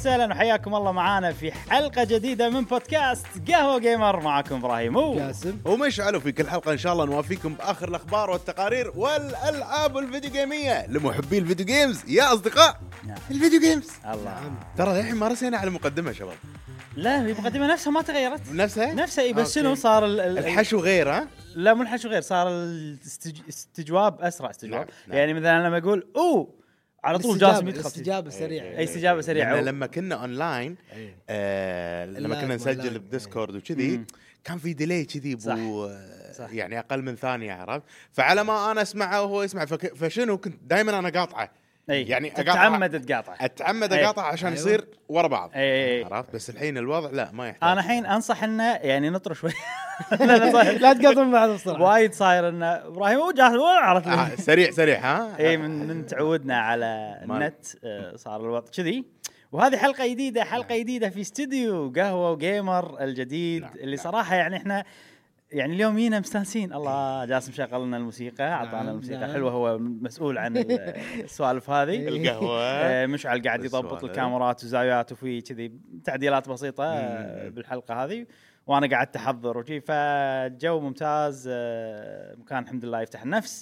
وسهلا وحياكم الله معانا في حلقة جديدة من بودكاست قهوة جيمر. معكم إبراهيم وجاسم ومشعل، في كل حلقة إن شاء الله نوافيكم بآخر الأخبار والتقارير والألعاب الفيديو جيمية لمحبي الفيديو جيمز يا أصدقاء. الفيديو جيمز الله. ترى الحين ما رسينا على المقدمة شباب. لا هي المقدمة نفسها ما تغيرت، نفسها إيه، بس شنو صار الحشو غير. ها لا مو الحشو غير، صار الاستجواب أسرع استجواب. نعم. يعني مثلا لما أقول على طول جاسم يدخل استجابة سريعة. أي استجابة سريعة. لما كنا أونلاين لما كنا نسجل بديسكورد وكذي كان في ديلي كذي يعني أقل من ثانية، عرفت؟ فعلى ما أنا أسمعه وهو يسمع فشنو كنت دائما أنا قاطعه. يعني اتعمد اقاطع عشان يصير ورا بعض. عرفت؟ بس الحين الوضع لا ما يحتاج. انا الحين انصح انه يعني نطر شوي. لا تقاطعون بعض بسرعه. وايد صاير انه ابراهيم وجاهز عرفت سريع ها. اي من تعودنا على النت صار الوضع كذي. وهذه حلقه جديده في استوديو قهوه وجيمر الجديد. اللي صراحه يعني احنا يعني اليوم جينا مستانسين. الله جاسم شغل لنا الموسيقى، عطانا الموسيقى حلوه، هو مسؤول عن السوالف هذه. القهوه مشعل قاعد يضبط الكاميرات وزاويات وفي كذي تعديلات بسيطه بالحلقه هذه، وانا قاعد احضر وشي. فالجو ممتاز، مكان الحمد لله يفتح النفس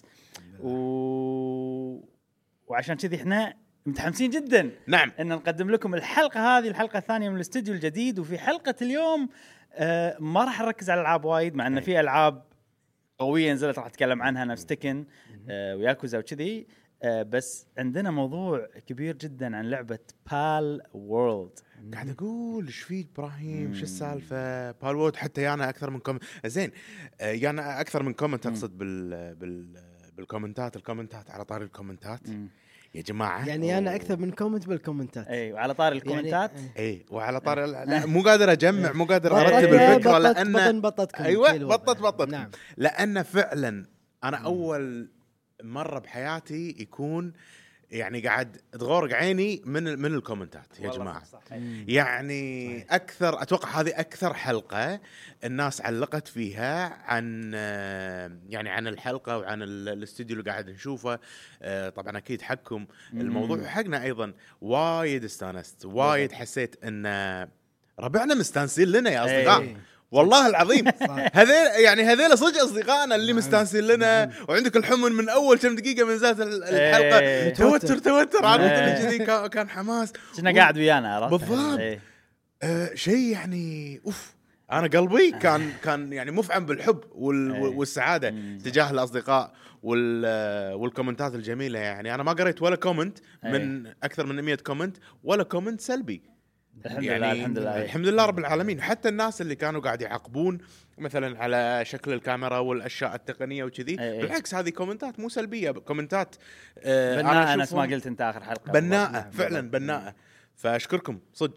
وعشان كذي احنا متحمسين جدا. نعم ان نقدم لكم الحلقه هذه، الحلقه الثانيه من الاستوديو الجديد. وفي حلقه اليوم ما راح نركز على العاب وايد، مع ان في العاب قويه نزلت راح اتكلم عنها، نفس تكن وياكوزا وكذي. بس عندنا موضوع كبير جدا عن لعبه بال وورلد. قاعد اقول ايش في ابراهيم، شو السالفه بال وورلد؟ حتى انا اكثر من كومنت زين، يعني اكثر من كومنت اقصد الكومنتات على طاري الكومنتات يا جماعه. يعني انا اكثر من كومنت بالكومنتات. اي وعلى طاري الكومنتات اي وعلى طاري لا مو قادر اجمع، مو قادر ارتب الفكره لان ايوه بطت نعم. لان فعلا انا اول مره بحياتي يكون يعني قاعد تغورق عيني من الكومنتات يا جماعه. يعني صحيح. اكثر اتوقع هذه اكثر حلقه الناس علقت فيها عن يعني عن الحلقه وعن الاستوديو اللي قاعد نشوفه. طبعا اكيد حقكم الموضوع حقنا ايضا وايد استانست، وايد حسيت ان ربعنا مستانسين لنا يا اصدقاء. والله العظيم هذيل صدق اصدقائنا اللي مستانسين لنا. وعندك الحمن من اول كم دقيقه من ذات الحلقه توتر عرفت اللي كذي كان حماس. كنا قاعد ويانا عرفت بالضبط. شيء يعني انا قلبي كان يعني مفعم بالحب والسعاده تجاه الاصدقاء والكومنتات الجميله. يعني انا ما قريت ولا كومنت من اكثر من 100 كومنت ولا كومنت سلبي. الحمد لله رب العالمين. حتى الناس اللي كانوا قاعد يعاقبون مثلا على شكل الكاميرا والاشياء التقنيه وكذي، بالعكس هذه كومنتات مو سلبيه، كومنتات بناءة. انا ما قلت انت اخر حلقه بناءة فعلا بناءة. فاشكركم صدق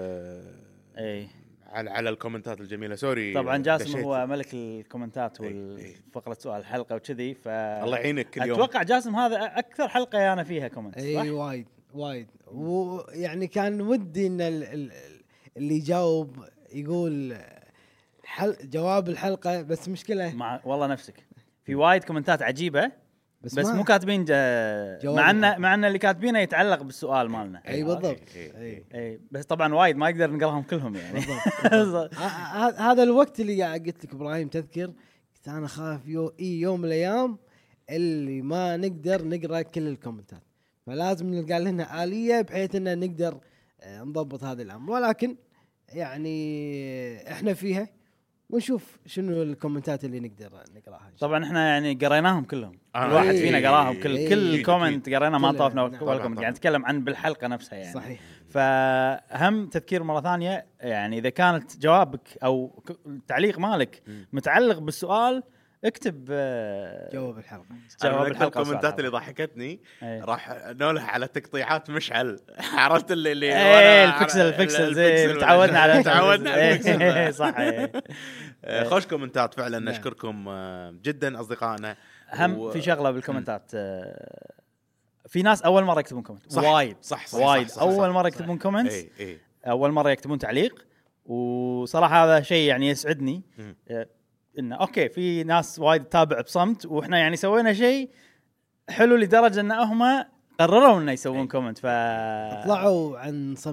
على الكومنتات الجميله. سوري طبعا جاسم هو ملك الكومنتات والفقره سؤال الحلقه وكذي. الله يعينك اليوم. اتوقع جاسم هذا اكثر حلقه انا فيها كومنت. اي وايد ويعني كان ودي ان اللي يجاوب يقول جواب الحلقه، بس مشكله والله نفسك في وايد كومنتات عجيبه بس مو كاتبين مع ان اللي كاتبينه يتعلق بالسؤال مالنا. اي بالضبط. اي بس طبعا وايد ما يقدر نقراهم كلهم يعني. هذا الوقت اللي قلت لك ابراهيم تذكر كنت انا خايف يوم من الايام اللي ما نقدر نقرا كل الكومنتات، فلازم نلقى لنا آلية بحيث ان نقدر نضبط هذا الامر. ولكن يعني احنا فيها ونشوف شنو الكومنتات اللي نقدر نقراها. طبعا احنا يعني قريناهم كلهم، الواحد فينا قراهم كل كومنت قرينا، ما طافنا ولا كومنت. يعني نتكلم عن بالحلقه نفسها يعني. صحيح. فهم تذكير مره ثانيه، يعني اذا كانت جوابك او تعليق مالك متعلق بالسؤال اكتب جواب الحلقه. الكومنتات اللي ضحكتني راح نولها على تقطيعات مشعل. عرفت اللي البكسل زي تعودنا على البكسل. صح. خوش كومنتات فعلا. نشكركم جدا اصدقائنا. هم في شغله بالكومنتات، في ناس اول مره يكتبون كومنت وايد وايد اول مره يكتبون كومنت، اول مره يكتبون تعليق. وصراحه هذا شيء يعني يسعدني إنه أوكي في ناس وايد تتابع بصمت، وإحنا يعني سوينا شيء حلو لدرجة إن هم قرروا إنه يسوون كومنت. طلعوا عن صمتهم.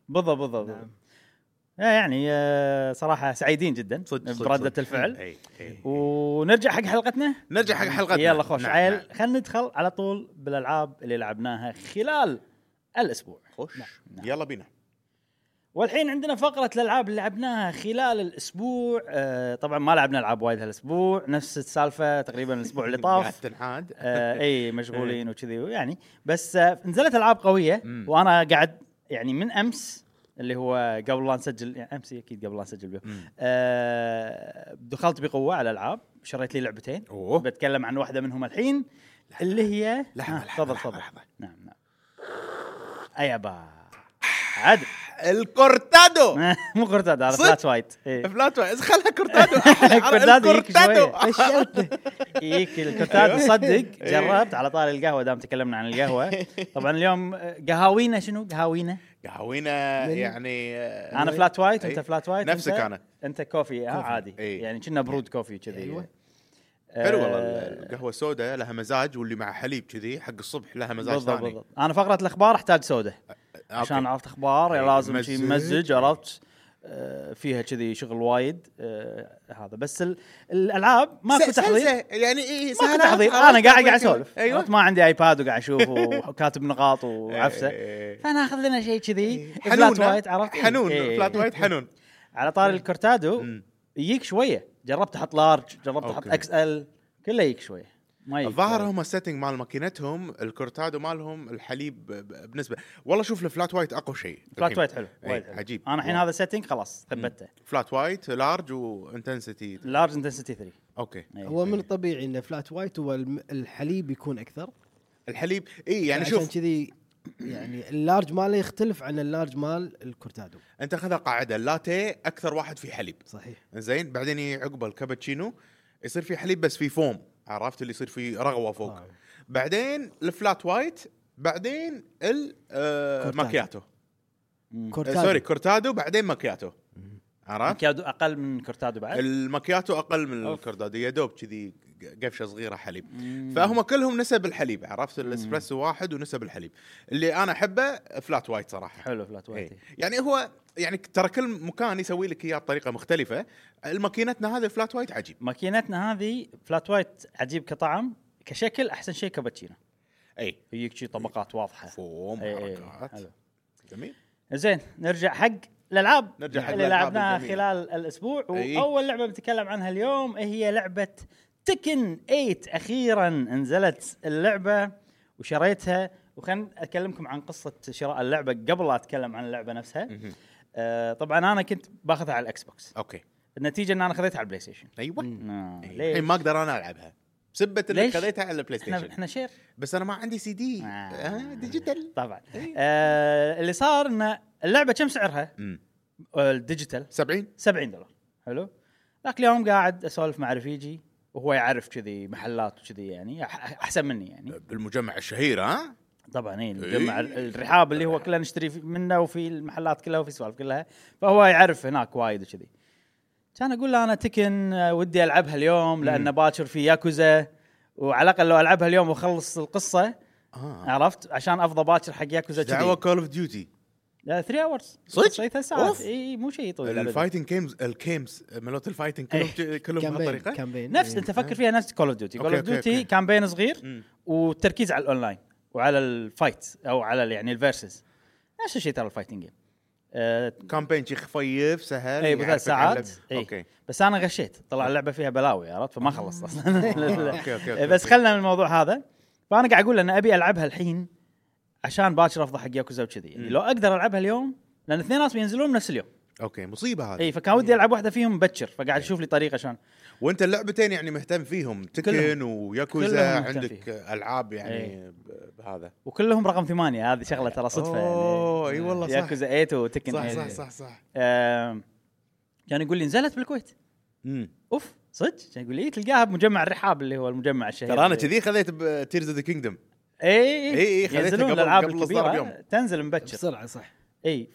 بالضبط نعم. يعني صراحه سعيدين جدا بردة الفعل. ونرجع حق حلقتنا. يلا خوش عيل. خلينا ندخل على طول بالالعاب اللي لعبناها خلال الاسبوع. نعم. يلا بينا. والحين عندنا فقرة الألعاب اللي لعبناها خلال الأسبوع. طبعا ما لعبنا ألعاب وايد هالأسبوع، نفس السالفة تقريبا الأسبوع اللي طاف. أي مشغولين وكذي يعني، بس نزلت ألعاب قوية. وأنا قاعد يعني من أمس اللي هو قبل لا نسجل، يعني أمس أكيد قبل لا نسجل بيه، دخلت بقوة على الألعاب، شريت لي لعبتين. بتكلم عن واحدة منهم الحين اللي هي تفضل. نعم أيابا عادل الكورتادو. مو كورتادو، هذا فلات وايت. فلات وايت خلها كورتادو. كورتادو يك الكورتادو. صدق جربت على طاري القهوه، دام تكلمنا عن القهوه. طبعا اليوم قهاوينا. شنو قهاوينا يعني انا فلات وايت وانت فلات وايت. نفسك انت كوفي عادي. يعني كنا برود كوفي كذي. حلو والله. القهوه السوداء لها مزاج، واللي مع حليب كذي حق الصبح لها مزاج ثاني. بالضبط. انا فقره الاخبار احتاج سوداء عشان عرفت اخبار. لازم شيء ممزج، عرفت فيها كذي شغل وايد. هذا بس الالعاب ماكو تحضير يعني ماكو تحضير. انا قاعد اسولف. ما عندي ايباد وقاعد اشوف وكاتب نقاط وعفسه. فانا اخذ لنا شيء كذي فلات وايت. عرفت حنون. فلات وايت حنون. على طاري الكورتادو يجيك شويه. جربت احط لارج، جربت احط اكس ال، كله يجيك شويه. الظاهر هم السيتنج مال ماكينتهم الكورتادو مالهم الحليب بالنسبه. والله شوف الفلات وايت اقوى شيء. فلات وايت حلو وايد عجيب. انا الحين هذا سيتنج خلاص ثبته. فلات وايت لارج وانتنسيتي. لارج انتنسيتي 3. اوكي. هو من الطبيعي ان فلات وايت هو الحليب يكون اكثر. الحليب يعني شوف عشان كذي يعني اللارج ماله يختلف عن اللارج مال الكورتادو. انت خذها قاعده اللاتيه اكثر واحد فيه حليب. صحيح. زين بعدين عقب الكابتشينو يصير فيه حليب بس فيه فوم، عرفت اللي يصير فيه رغوه فوق. بعدين الفلات وايت، بعدين الماكياتو. سوري كورتادو، بعدين ماكياتو. عرفت ماكياتو اقل من كورتادو. بعد الماكياتو اقل من الكورتادو يا دوب كذي قفشه صغيره حليب. فهم كلهم نسب الحليب. عرفت الاسبريسو واحد ونسب الحليب. اللي انا احبه فلات وايت صراحه. حلو فلات وايت. يعني هو يعني ترى كل مكان يسوي لك اياه بطريقه مختلفه. الماكينتنا هذه فلات وايت عجيب. ماكينتنا هذه فلات وايت عجيب كطعم، كشكل احسن شيء كابتشينو. يجيك شيء طبقات واضحه، فوم حركات. جميل. زين نرجع حق الالعاب اللي لعبناها خلال الاسبوع. واول لعبه بنتكلم عنها اليوم هي لعبه تكن 8. اخيرا نزلت اللعبه وشريتها. وخلنا اكلمكم عن قصه شراء اللعبه قبل لا اتكلم عن اللعبه نفسها. طبعا انا كنت باخذها على الاكس بوكس. اوكي. النتيجه ان انا خذيتها على البلاي ستيشن. ايوه. الحين ما اقدر انا العبها بسبه اللي خذيتها على البلاي ستيشن. احنا شير، بس انا ما عندي سي دي ديجيتال طبعا. اللي صار ان اللعبه كم سعرها الديجيتال؟ $70. حلو. ذاك اليوم قاعد اسولف مع رفيجي وهو يعرف كذي محلات وكذي، يعني احسن مني يعني بالمجمع الشهير. ها طبعا المجمع الرحاب اللي هو كلنا نشتري منه، وفي المحلات كلها وفي سوالف كلها، فهو يعرف هناك وايد وكذي. كان اقول له انا تكن ودي العبها اليوم لان باكر في ياكوزا، وعلى الاقل لو العبها اليوم واخلص القصه عرفت عشان افضل باكر حق ياكوزا كذي. دعوه كول اوف ديوتي 3 اورز صدق 3 ساعات. اي مو شيء طويل. الفايتنج الكيمز مالوت الفايتنج كلهم بهالطريقه نفس انت فكر فيها نفس كول اوف ديوتي. كول اوف ديوتي كامبين صغير والتركيز على الاونلاين وعلى الفايت او على يعني الفيرسز. نفس الشيء ترى الفايتنج جيم. كامبين شيء خفيف سهل. اي بثلاث ساعات. اوكي. بس انا غشيت طلع اللعبه فيها بلاوي عرفت، فما خلصت اصلا. أوكي. بس خلنا من الموضوع هذا. فانا قاعد اقول انا ابي العبها الحين عشان باكر افضل حق ياكوزا وكذي. يعني لو اقدر العبها اليوم لان اثنين ناس بينزلون نفس اليوم. اوكي مصيبه هذه. اي فكان ودي العب واحده فيهم مبكر، فقاعد اشوف لي طريقه عشان. وانت اللعبتين يعني مهتم فيهم تكن وياكوزا، عندك العاب يعني بهذا وكلهم رقم 8. هذه شغله ترى صدفه يعني. اي والله صح. ياكوزا 8 وتكن صح. كان يقول لي نزلت بالكويت. اوف صدق. كان يقول لي تلقاها بمجمع الرحاب اللي هو المجمع الشهير. ترى انا كذي خذيت بتيرز اوف ذا كينجدم. اي خذيتها قبل الالعاب بيوم تنزل مبكر بسرعه صح. اي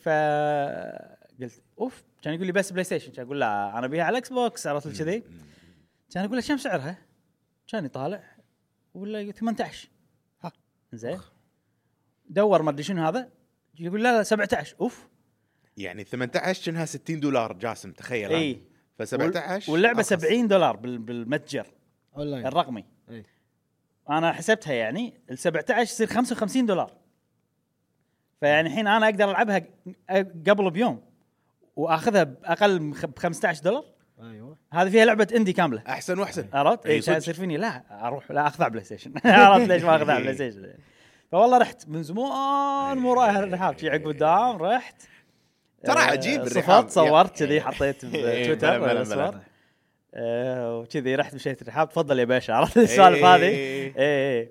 قلت اوف. كان يقول لي بس بلاي ستيشن. كان اقول لا انا بيها على الاكس بوكس عرفت كذي. كان اقول له كم سعرها؟ كان يطالع ولا 18. زين دور ما ادري شنو هذا، يقول لا 17. اوف يعني 18 كأنها $60 جاسم تخيل. اي ف17 واللعبه $70 بالمتجر اونلاين الرقمي. اي انا حسبتها يعني ال17 يصير $55. فيعني الحين انا اقدر العبها قبل بيوم واخذها باقل $15. ايوه هذه فيها لعبه اندي كامله. احسن واحسن. عرفت؟ أي اي صدق. يصير فيني لا اروح لا اخذها بلاي ستيشن. عرفت ليش ما اخذها بلاي ستيشن؟ فوالله رحت من زمان مو رايح الرحاب شي عقب الدوام رحت ترى عجيب الرحاب. صفت صورت كذي حطيت بتويتر بلا الصور وكذي رحت مشيت الرحاب. تفضل يا باشا. عرفت السالفه هذه؟ اي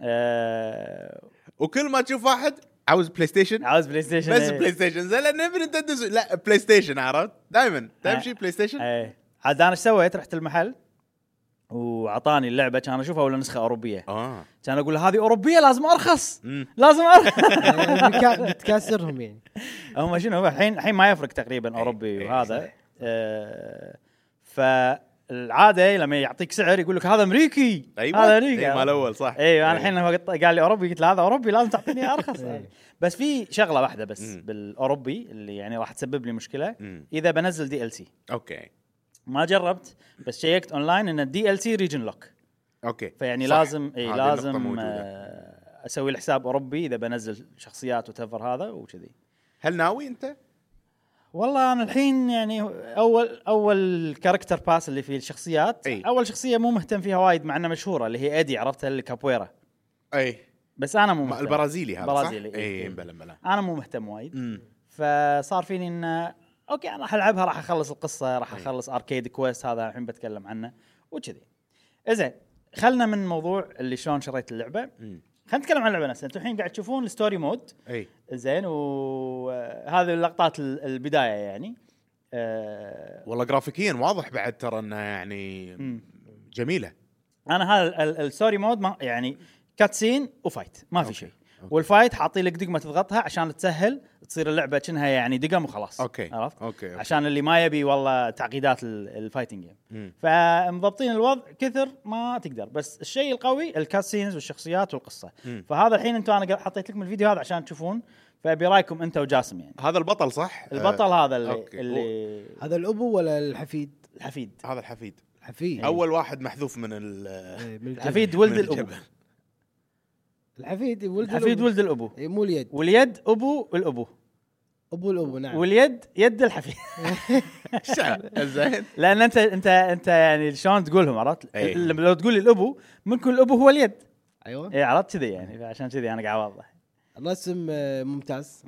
وكل ما تشوف واحد عاوز بلاي ستيشن عاوز بلاي ستيشن بس بلاي ستيشن زين نبي نتندو لا بلاي ستيشن. عرفت دائما تمشي بلاي ستيشن. اي عاد انا ايش سويت؟ رحت المحل وعطاني اللعبه كان اشوفها ولا نسخه اوروبيه. كان اقول هذه اوروبيه لازم ارخص. لازم ارخص. بتكسرهم يعني. هم شنو الحين ما يفرق تقريبا اوروبي وهذا. فالعاده لما يعطيك سعر يقول لك هذا امريكي. أيوة. هذا امريكي مال الاول صح. ايوه انا الحين قال لي اوروبي قلت له هذا اوروبي لازم تعطيني ارخص. بس في شغله واحده بس بالاوروبي اللي يعني راح تسبب لي مشكله اذا بنزل DLC. اوكي ما جربت بس شيكت اونلاين ان الDLC ريجن لوك. اوكي فيعني صح. لازم لازم اسوي الحساب اوروبي اذا بنزل شخصيات وتفر هذا وكذي. هل ناوي انت؟ والله انا الحين يعني اول كاركتر باس اللي فيه الشخصيات. اول شخصيه مو مهتم فيها وايد مع انها مشهوره اللي هي ادي. عرفتها اللي كابويرا. بس انا مو مهتم. البرازيلي هذا برازيلي. صح. اي بلا انا مو مهتم وايد. فصار فيني ان اوكي انا راح العبها راح اخلص القصه راح اخلص اركيد كويست هذا الحين بتكلم عنه وكذي. زين خلنا من موضوع اللي شلون شريت اللعبه. خلينا نتكلم عن اللعبه نفسها. انتم الحين قاعد تشوفون الستوري مود. زين وهذه اللقطات البدايه يعني. والله جرافيكيا واضح بعد ترى انها يعني جميله. انا هذا الستوري مود ما يعني كاتسين وفايت ما في شيء. والفايت حاطين لك دقمه تضغطها عشان تسهل تصير اللعبه كأنها يعني دقم وخلاص. عرفت؟ أوكي. عشان اللي ما يبي والله تعقيدات الفايتنج جيم. فمضبطين الوضع كثر ما تقدر. بس الشيء القوي الكاتسينز والشخصيات والقصه. فهذا الحين انتم انا حطيت لكم الفيديو هذا عشان تشوفون. فابي رايكم انت وجاسم يعني. هذا البطل صح؟ البطل هذا اللي هذا الابو ولا الحفيد؟ هذا الحفيد. اول واحد محذوف من الحفيد ولد الابو. الحفيد ولد الابو. مو اليد. واليد ابو الابو. ابو الابو نعم. واليد يد الحفيد. زين. لان انت يعني شلون تقولهم عرفت؟ لو تقول لي الابو ممكن الابو هو اليد. ايوه اي عرفت كذي يعني. عشان كذي انا قاعد اوضح. الرسم ممتاز.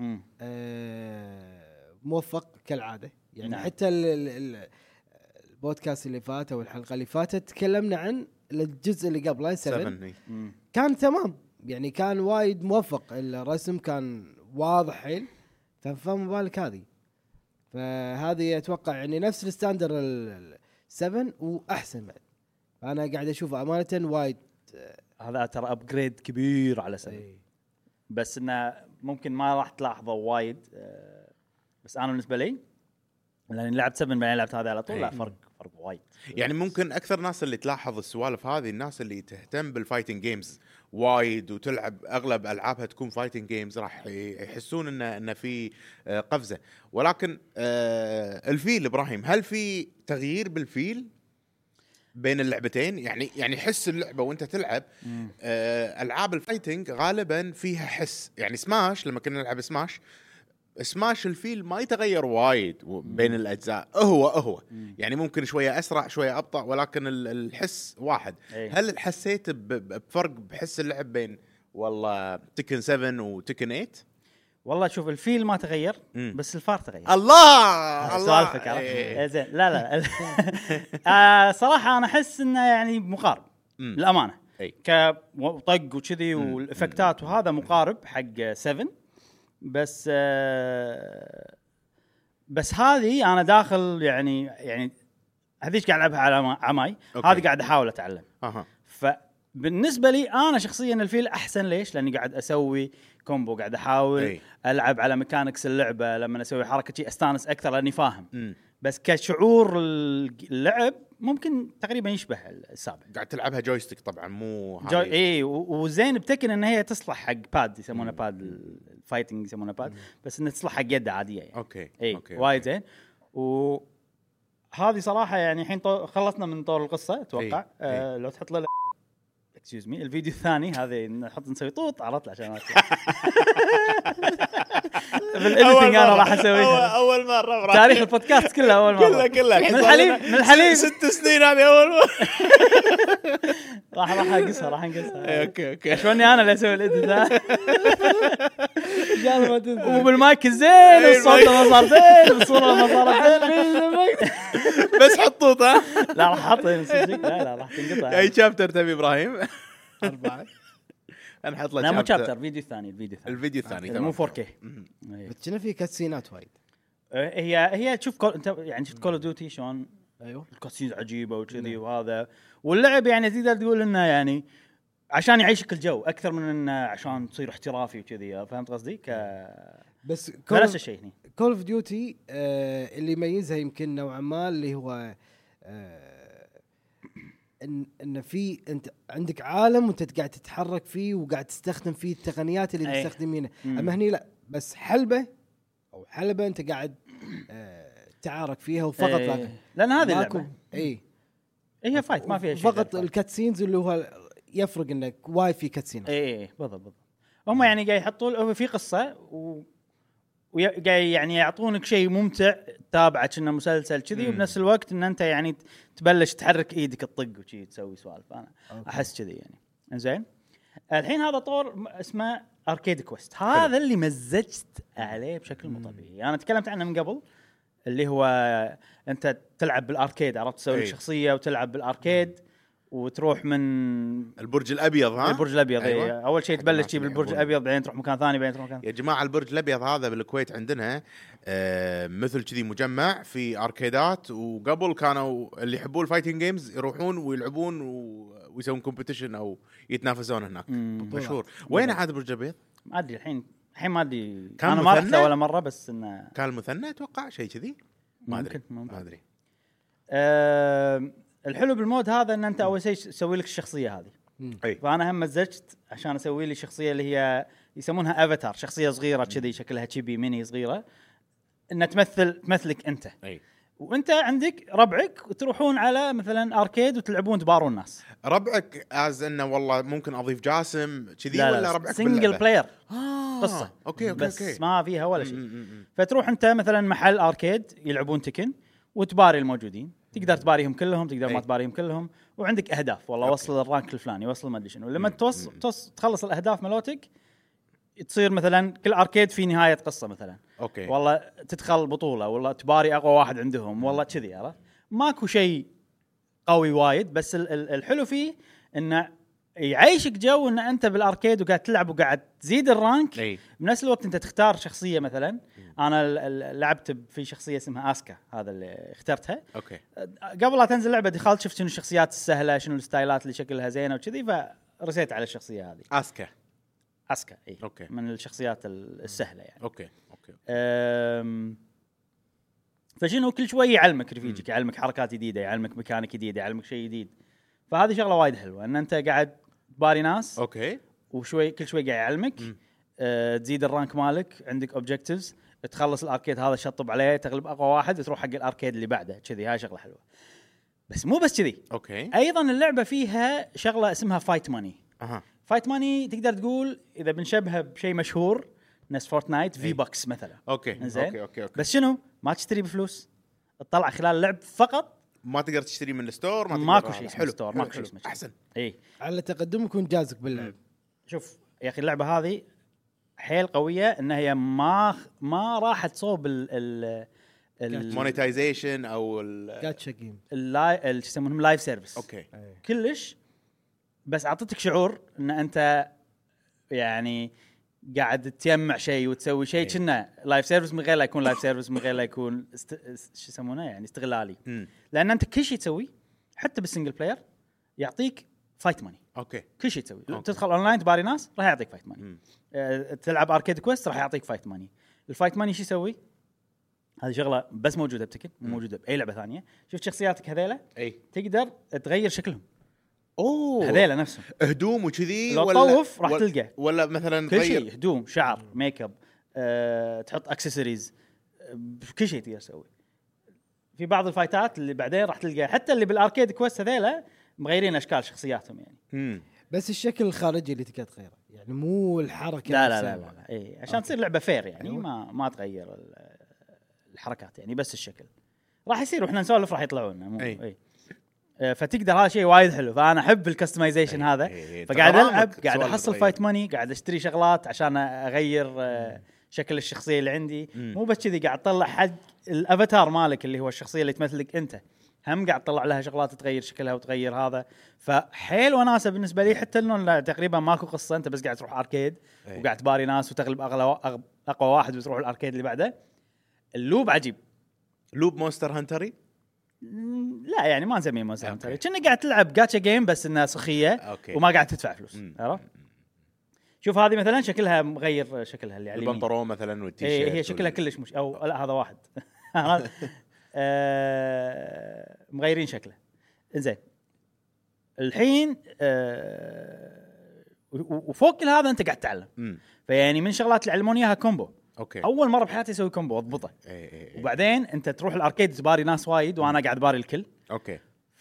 موفق كالعاده يعني. نعم. حتى البودكاست اللي فات او الحلقه اللي فاتت تكلمنا عن الجزء اللي قبله 7 كان تمام يعني. كان وايد موفق. الرسم كان واضح حيل. فما بالك هذه. فهذه اتوقع يعني نفس الستاندر 7 واحسن بعد. انا قاعد اشوف امانه وايد. هذا ترى ابجريد كبير على 7. بس انه ممكن ما راح تلاحظه وايد. بس انا بالنسبه لي لاني لعبت 7 بعدين لعبت هذا على طول. لا فرق وايد يعني. ممكن اكثر ناس اللي تلاحظ السوالف هذه الناس اللي تهتم بالفايتنج جيمز وايد وتلعب اغلب العابها تكون فايتنج جيمز راح يحسون ان في قفزه. ولكن الفيل ابراهيم هل في تغيير بالفيل بين اللعبتين؟ يعني حس اللعبه وانت تلعب العاب الفايتنج غالبا فيها حس. يعني سماش لما كنا نلعب سماش الفيل ما يتغير وايد بين الاجزاء. هو يعني ممكن شويه اسرع شويه ابطا ولكن الحس واحد. هل حسيت بفرق بحس اللعب بين والله تكن 7 وتكن 8؟ والله شوف الفيل ما تغير بس الفار تغير. الله سوالفك زين. لا صراحه انا احس انه يعني مقارب للامانه. كطق وكذي والافكتات وهذا مقارب حق 7. بس هذه انا داخل يعني هذيك قاعد العبها على عماي. هذه قاعد احاول اتعلم. فبالنسبه لي انا شخصيا الفيل احسن. ليش؟ لاني قاعد اسوي كومبو قاعد احاول العب على ميكانكس اللعبه. لما اسوي حركه شيء استانس اكثر لاني فاهم. بس كشعور اللعب ممكن تقريبا يشبه السابع. قاعد تلعبها جويستيك طبعا مو اي وزين بتكن ان هي تصلح حق باد يسمونه باد الفايتنج يسمونه باد بس انها تصلح حق يد عاديه يعني. اوكي وايد زين. وهذه صراحه يعني الحين خلصنا من طور القصه اتوقع. لو تحط له اكسكيوز مي الفيديو الثاني هذا نحط نسوي طوط عرفت عشان بالإديتنج انا راح اسويها اول مره تاريخ البودكاست كله اول مره كله من الحليب 6 سنين هذه اول مره راح اقصها اوكي شلوني انا اللي اسوي الإديت وبالمايك زين الصوت ما صار زين الصوره ما صارت زين بس حطوط ها لا راح احط لا راح تنقطع. اي شابتر تبي ابراهيم 4 انا حط لك لا مو شابتر الفيديو الثاني مو 4K بس كنا في كاتسينات وايد. هي تشوف انت يعني شفت كول اوف ديوتي شلون ايوه الكاتسين عجيبه وكذي وهذا واللعب يعني تقدر تقول انه يعني عشان يعيشك الجو اكثر من انه عشان تصير احترافي وكذي فهمت قصدي بس نفس الشيء هنا كول اوف ديوتي اللي يميزها يمكن نوعا ما اللي هو ان في انت عندك عالم وانت قاعد تتحرك فيه وقاعد تستخدم فيه التقنيات اللي مستخدمينها. اما هني لا بس حلبه انت قاعد تعارك فيها وفقط لان هذه اللعبه هي فايت ما فيها شيء فقط الكاتسينز اللي هو يفرق انك وايد في كاتسين بالضبط هم يعني قاعد يحطوا في قصه وقاعد يعني يعطونك شيء ممتع تابعه كأنه مسلسل كذي وبنفس الوقت ان انت يعني تبلش تحرك ايدك تطق وشي تسوي سوالف. انا احس كذي يعني انزين. الحين هذا طور اسمه اركيد كويست هذا اللي مزجت عليه بشكل مو طبيعي. انا تكلمت عنه من قبل اللي هو انت تلعب بالاركيد عرفت تسوي شخصيه وتلعب بالاركيد وتروح من البرج الابيض البرج الابيض أيوة. اول شيء تبلش تجيب البرج الابيض بعدين تروح مكان ثاني بعدين تروح مكان. يا جماعه البرج الابيض هذا بالكويت عندنا مثل كذي مجمع في اركيدات وقبل كانوا اللي يحبون الفايتنج جيمز يروحون ويلعبون ويسوون كومبيتيشن او يتنافسون هناك مشهور. وين عاد البرج الابيض؟ ما ادري الحين ما ادري انا ما رحت ولا مره بس انه كان المثنى اتوقع شيء كذي ما ادري. الحلو بالمود هذا ان انت اول شيء تسوي لك الشخصيه هذه فانا هم مزجت عشان اسوي لي شخصيه اللي هي يسمونها افاتار شخصيه صغيره كذي شكلها تشيبي ميني صغيره ان تمثلك انت وانت عندك ربعك وتروحون على مثلا اركيد وتلعبون تبارون الناس. ربعك انه والله ممكن اضيف جاسم كذي ولا ربعك سنجل بلاير قصه اوكي بس ما فيها ولا شيء. فتروح انت مثلا محل اركيد يلعبون تكن وتباري الموجودين تقدر تباريهم كلهم تقدر ما تباريهم كلهم وعندك اهداف والله وصل الرانك الفلاني وصل ما ادري شنو لما تخلص الاهداف مالتك تصير مثلا كل اركيد في نهايه قصه مثلا والله تدخل بطوله والله تباري اقوى واحد عندهم والله كذي عرفت ماكو شيء قوي وايد بس الحلو فيه انه يعيشك جو ان انت بالاركيد وقاعد تلعب وقاعد تزيد الرانك بنفس الوقت انت تختار شخصيه مثلا انا لعبت في شخصيه اسمها اسكا هذا اللي اخترتها قبل لا تنزل اللعبه دخلت شفت شنو الشخصيات السهله شنو الستايلات اللي شكلها زينه وكذي فرسيت على الشخصيه هذه اسكا من الشخصيات السهله يعني فشنو كل شوي يعلمك رفيجك يعلمك حركات جديده يعلمك ميكانيك جديد يعلمك شيء جديد فهذه شغله وايد حلوه ان انت قاعد تباري ناس وشوي كل شوي قاعد يعلمك تزيد الرانك مالك عندك اوبجكتيفز تخلص الاركيد هذا شطب عليه تغلب اقوى واحد تروح حق الاركيد اللي بعده كذي هاي شغله حلوه بس مو بس كذي ايضا اللعبه فيها شغله اسمها فايت ماني فايت ماني تقدر تقول اذا بنشبهها بشيء مشهور نفس فورتنايت في بوكس مثلا أوكي. بس شنو ما تشتري بفلوس تطلع خلال اللعب فقط ما تقدر تشتري من الستور ماكو شيء اسمه ستور ماكو شيء اسمه احسن على تقدمك وانجازك باللعب. شوف يا اخي اللعبه هذه حيل قويه ان هي ما راحت صوب المونيتايزيشن او جاتشا جيم شو يسمونهم لايف سيرفيس كلش بس اعطتك شعور ان انت يعني قاعد تجمع شيء وتسوي شيء كنا لايف سيرفيس من غير لا يكون لايف سيرفيس من غير لا يكون شو يسمونه يعني استغلالي لان انت كل شيء تسوي حتى بالسنجل بلاير يعطيك فايت ماني كل شيء تسوي تدخل اونلاين تباري ناس راح يعطيك فايت ماني تلعب اركيد كويست راح يعطيك فايت ماني الفايت ماني شو يسوي هذه شغله بس موجوده بتكن مو موجوده باي لعبه ثانيه. شفت شخصياتك هذيله اي تقدر تغير شكلهم. اوه هذيله نفسهم هدوم وكذي لو تطوف راح تلقى ولا مثلا كل شيء هدوم شعر ميك اب تحط اكسسوارز كل شيء تقدر تسوي. في بعض الفايتات اللي بعدين راح تلقى حتى اللي بالاركيد كويست هذيله مغيرين اشكال شخصياتهم يعني. بس الشكل الخارجي اللي تقدر تغيره يعني مو الحركه. لا اي عشان تصير لعبه فير يعني. أيوة. ما تغير الحركات يعني بس الشكل راح يصير واحنا نسولف راح يطلعوا لنا اي فتقدر. هذا شيء وايد حلو. فانا احب الكستمايزيشن هذا. فقاعد العب قاعد احصل فايت ماني قاعد اشتري شغلات عشان اغير شكل الشخصيه اللي عندي. مو بس كذي قاعد اطلع حق الافاتار مالك اللي هو الشخصيه اللي تمثلك انت هم قاعد تطلع لها شغلات تغير شكلها وتغير هذا. فحيل وناسه بالنسبه لي حتى انه تقريبا ماكو قصه. انت بس قاعد تروح اركيد وقاعد تباري ناس وتغلب اقوى واحد وتروح الاركيد اللي بعده. اللوب عجيب. لوب مونستر هانتري؟ لا يعني ما نسميه مونستر هانتري. كنا قاعد تلعب جاتشا جيم بس انها سخيه وما قاعد تدفع فلوس. عرفت؟ شوف هذه مثلا شكلها مغير شكلها اللي على البنطلون مثلا والتيشيرت. هي شكلها كلش مش او لا هذا واحد مغيرين شكله. انزين الحين وفوق كل هذا انت قاعد تتعلم. فيعني من شغلات اللي علموني اياها كومبو. أوكي. اول مره بحياتي اسوي كومبو اضبطه. وبعدين انت تروح الاركيد تباري ناس وايد وانا قاعد باري الكل. اوكي.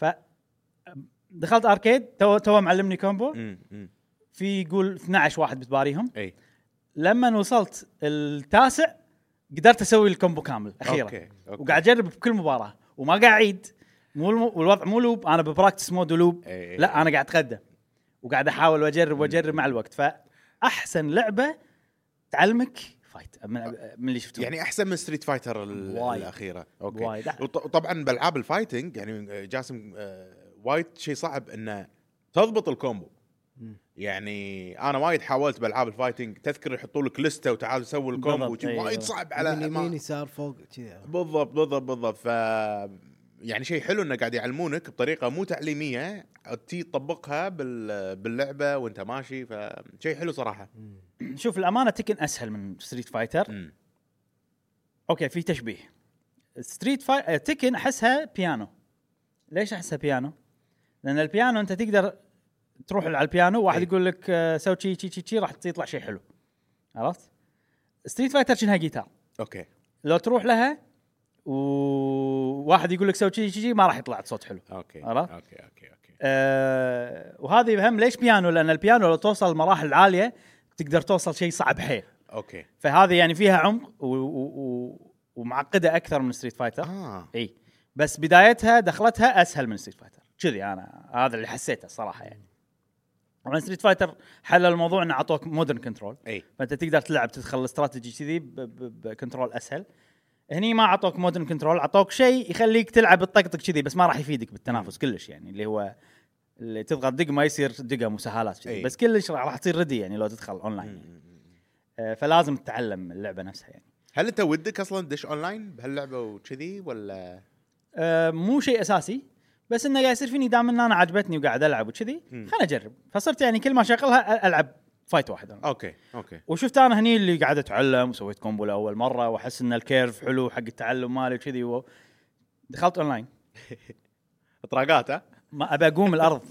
دخلت اركيد تو معلمني كومبو. في يقول 12 واحد بتباريهم. لما وصلت التاسع قدرت اسوي الكومبو كامل اخيرا. أوكي. وقاعد اجرب بكل مباراه وما قاعد اعيد. والوضع مو لوب. انا ببراكتس مود لوب. لا انا قاعد اتقدم وقاعد احاول واجرب مع الوقت. فاحسن لعبه تعلمك فايت من اللي شفته يعني احسن من ستريت فايتر الاخيره. اوكي. وطبعا بالعاب الفايتنج يعني جاسم وايد شيء صعب انه تضبط الكومبو. يعني انا وايد حاولت بالعاب الفايتنج تذكر يحطوا لك لسته وتعال سوي الكومبو وايد صعب على يمين يسار فوق كذا. بالضبط ف يعني شيء حلو انه قاعد يعلمونك بطريقه مو تعليميه تي تطبقها باللعبه وانت ماشي. فشيء حلو صراحه. شوف الامانه تكن اسهل من ستريت فايتر. اوكي في تشبيه. تكن احسها بيانو. ليش احسها بيانو؟ لان البيانو انت تقدر تروح على البيانو واحد يقول لك سوي شي راح يطلع شيء حلو. عرفت؟ ستريت فايتر شنها جيتار. اوكي. لو تروح لها وواحد يقول لك سوي شي ما راح يطلع صوت حلو. اوكي. عرفت؟ اوكي. وهذه بهم ليش بيانو؟ لان البيانو لو توصل المراحل العاليه تقدر توصل شيء صعب حيل. اوكي. فهذه يعني فيها عمق ومعقده اكثر من ستريت فايتر. اي بس بدايتها دخلتها اسهل من ستريت فايتر كذي. انا هذا اللي حسيته الصراحه يعني. طبعا ستريت فايتر حل الموضوع انه عطوك مودرن كنترول. فانت تقدر تلعب تدخل الاستراتيجي كذي بكنترول اسهل. هني ما عطوك مودرن كنترول. عطوك شيء يخليك تلعب الطقطق كذي بس ما راح يفيدك بالتنافس كلش يعني. اللي هو اللي تضغط دق ما يصير دقه مسهلات كذي بس كلش راح تصير ردي يعني لو تدخل اونلاين يعني. فلازم تتعلم اللعبه نفسها يعني. هل انت ودك اصلا تدش اونلاين بهاللعبه وكذي ولا مو شيء اساسي بس انه قاعد يصير فيني دام ان انا عجبتني وقاعد العب وكذي خلنا اجرب. فصرت يعني كل ما شغلها العب فايت واحد. اوكي. وشفت انا هني اللي قاعد اتعلم وسويت كومبو لاول مره واحس ان الكيرف حلو حق التعلم مالي وكذي دخلت اونلاين. اطراقات ها ما ابي اقوم الارض.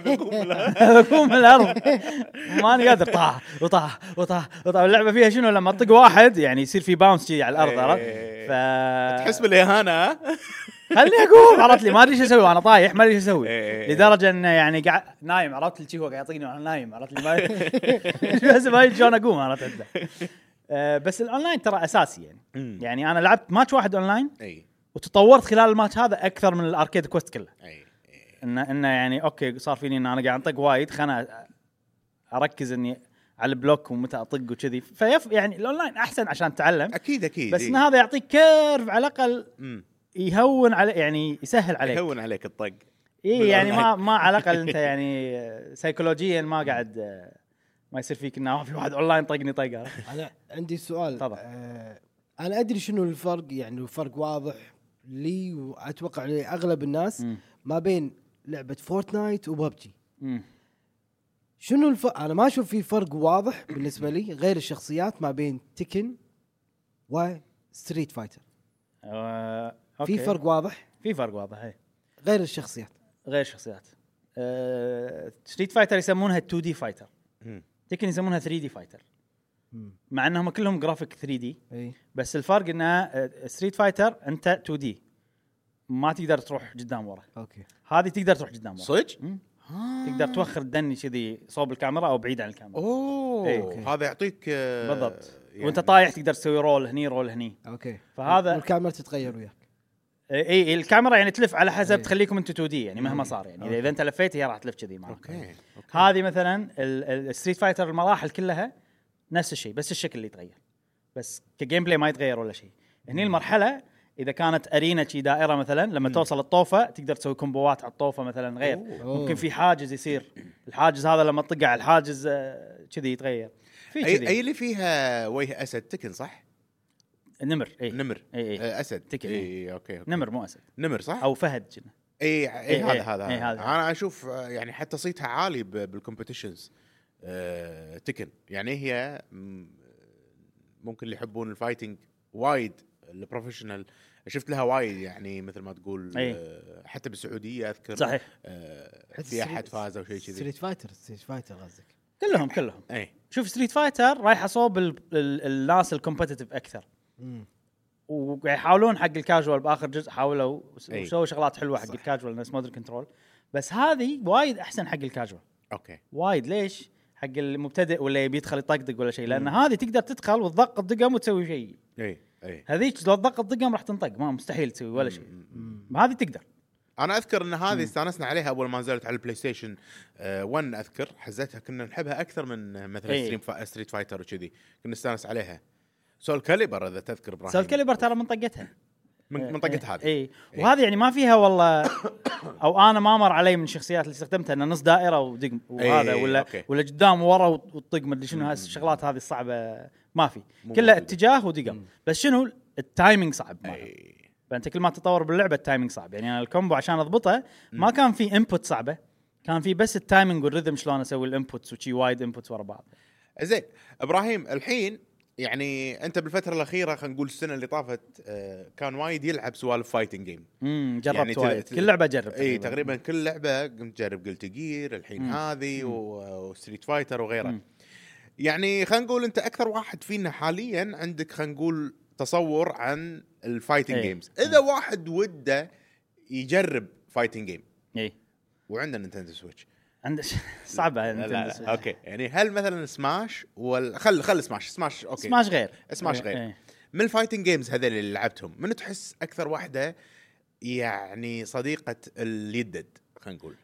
اقوم الارض ماني قادر. طاح اللعبه فيها شنو لما تطق واحد يعني يصير في باونس على الارض. عرفت؟ تحس بالاهانه. خلني اقوم. عرفت لي ما ادري ايش اسوي وانا طايح. ما ادري ايش اسوي لدرجه انه يعني قاعد نايم. عرفت لي هو قاعد يعطيني وانا نايم. عرفت لي بس ما يجون اقوم. عرفت بس الاونلاين ترى اساسي يعني. يعني انا لعبت ماتش واحد اونلاين وتطورت خلال الماتش هذا اكثر من الاركيد كويست كله. انه يعني اوكي صار فيني ان انا قاعد انطق وايد. خلنا اركز اني على البلوك ومتى اطق وكذي. يعني الاونلاين احسن عشان تتعلم اكيد بس ان هذا يعطيك كيرف على الاقل يهون على يعني يسهل عليك. يهون عليك الطق. يعني ما على الاقل انت يعني سيكولوجيا ما قاعد ما يصير فيك انه في واحد اونلاين طقني طقه. انا عندي سؤال. انا ادري شنو الفرق. يعني الفرق واضح لي واتوقع لاغلب الناس ما بين لعبه فورتنايت وببجي. شنو انا ما اشوف في فرق واضح بالنسبه لي غير الشخصيات ما بين تكن وستريت فايتر. في فرق واضح. في فرق واضح هي. غير الشخصيات. غير الشخصيات. ستريت فايتر يسمونها 2D فايتر. تكن يسمونها 3D فايتر. مع انهم كلهم جرافيك 3D. بس الفرق انه ستريت فايتر انت 2D ما تقدر تروح قدام ورا. اوكي. هذه تقدر تروح قدام ورا. صدق؟ تقدر توخر الدني كذي صوب الكاميرا او بعيد عن الكاميرا. اوه هذا يعطيك بالضبط. يعني وانت طايح تقدر تسوي رول هني رول هني. اوكي. فهذا والكاميرا تتغير وياك. اي الكاميرا يعني تلف على حسب تخليكم انتم 2D يعني مهما صار يعني اذا انت لفيت هي راح تلف كذي معك. اوكي. هذه مثلا الستريت فايتر المراحل كلها نفس الشيء بس الشكل اللي يتغير بس كجيم بلاي ما يتغير ولا شيء. هني المرحله اذا كانت ارينا شي دائره مثلا لما توصل الطوفه تقدر تسوي كومبوات على الطوفه مثلا غير. ممكن في حاجز يصير الحاجز هذا لما تطق على الحاجز كذي يتغير. في كذي اي اللي فيها وجه اسد تكن صح؟ نمر. نمر. اسد تكن. اوكي. نمر مو اسد. نمر صح او فهد كنا. هذا انا اشوف يعني حتى صيتها عالي بالكومبيتيشنز. تكن يعني هي ممكن اللي يحبون الفايتنج وايد البروفيشنال شفت لها وايد يعني مثل ما تقول حتى بالسعوديه اذكر صحيح في احد فاز او شيء كذي. ستريت فايتر قصدك كلهم شوف ستريت فايتر رايحه صوب الناس الكومبتيتيف اكثر ويحاولون حق الكاجوال باخر جزء حاولوا وسووا شغلات حلوه حق الكاجوال ناس مودرن كنترول بس هذه وايد احسن حق الكاجوال. اوكي وايد ليش حق المبتدئ ولا يبي يدخل يطقطق ولا شيء لان هذه تقدر تدخل وتضغط الدقم وتسوي شيء. هذيك لو تضغط الدقم راح تنطق ما مستحيل تسوي ولا شيء. هذه تقدر. انا اذكر ان هذه استانسنا عليها اول ما نزلت على البلاي ستيشن 1 اذكر حزتها كنا نحبها اكثر من مثلا ستريت فايتر وكذي كنا نستانس عليها. سول كاليبر اذا تذكر ابراهيم سول كاليبر ترى منطقتها من طقتها هذه وهذه يعني ما فيها والله او انا ما مر علي من الشخصيات اللي استخدمتها ان نص دائره ودقم وهذا ولا قدام ورا وطق ما ادري شنو الشغلات هذه الصعبه ما في كلها اتجاه ودقم بس شنو التايمينج صعب فانت كل ما تطور باللعبه التايمينج صعب يعني انا الكومبو عشان اضبطه ما كان في انبوت صعبه كان في بس التايمينج والريذم شلون اسوي الانبوتس وشي وايد انبوتس ورا بعض. زين ابراهيم الحين يعني انت بالفتره الاخيره خلينا نقول السنه اللي طافت كان وايد يلعب سوالف فايتنج جيم. جربت يعني كل لعبه جرب تقريبا كل لعبه قمت جرب قلت جير الحين هذه وستريت فايتر وغيره. يعني خلينا نقول انت اكثر واحد فينا حاليا عندك خلينا نقول تصور عن الفايتنج جيمز. اذا واحد وده يجرب فايتنج جيم وعندنا نينتندو سويتش عندك صعبه لا. اوكي يعني هل مثلا سماش ولا خل سماش اوكي سماش غير من الفايتنج جيمز هذول اللي لعبتهم من تحس اكثر واحده يعني صديقه اليدد خلينا نقول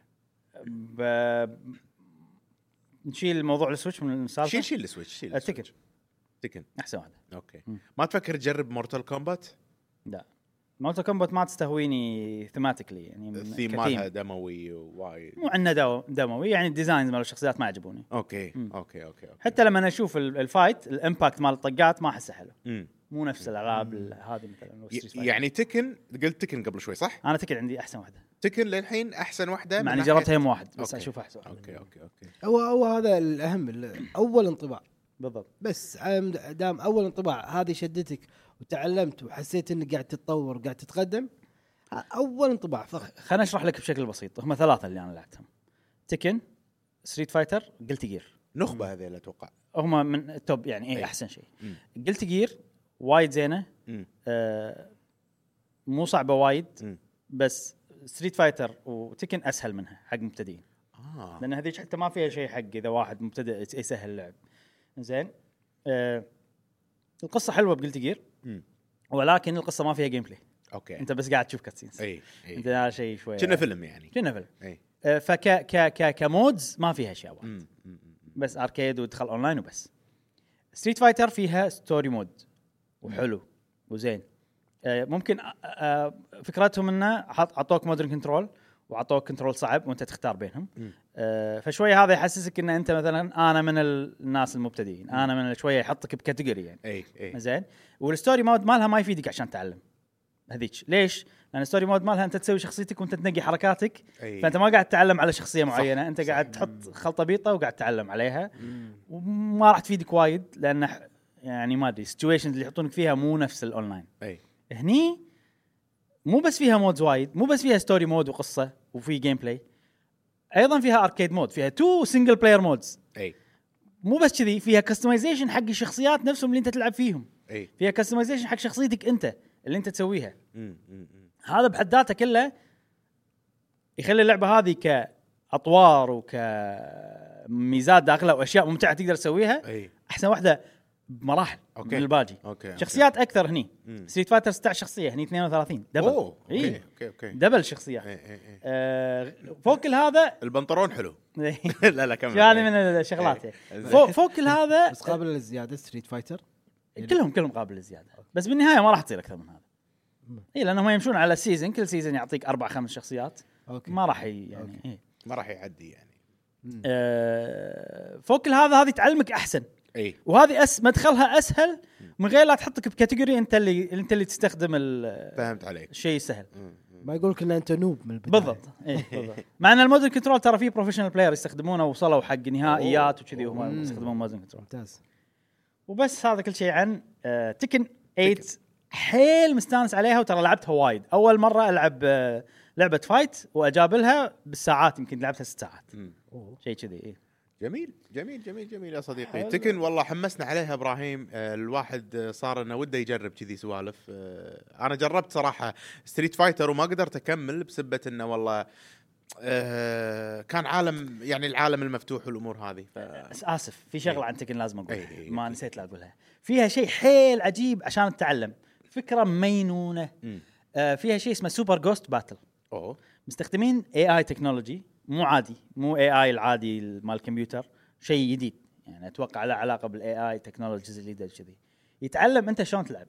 نشيل الموضوع السويتش من السالفه شيل السويتش تكن احسن واحده. اوكي ما تفكر تجرب مورتال كومبات؟ لا مورتال كومبات ما تستهويني ثيماتيكلي يعني الثيم مالها دموي وايد مو عندنا دموي يعني الديزاينز مال الشخصيات ما عجبوني. اوكي حتى لما اشوف الفايت الامباكت مال الطقات ما احسه حلو مو نفس الالعاب هذه مثلا يعني تكن قلت تكن قبل شوي صح؟ انا تكن عندي احسن واحده تكن للحين احسن واحده يعني جربتها يوم واحد بس اشوف احسن اوكي هو هذا الاهم اول انطباع بالضبط. بس دام اول انطباع هذه شدتك وتعلمت وحسيت انك قاعد تتطور قاعد تتقدم اول انطباع فقط. خليني اشرح لك بشكل بسيط. هم ثلاثه اللي انا لعبتهم تكن ستريت فايتر قلت جير نخبه هذه اتوقع هم من التوب يعني احسن شيء. قلت جير وايد زينه مو صعبه وايد بس ستريت فايتر وتكن اسهل منها حق مبتدئين لان هذيك حتى ما فيها شيء حق اذا واحد مبتدئ يسهل اللعب. زين القصه حلوه بقلت جير ولكن القصه ما فيها جيم بلاي. اوكي انت بس قاعد تشوف كاتسينز انت هذا شيء شويه كنا فيلم يعني فك ك كمودز ما فيها اشياء وايد بس اركيد ودخل اونلاين وبس. ستريت فايتر فيها ستوري مود وحلو وزين. ممكن فكرتهم انه عطوك مودرن كنترول وعطوك كنترول صعب وانت تختار بينهم. فشويه هذا يحسسك ان انت مثلا انا من الناس المبتدئين انا من شويه يحطك بكاتيجوري يعني زين. والستوري مود مالها ما يفيدك عشان تعلم هذيك ليش لان الستوري مود مالها انت تسوي شخصيتك وانت تنقي حركاتك فانت ما قاعد تتعلم على شخصيه معينه انت قاعد تحط خلطه بيضه وقاعد تتعلم عليها وما راح تفيدك وايد لان يعني ما ادري السيتويشنز اللي يحطونك فيها مو نفس الاونلاين. هني مو بس فيها مودز وايد، مو بس فيها ستوري مود وقصه وفي جيم بلاي، ايضا فيها اركيد مود، فيها 2 سنجل بلاير مودز. اي مو بس كذي، فيها كستمايزيشن حق الشخصيات نفسهم اللي انت تلعب فيهم. اي فيها كستمايزيشن حق شخصيتك انت اللي انت تسويها. هذا بحد ذاته كله يخلي اللعبه هذه كاطوار وكميزات داخلها واشياء ممتعه تقدر تسويها اي احسن واحده بمراحل من الباجي. شخصيات اكثر هني. ستريت فايتر 16 شخصيه، هني 32 دبل. اوكي دبل شخصيات. فوق كل هذا البنطلون حلو. لا كمل. هذه من الشغلات. فوق كل هذا بس قابل للزياده ستريت فايتر كلهم قابل للزياده، بس بالنهايه ما راح تصير اكثر من هذا. اي لانهم يمشون على سيزن، كل سيزن يعطيك 4-5 شخصيات. ما راح يعني ما راح يعدي يعني. فوق كل هذا هذه تعلمك احسن. اي وهذه مدخلها اسهل من غير لا تحطك بكاتيجوري انت اللي تستخدم فهمت عليك الشيء سهل. ما يقولك ان انت نوب من البدايه. بالضبط. بالضبط. مع ان الموديل كنترول ترى فيه بروفيشنال بلاير يستخدمونه وصلوا حق نهائيات وكذي وهم يستخدمون موديل كنترول. ممتاز. وبس هذا كل شيء عن تكن 8. حيل مستانس عليها، وترى لعبتها وايد. اول مره العب لعبه فايت واجابلها بالساعات، يمكن لعبتها 6 ساعات شيء كذي. جميل يا صديقي. تكن والله حمسنا عليها ابراهيم. الواحد صار انه وده يجرب كذي سوالف. انا جربت صراحه ستريت فايتر وما قدرت اكمل بسبه انه والله كان عالم، يعني العالم المفتوح والامور هذه. اسف في شغله عن تكن لازم اقولها. ما نسيت لا اقولها. فيها شيء حيل عجيب عشان تتعلم، فكره مينونه. فيها شيء اسمه سوبر جوست باتل. مستخدمين اي تكنولوجي مو عادي، مو اي العادي مال الكمبيوتر، شيء جديد يعني اتوقع له علاقه بالاي اي تكنولوجيز اللي ده كذي. يتعلم انت شلون تلعب.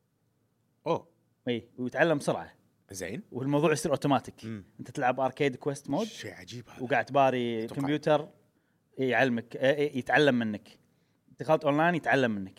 اي ويتعلم بسرعه. زين. والموضوع يصير اوتوماتيك. انت تلعب اركيد كويست مود، شيء عجيب هذا. وقاعد تباري كمبيوتر يعلمك، يتعلم منك. دخلت اونلاين يتعلم منك.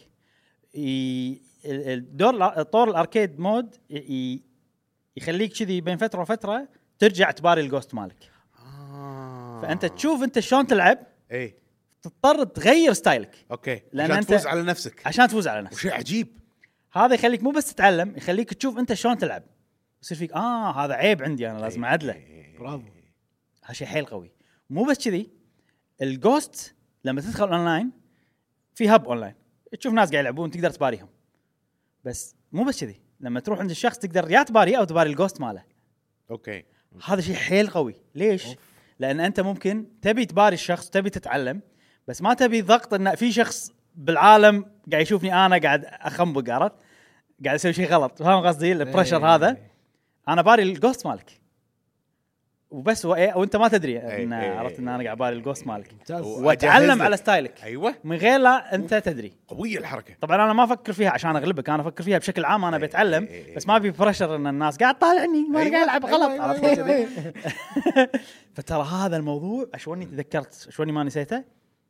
طور الاركيد مود يخليك كذي بين فتره وفتره ترجع تباري الجوست مالك. فانت تشوف انت شلون تلعب. اي تضطر تغير ستايلك. اوكي عشان تفوز على نفسك. عشان تفوز على نفسك. شيء عجيب هذا يخليك مو بس تتعلم، يخليك تشوف انت شلون تلعب. يصير فيك هذا عيب عندي انا لازم اعدله. برافو. هذا شيء حيل قوي. مو بس كذي، الجوست لما تدخل اونلاين في هب اونلاين تشوف ناس قاعد يلعبون تقدر تباريهم. بس مو بس كذي، لما تروح عند الشخص تقدر يا تباريه او تباري الجوست ماله. اوكي هذا شيء حيل قوي. ليش؟ لان انت ممكن تبي تباري الشخص، تبي تتعلم، بس ما تبي ضغط ان في شخص بالعالم قاعد يشوفني انا قاعد اخنبق، عرفت؟ قاعد اسوي شيء غلط. فاهم قصدي؟ البريشر هذا. انا باري الجوست مالك وبس، وانت ما تدري ان عرفت ان انا قاعد باري الجوست مالك، واتعلم على ستايلك. ايوه من غير لا انت تدري. قويه الحركه. طبعا انا ما افكر فيها عشان اغلبك، انا افكر فيها بشكل عام. انا بتعلم بس ما ابي بريشر ان الناس قاعد طالعني ما قاعد العب غلط. عرفت كذي؟ فترى هذا الموضوع اشوني تذكرت، اشوني ما نسيته.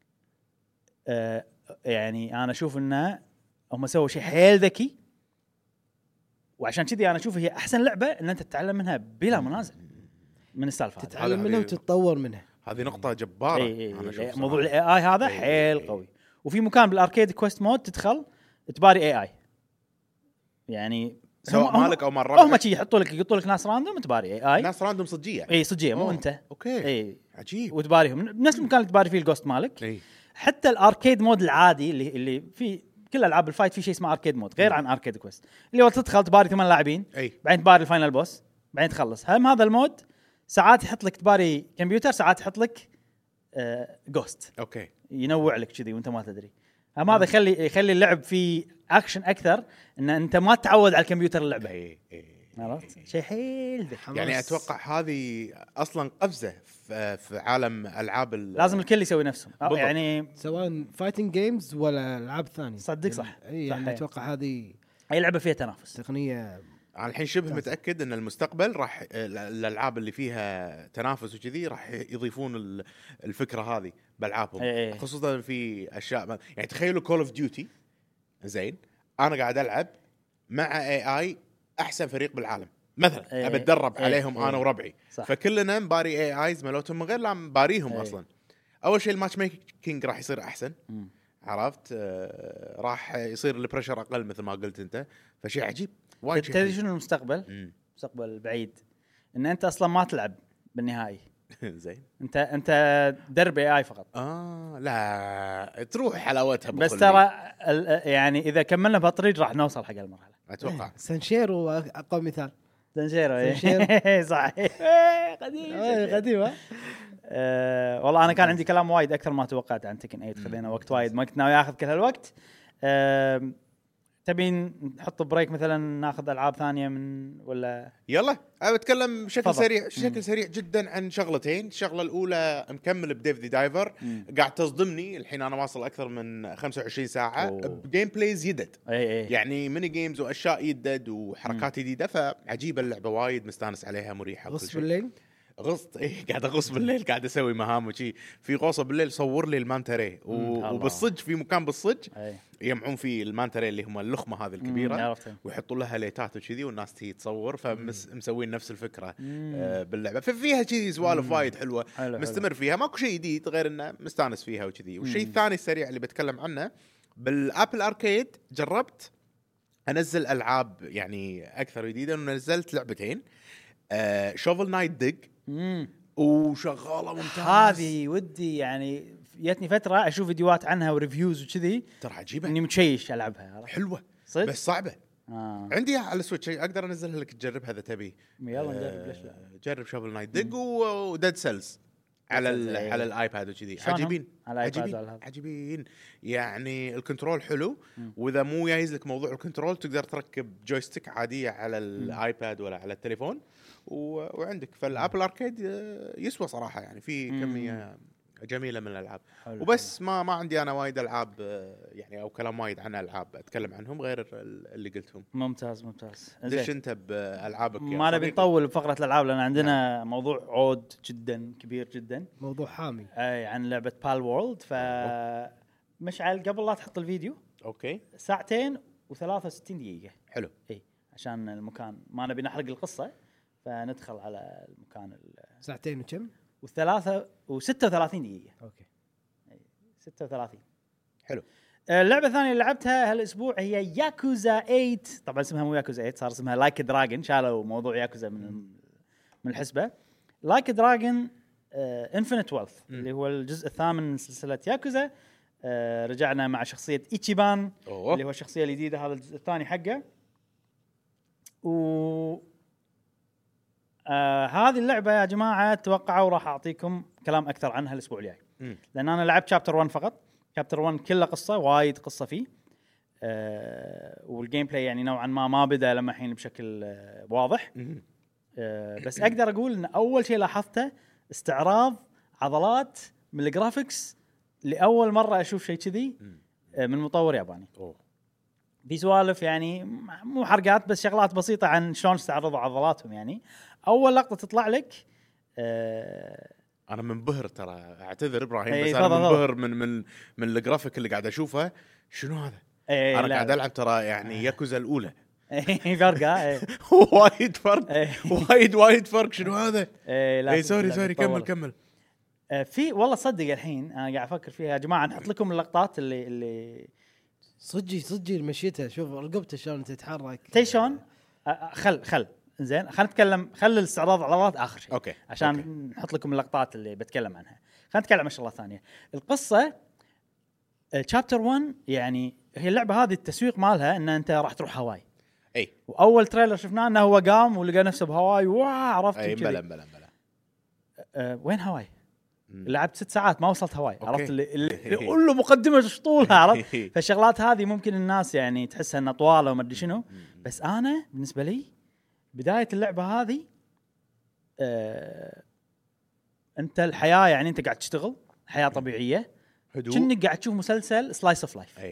يعني انا اشوف انه هم سووا شيء حيل ذكي، وعشان كذي انا اشوف هي احسن لعبه ان انت تتعلم منها بلا منازع من السالفه. تتعلم منها وتتطور منها. هذه نقطه جباره. أنا موضوع الاي اي هذا حيل قوي. وفي مكان بالاركيد كويست مود تدخل تباري اي اي، يعني سواء مالك او مال ربعك. هم شي يحطوا لك ناس راندوم تباري اي اي، ناس راندوم صجيه. اي صجيه مو انت. اوكي اي عجيب. وتباريهم بنفس المكان اللي تباري فيه الجوست مالك. حتى الاركيد مود العادي اللي في كل العاب الفايت في شيء اسمه اركيد مود غير عن اركيد كويست، اللي هو تدخل تباري 8 لاعبين بعدين تباري الفاينل بوس بعدين تخلص. هم هذا المود ساعات يحط لك تباري كمبيوتر، ساعات يحط لك جوست. اوكي ينوع لك كذي وانت ما تدري. هم هذا يخلي اللعب فيه اكشن اكثر، ان انت ما تتعود على الكمبيوتر اللعبه. عرفت شيء حيل يعني اتوقع هذه اصلا قفزه في عالم العاب لازم الكل يسوي نفسه. يعني سواء فايتنج جيمز ولا العاب ثانيه. صدق صح. يعني اتوقع هذه اي لعبه فيها تنافس تقنيه. انا الحين شبه متاكد ان المستقبل راح الالعاب اللي فيها تنافس وكذي راح يضيفون الفكره هذه بالعابهم. خصوصا في اشياء يعني تخيلوا كول اوف ديوتي. زين انا قاعد العب مع اي احسن فريق بالعالم مثلا. ابى اتدرب عليهم انا وربعي. فكلنا نباري اي ايز مالتهم من غير لا نباريهم اصلا. اول شيء الماتش ميكينج راح يصير احسن. عرفت راح يصير البريشر اقل مثل ما قلت انت. فشيء عجيب. تدري شنو المستقبل؟ مستقبل بعيد ان انت اصلا ما تلعب بالنهائي. زين انت درب اي فقط. لا تروح حلاوتها بس ترى يعني اذا كملنا بهالطريق راح نوصل حق المرحله اتوقع. سانشيرو اقوى مثال. سانشيرو صحيح. قديمه. والله انا كان عندي كلام وايد اكثر ما توقعت عن تكن 8. خذينا وقت وايد ما كنت ناوي اخذ كل هالوقت. تبين نحط بريك مثلا ناخذ العاب ثانيه من ولا يلا اتكلم بشكل سريع جدا عن شغلتين. الشغله الاولى مكمل بديف ذا دايفر. قاعد تصدمني الحين انا واصل اكثر من 25 ساعه بجيم بلايز يدد. يعني ميني جيمز واشياء يدد وحركات جديده فعجيبه اللعبه وايد مستانس عليها مريحه. غص بالليل غصت قاعد اغص بالليل قاعد اسوي مهام وشي في غوصه بالليل صور لي المانتري وبالصج في مكان بالصج يجمعون فيه المانتري اللي هم اللخمه هذه الكبيره ويحطوا لها ليتات وكذي والناس تيجي تصور فمسوين نفس الفكره باللعبه ففيها كذي سوالف وايد حلوه مستمر فيها ماكو شيء جديد غير انه مستانس فيها وكذي. والشيء الثاني السريع اللي بتكلم عنه بالابل اركيد جربت انزل العاب يعني اكثر جديده ونزلت لعبتين شوفل نايت ديج وشغاله ممتاز. هذه ودي يعني جتني فتره اشوف فيديوهات عنها وريفيوز وكذي ترى عجيبه اني متشيش العبها. حلوه صدق بس صعبه. عندي على السويتش اقدر انزلها لك تجربها اذا تبي. يلا نجرب ليش لا. جرب شوفل نايت ديج وديد سيلز على الايباد وكذي. عجيبين يعني الكنترول حلو واذا مو جايز لك موضوع الكنترول تقدر تركب جويستيك عاديه على الايباد ولا على التليفون وعندك. فالابل اركيد يسوى صراحه يعني في كميه جميله من الالعاب. وبس ما عندي انا وايد العاب يعني او كلام وايد عن العاب اتكلم عنهم غير اللي قلتهم. ممتاز ليش انت بالعابك ما نبي نطول بفقره الالعاب لان عندنا موضوع عود جدا كبير جدا موضوع حامي عن لعبه بال وورلد. مشعل قبل لا تحط الفيديو اوكي 2 و63 دقيقه حلو عشان المكان ما نبي نحرق القصه فندخل على المكان 2 وكم و3 و36 دقيقه. اوكي 36 حلو. اللعبه الثانيه اللي لعبتها هالاسبوع هي ياكوزا 8. طبعا اسمها مو ياكوزا 8 صار اسمها لايك دراجون. شالوا موضوع ياكوزا من الحسبه. لايك دراجون انفينيت ويلث اللي هو الجزء الثامن من سلسله ياكوزا. رجعنا مع شخصيه ايتشيبان اللي هو الشخصيه الجديده هذا الجزء الثاني حقه. هذه اللعبة يا جماعة توقعوا راح أعطيكم كلام أكثر عنها الأسبوع الجاي لأن أنا لعبت شابتر 1 فقط. شابتر 1 كله قصة وايد قصة فيه والجيم بلاي يعني نوعا ما بدأ لما حين بشكل واضح. بس أقدر أقول أن أول شيء لاحظته استعراض عضلات من الجرافيكس لأول مرة أشوف شيء كذي من مطور ياباني. في سوالف يعني مو حرقات بس شغلات بسيطة عن شلون استعرضوا عضلاتهم. يعني أول لقطة تطلع لك أنا منبهر ترى أعتذر إبراهيم بس أنا منبهر من الجرافيك اللي قاعد أشوفه. شنو هذا؟ أنا قاعد ألعب ترى يعني ياكوزا الأولى. فرقة وايد فرق وايد فرق. شنو هذا؟ سوري كمل. في والله صدق الحين أنا قاعد أفكر فيها يا جماعة نحط لكم اللقطات اللي صدقي مشيتها. شوف رقبته شلون تتحرك تيشون. خل زين خلينا نتكلم. خل الاستعراض عضلات اخر شيء أوكي. عشان نحط لكم اللقطات اللي بتكلم عنها. خلينا نتكلم عن شغله ثانيه. القصه شابتر 1 يعني هي اللعبه هذه التسويق مالها ان انت راح تروح هاواي. واول تريلر شفناه انه هو قام ولقى نفسه بهاواي عرفت بلا وين هاواي؟ لعبت 6 ساعات ما وصلت هواي. عرفت اللي يقول له مقدمه طولها. عرفت فالشغلات هذه ممكن الناس يعني تحسها انها طواله وما ادري شنو بس انا بالنسبه لي بدايه اللعبه هذه انت الحياه يعني انت قاعد تشتغل حياه طبيعيه كأنك قاعد تشوف مسلسل سلايس اوف لايف.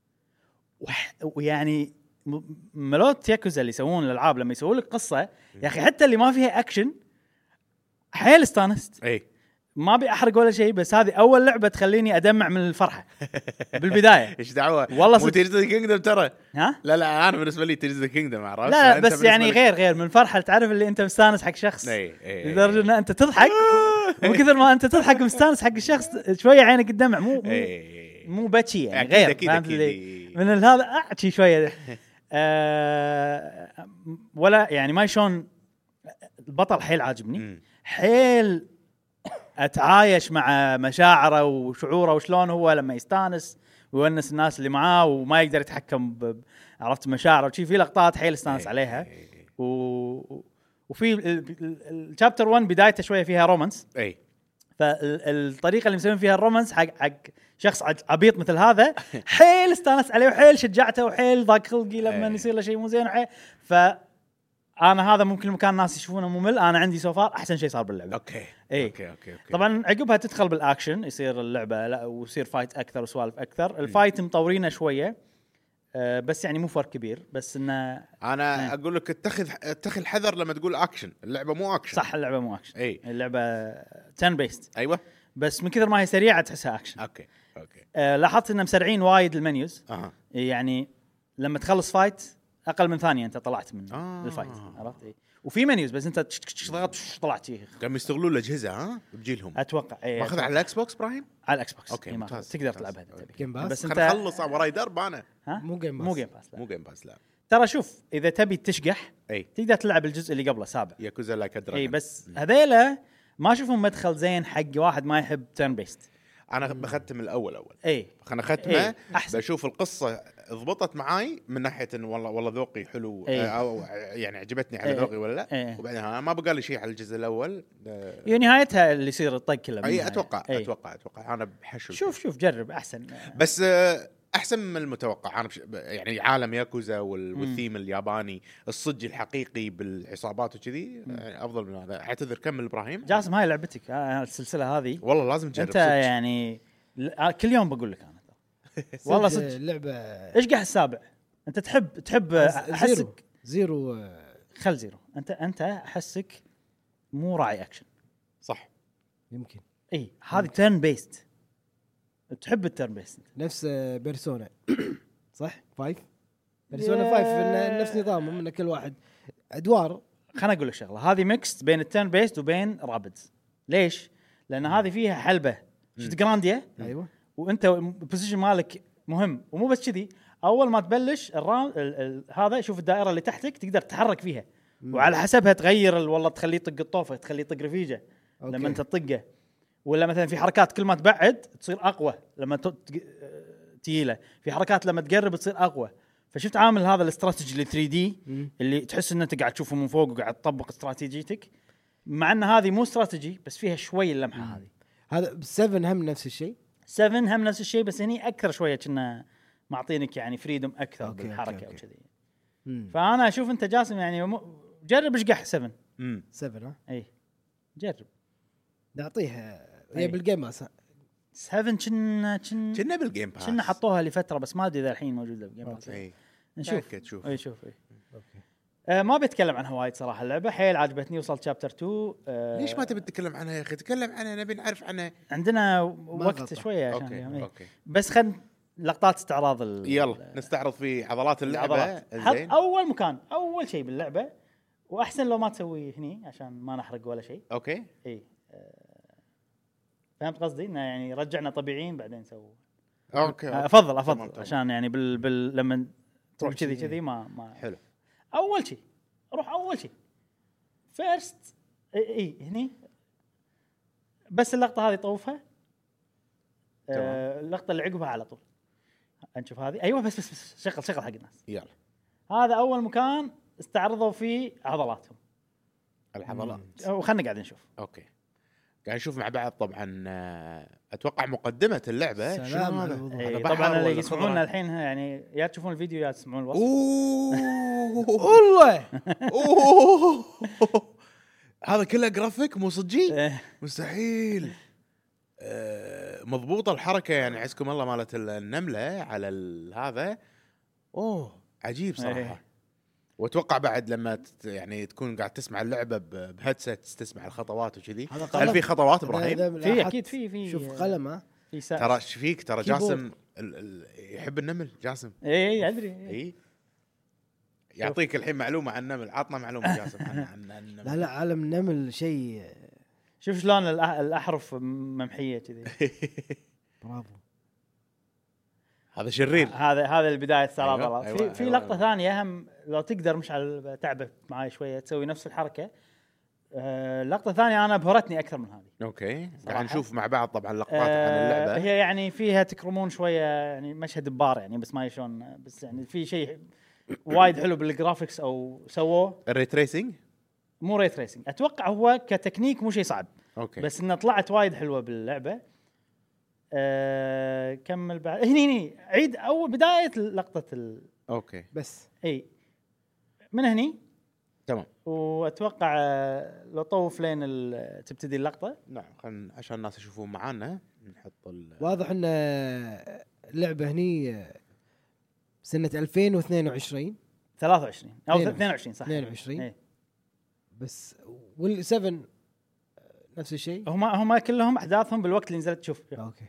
ويعني ملوت ياكوزا اللي يسوون الالعاب لما يسوون لك قصه يا اخي حتى اللي ما فيها اكشن حيل استانست. ما ابي احرق ولا شيء بس هذه اول لعبه تخليني ادمع من الفرحه بالبدايه. ايش دعوه والله مو تيرز ذا كينجدم ترى. ها لا انا بالنسبه لي تيرز ذا كينجدم عرفت. لا بس يعني غير من الفرحه تعرف اللي انت مستانس حق شخص لدرجه ان انت تضحك من كثر ما انت تضحك مستانس حق الشخص شويه عينك الدمع مو بكي يعني غير أكيد من هذا احكي شويه. ولا يعني ما شلون البطل حيل عاجبني حيل اتعايش مع مشاعره وشعوره وشلون هو لما يستانس ويونس الناس اللي معاه وما يقدر يتحكم عرفت مشاعره وشي في لقطات حيل استانس عليها وفي الشابتر 1 بدايته شويه فيها رومانس اي فالطريقه اللي مسوين فيها الرومانس حق شخص عبيط مثل هذا حيل استانس عليه وحيل شجعته وحيل ضاق خلقي لما يصير له شيء مو زين انا هذا ممكن مكان الناس يشوفونه ممل انا عندي سوفار احسن شيء صار باللعبه اوكي طبعا عقبها تدخل بالاكشن يصير اللعبه لا ويصير فايت اكثر وسوالف اكثر الفايت مطورينه شويه بس يعني مو فرق كبير بس انه انا اقول لك اتخذ حذر لما تقول اكشن اللعبه مو اكشن صح اللعبه مو اكشن اللعبه تن بيست ايوه بس من كثر ما هي سريعه تحسها اكشن اوكي لاحظت ان مسرعين وايد المنيوز يعني لما تخلص فايت اقل من ثانيه انت طلعت من الفايت عرفت وفي منيوز بس انت ضغط طلعت فيه كانوا يستغلون الاجهزه بجيلهم اتوقع ماخذ على الاكس بوكس برايم على الاكس بوكس اوكي ممتاز تقدر تلعبها جيم باس بس انت خلص وراي درب انا مو جيم باس لا ترى شوف اذا تبي تشقح تقدر تلعب الجزء اللي قبله سابع ياكوزا لايك دراجون بس هذيله ما اشوفهم مدخل زين حق واحد ما يحب تيرن بيست انا بختم الاول اي انا ختمه بشوف القصه ضبطت معاي من ناحيه إن والله ذوقي حلو او يعني عجبتني على ذوقي ولا لا وبعدين انا ما بقى لي شيء على الجزء الاول نهايتها اللي يصير الطق كله اي اتوقع انا بحشو شوف جرب احسن بس احسن من المتوقع انا يعني عالم ياكوزا والثيم الياباني الصج الحقيقي بالعصابات وكذي افضل من هذا. اعتذر كمل ابراهيم. جاسم هاي لعبتك السلسله هذه والله لازم تجرب انت صدق. يعني كل يوم بقول لك انا والله صدق اللعبه ايش قاعد السابع انت تحب احسك زيرو خل زيرو انت احسك مو راعي اكشن صح يمكن اي هذه تيرن بيست تحب التيرن بيست نفس بيرسونا صح 5 بيرسونا 5 نفس نظامهم ان كل واحد ادوار. خلنا اقول لك شغله هذه ميكست بين التيرن بيست وبين رابدز. ليش؟ لان هذه فيها حلبه شفت جرانديا ايوه وانت البوزيشن مالك مهم ومو بس كذي اول ما تبلش هذا شوف الدائره اللي تحتك تقدر تتحرك فيها وعلى حسبها تغير والله تخليه يطق الطوفه تخليه يطق رفيجه لما انت تطقه ولا مثلا في حركات كل ما تبعد تصير اقوى لما تقيله في حركات لما تقرب تصير اقوى. فشفت عامل هذا الاستراتيجي اللي 3 دي اللي تحس ان انت قاعد تشوفه من فوق وقاعد تطبق استراتيجيتك مع ان هذه مو استراتيجي بس فيها شوي اللمحه هذه. هذا 7 هم نفس الشيء 7 هم نفس الشيء بس هني اكثر شويه كنا معطينك يعني فريدم اكثر بالحركه او كذي. فانا اشوف انت جاسم يعني جرب اشقح 7 7 اي جرب نعطيها هي بالجيم باس 7 كنا بالجيم باس كنا حطوها لفتره بس ما ادري اذا الحين موجوده بالجيم باس. نشوف شوف ما بتكلم عنها وايد صراحه اللعبه حيل عجبتني وصلت شابتر 2. ليش ما تبي تتكلم عنها يا اخي؟ تكلم عنها نبي نعرف عنها. عندنا وقت شويه عشان أوكي. بس خل لقطات استعراض يلا نستعرض في عضلات اللعبه. زين اول مكان اول شيء باللعبه واحسن لو ما تسوي هني عشان ما نحرق ولا شيء. اوكي اي فهمت قصدي انه يعني رجعنا طبيعيين بعدين نسوي. اوكي افضل عشان يعني لما تروح كذي ما حلو. اول شيء روح اول شيء فيرست اي هني بس اللقطه هذه طوفها اللقطه اللي عقبها على طول نشوف هذه. ايوه بس شغل حق الناس. يلا هذا اول مكان استعرضوا فيه عضلاتهم العضلات وخلنا قاعدين نشوف. اوكي قاعد نشوف مع بعض طبعا. اتوقع مقدمه اللعبه شنو هذا طبعا اللي يسمعونا الحين يعني يا تشوفون الفيديو يا تسمعون الوصف. والله هذا كله جرافيك مو صجي مستحيل. مضبوطه الحركه يعني عزكم الله مالت النمله على هذا عجيب صراحه. واتوقع بعد لما يعني تكون قاعد تسمع اللعبه بهيدسيت تسمع الخطوات وكذي. هل في خطوات ابراهيم؟ في اكيد في شوف قلمه ترى فيك ترى جاسم يحب النمل جاسم. اي ادري اي يعطيك الحين معلومه عن النمل. عطنا معلومه جاسم عن النمل. لا عالم النمل شيء شوف شلون الاحرف ممحيه كذي. برافو. هذا شرير. هذا البدايه استعراض. أيوة. الله أيوة. في لقطه ثانيه هم لو تقدر مش على تعبه معي شويه تسوي نفس الحركه. لقطه ثانيه انا ابهرتني اكثر من هذه. اوكي قاعد نشوف مع بعض طبعا لقطات عن اللعبه. هي يعني فيها تكرمون شويه يعني مشهد بار يعني بس ما شلون بس يعني في شيء وايد حلو بالجرافيكس او سووه. الري تريسنج مو ري تريسنج اتوقع هو كتكنيك مو شيء صعب. اوكي بس انها طلعت وايد حلوه باللعبه. كمل بعد هني عيد اول بدايه لقطه اوكي بس اي من هني تمام. واتوقع لو طوف لين تبتدي اللقطه. نعم عشان الناس يشوفون معانا نحط واضح ان اللعبه هني سنه 2022 23 او 22 صح 22 ايه. بس وال7 نفس الشيء. هم كلهم احداثهم بالوقت اللي نزلت. شوف اوكي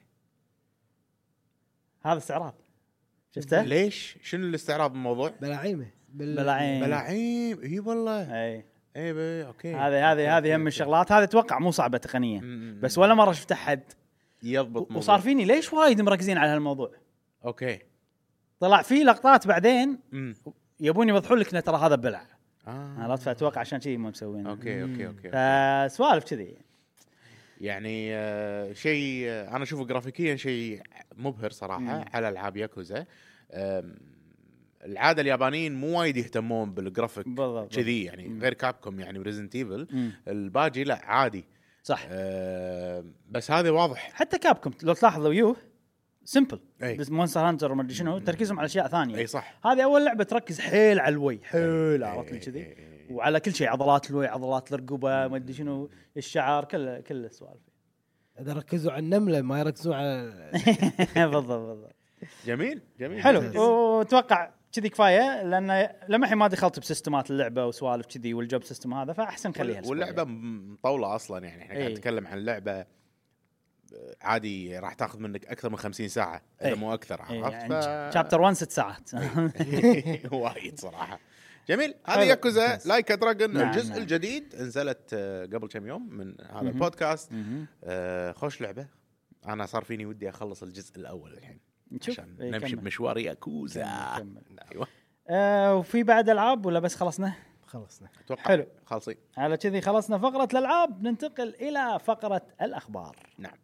هذا استعراض شفته ليش شنو الاستعراض بالموضوع؟ بلاعيمه بلاعيم اي والله اي اوكي. هذه هم من الشغلات. هذه اتوقع مو صعبه تقنيا بس ولا مره شفت احد يضبط وصار فيني ليش وايد مركزين على هالموضوع. اوكي طلع في لقطات بعدين يبون يوضحون لك ان ترى هذا بلع. لا اتوقع عشان كذي ما مسوين. اوكي فسوالف كذي يعني شيء انا اشوفه جرافيكيا شيء مبهر صراحه على العاب ياكوزا. العاده اليابانيين مو وايد يهتمون بالجرافيك كذي يعني غير كابكوم يعني بريزنت ايفل الباجي لا عادي صح. بس هذا واضح حتى كابكوم لو تلاحظوا يوه سمبل أي. بس مونستر هانتر وما ادري شنو تركيزهم على اشياء ثانيه. اي صح. هذه اول لعبه تركز حيل على الوي حيل عرفت كذي وعلى كل شيء عضلات الوي عضلات الرقبه ما ادري شنو الشعر كل السوالف. اذا ركزوا على النمله ما يركزوا على بالضبط. جميل حلو. واتوقع كذي كفايه لان لما الحين ما دخلت بسيستمات اللعبه وسوالف كذي والجوب سيستم هذا فاحسن خليها. واللعبه مطوله اصلا يعني احنا قاعد نتكلم عن لعبه عادي راح تاخذ منك اكثر من 50 ساعه اذا مو اكثر. عرفت يعني شابتر 1 6 ساعات وايد صراحه. جميل. هذه ياكوزا لايك دراجون الجزء نعم. الجديد نزلت قبل كم يوم من هذا البودكاست. خوش لعبه. انا صار فيني ودي اخلص الجزء الاول الحين عشان نمشي بمشوار ياكوزا. ايوه. وفي بعد العاب ولا بس خلصنا اتوقع حلو خالصين على كذي. خلصنا فقره الالعاب ننتقل الى فقره الاخبار. نعم.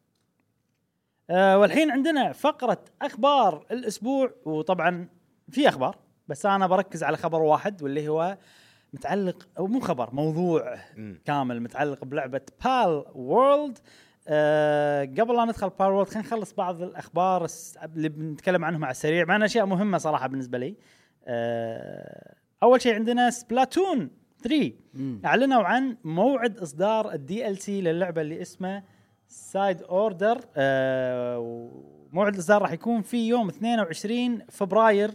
والحين عندنا فقره اخبار الاسبوع. وطبعا في اخبار بس انا بركز على خبر واحد واللي هو متعلق او مو خبر موضوع كامل متعلق بلعبه بال وورلد. قبل لا ندخل بال وورلد خلينا نخلص بعض الاخبار اللي بنتكلم عنهم على السريع مع اشياء مهمه صراحه بالنسبه لي. اول شيء عندنا سبلاتون 3 اعلنوا عن موعد اصدار الدي ال سي للعبه اللي اسمه سايد اوردر. موعد الاصدار راح يكون في يوم 22 فبراير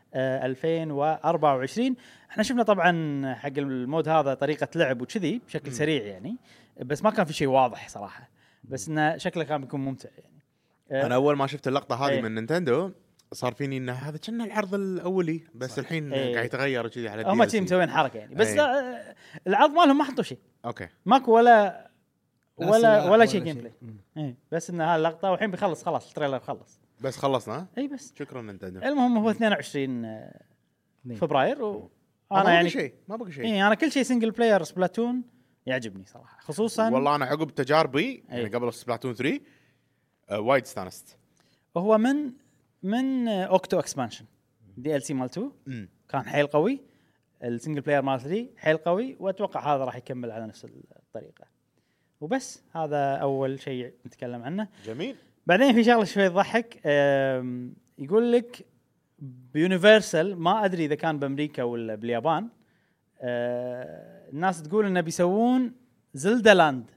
2024. احنا شفنا طبعا حق المود هذا طريقه لعب وكذي بشكل سريع يعني بس ما كان في شيء واضح صراحه بس انه شكله كان بيكون ممتع يعني. انا اول ما شفت اللقطه هذه من نينتندو صار فيني ان هذا كنا العرض الاولي بس صح. الحين قاعد يتغير كذي على هم تيم مسوين حركه يعني بس العرض مالهم ما حطوا شيء. اوكي ماكو ولا شيء جيم بلاي. بس ان هاللقطه والحين بيخلص خلاص التريلر خلص بس خلصنا. اي بس شكرا نينتندو. المهم هو 22 فبراير وانا يعني ما بقى شيء. اي انا كل شيء سنجل بلاير سبلاتون يعجبني صراحه خصوصا والله انا عقب تجاربي يعني قبل سبلاتون 3 وايد استانست. هو من اوكتو اكسبانشن دي ال سي مال 2 كان حيل قوي. السنجل بلاير مال 3 حيل قوي واتوقع هذا راح يكمل على نفس الطريقه. وبس هذا اول شيء نتكلم عنه. جميل. بعدين في شغله شوي تضحك. يقول لك بيونيفرسال ما ادري اذا كان بامريكا ولا باليابان الناس تقول انه بيسوون زلدا لاند.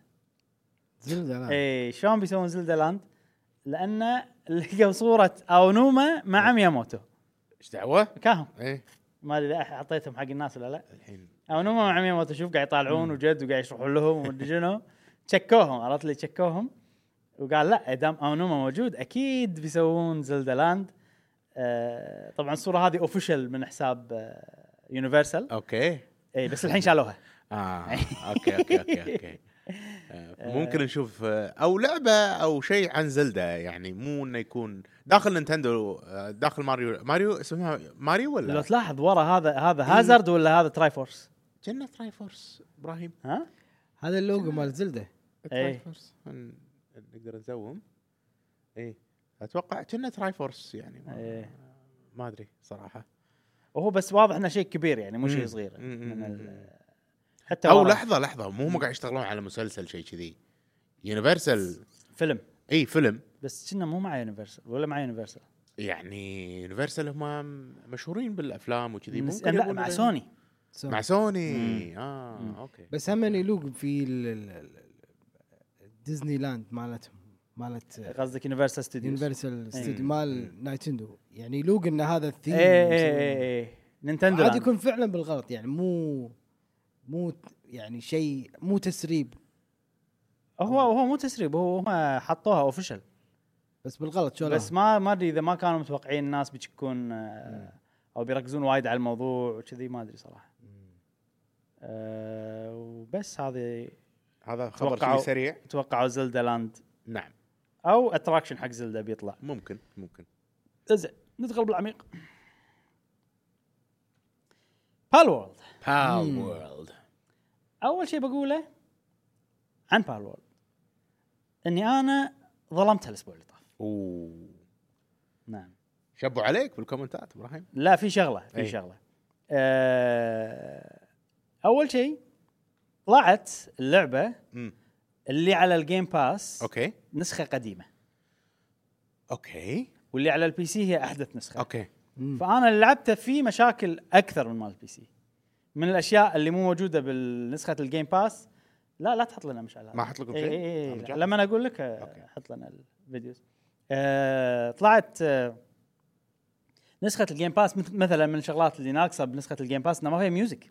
اي شلون بيسوون زلدا لاند؟ لان لقوا صوره اونوما مع مياموتو. ايش دعوه كاهم اي ما ادري حطيتهم حق الناس ولا لا. الحين اونوما مع مياموتو شوف قاعد يطالعون وجد وقاعد يشرحون لهم ومدري شنو تشكوهم عرفت لي تشكوهم وقال لا دام اونوما موجود اكيد بيسوون زلدا لاند. طبعا الصوره هذه اوفيشال من حساب يونيفرسال. اوكي اي بس الحين شالوها. اوكي ممكن نشوف او لعبه او شيء عن زلدة، يعني مو انه يكون داخل نينتندو، داخل ماريو اسمها ماريو ولا لو تلاحظ ورا هذا هازارد ولا هذا تراي فورس؟ جنة تراي فورس ابراهيم، ها هذا اللوجو مال زلدة. تراي فورس نقدر نزوم. ايه اتوقع جنة تراي فورس يعني ما ادري صراحه، وهو بس واضح انه شيء كبير يعني مو شيء صغير حتى او لحظه مو قاعد يشتغلون على مسلسل شيء كذي يونيفرسال فيلم. اي فيلم، بس كنا مو مع يونيفرسال ولا مع يونيفرسال، يعني يونيفرسال هم مشهورين بالافلام وكذي، ممكن لا مع سوني. مع سوني اوكي. بس هم يلوق في ديزني لاند مالت قصدك يونيفرسال ستوديو مال نايتندو، يعني يلوق ان هذا الثيم. ايه نينتندو عاد يكون فعلا بالغلط، يعني مو يعني شيء مو تسريب. هو مو تسريب، هو حطوها اوفيشال بس بالغلط شلون. بس ما ادري اذا ما كانوا متوقعين الناس بتكون او بيركزون وايد على الموضوع وكذي، ما ادري صراحه. وبس هذا خبر سريع. توقعوا زلدا لاند، نعم، او اتراكشن حق زلدا بيطلع. ممكن زين ندخل بالعميق. بال وورلد. اول شيء بقوله عن بال وورلد اني انا ظلمتها الاسبوع اللي طاف. نعم، شبوا عليك بالكومنتات ابراهيم. لا في شغله اول شيء طلعت اللعبه اللي على الجيم باس اوكي نسخه قديمه اوكي، واللي على البي سي هي احدث نسخه اوكي. فانا اللي لعبته فيه مشاكل اكثر من مال البي سي، من الاشياء اللي مو موجوده بالنسخه الجيم باس. لا تحط لنا مشعل، ما احط لكم شيء. لما انا اقول لك حط لنا الفيديوز. طلعت نسخه الجيم باس مثلا من الشغلات اللي ناقصه بنسخه الجيم باس انه ما فيها ميوزك.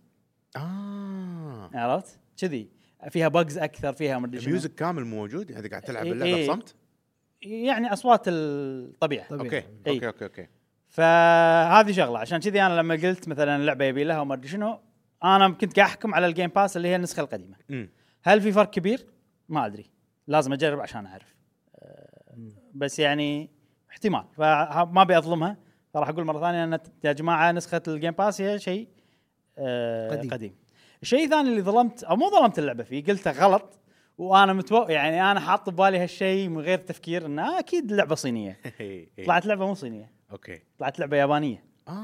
عرفت كذي، فيها بجز اكثر، فيها مدري شنو. الميوزك كامل مو موجود، هذه قاعد تلعب اللعبه بصمت، يعني اصوات الطبيعه. اوكي. فهذه شغله، عشان كذي انا لما قلت مثلا اللعبه يبي لها وما ادري شنو، انا كنت قاعد احكم على الجيم باس اللي هي النسخه القديمه. هل في فرق كبير؟ ما ادري، لازم اجرب عشان اعرف. بس يعني احتمال، فما ابي اظلمها، فراح اقول مره ثانيه ان يا جماعه نسخه الجيم باس هي شيء قديم. الشيء الثاني اللي ظلمت او مو ظلمت اللعبه فيه، قلته غلط وانا يعني انا حاط ببالي هالشيء من غير تفكير انه اكيد لعبه صينيه. طلعت لعبه مو صينيه، اوكي، طلعت لعبه يابانيه.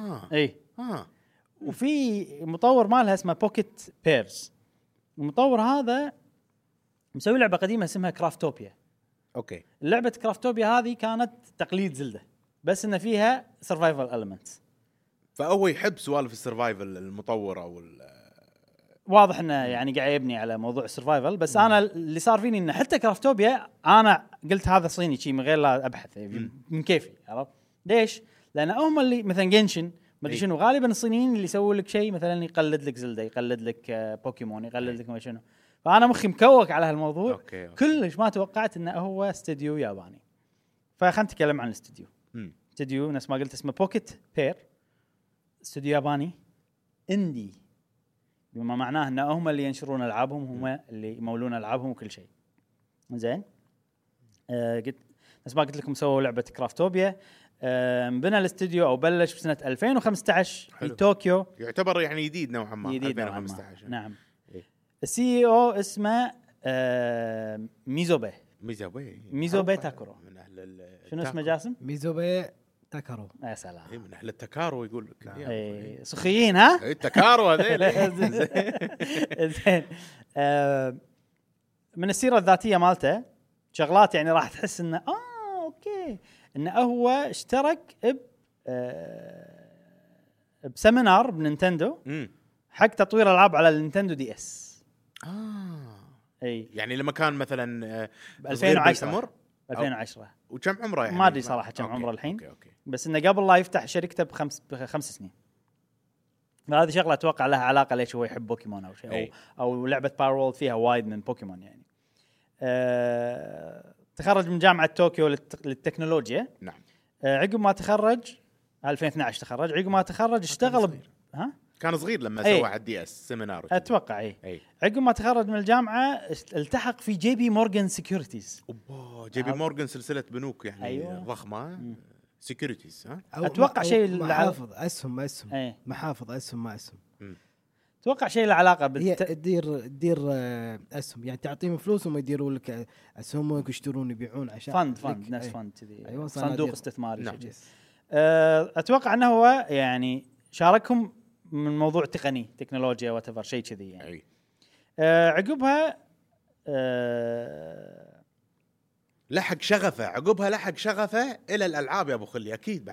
وفي مطور مالها اسمه بوكيت بيرز. المطور هذا مسوي لعبه قديمه اسمها كرافتوبيا. اوكي، لعبه كرافتوبيا هذه كانت تقليد زلدة، بس ان فيها سرفايفل المنتس. فهو يحب سوالف السرفايفل المطور او واضح انه يعني قاعد يبني على موضوع السرفايفل. بس انا اللي صار فيني انه حتى كرافتوبيا انا قلت هذا صيني شيء من غير لا ابحث من كيفي. عرفت ليش؟ لان هم اللي مثلا جنشن ما ادري شنو، غالبا الصينيين اللي يسووا لك شيء مثلا يقلد لك زلدة، يقلد لك بوكيمون، يقلد لك ما شنو. فانا مخي مكوك على هالموضوع. أوكي. كلش ما توقعت انه هو استوديو ياباني. فخلنا نتكلم عن الاستوديو. استوديو نفس ما قلت اسمه بوكيت بير، استوديو ياباني اندي، بما معناه ان هم اللي ينشرون العابهم، هم اللي يمولون العابهم وكل شيء. زين، قلت نفس ما قلت لكم سووا لعبه كرافتوبيا. بنى الاستوديو او بلش بسنه 2015 في طوكيو. يعتبر يعني جديد نوعا ما. 2015 نعم. السي او اسمه ميزوبي تاكورو. من اهل شنو اسمه جاسم؟ ميزوبي تاكارو. يا سلام، من اهل التكارو يقول لك. سخيين ها؟ التكارو هذول. زين. من السيره الذاتيه مالته شغلات يعني راح تحس انه اوكي، انه هو اشترك بسيمينار بنينتندو حق تطوير العاب على النينتندو دي اس. اي يعني لما كان مثلا ب 2010 وكم عمره يعني؟ ما ادري صراحه كم عمره الحين. أوكي. بس انه قبل لا يفتح شركته بخمس سنين. هذه شغله اتوقع لها علاقه ليش هو يحب بوكيمون او شيء. او لعبه باور وورلد فيها وايد من بوكيمون يعني. تخرج من جامعه طوكيو للتكنولوجيا. نعم. عقب ما تخرج 2012 تخرج، عقب ما تخرج اشتغل كان صغير لما سوى على الدي اس سيمينار اتوقع. اي عقب ما تخرج من الجامعه التحق في جي بي مورغان سيكيورتيز. جي بي مورغان سلسله بنوك يعني أيوة. ضخمه سيكيورتيز. اتوقع شيء محافظ اسهم محافظ اسهم ما اسهم. اتوقع شيء له علاقه تدير اسهم، يعني تعطيهم فلوس وما يديروا لك اسهم ويشترون يبيعون عشان فند ناس فند كذي. أيوة صندوق استثماري شيء. اتوقع انه هو يعني شاركهم من موضوع تقني تكنولوجيا واتفر شيء كذي يعني. عقبها لحق شغفه الى الالعاب يا ابو خلي اكيد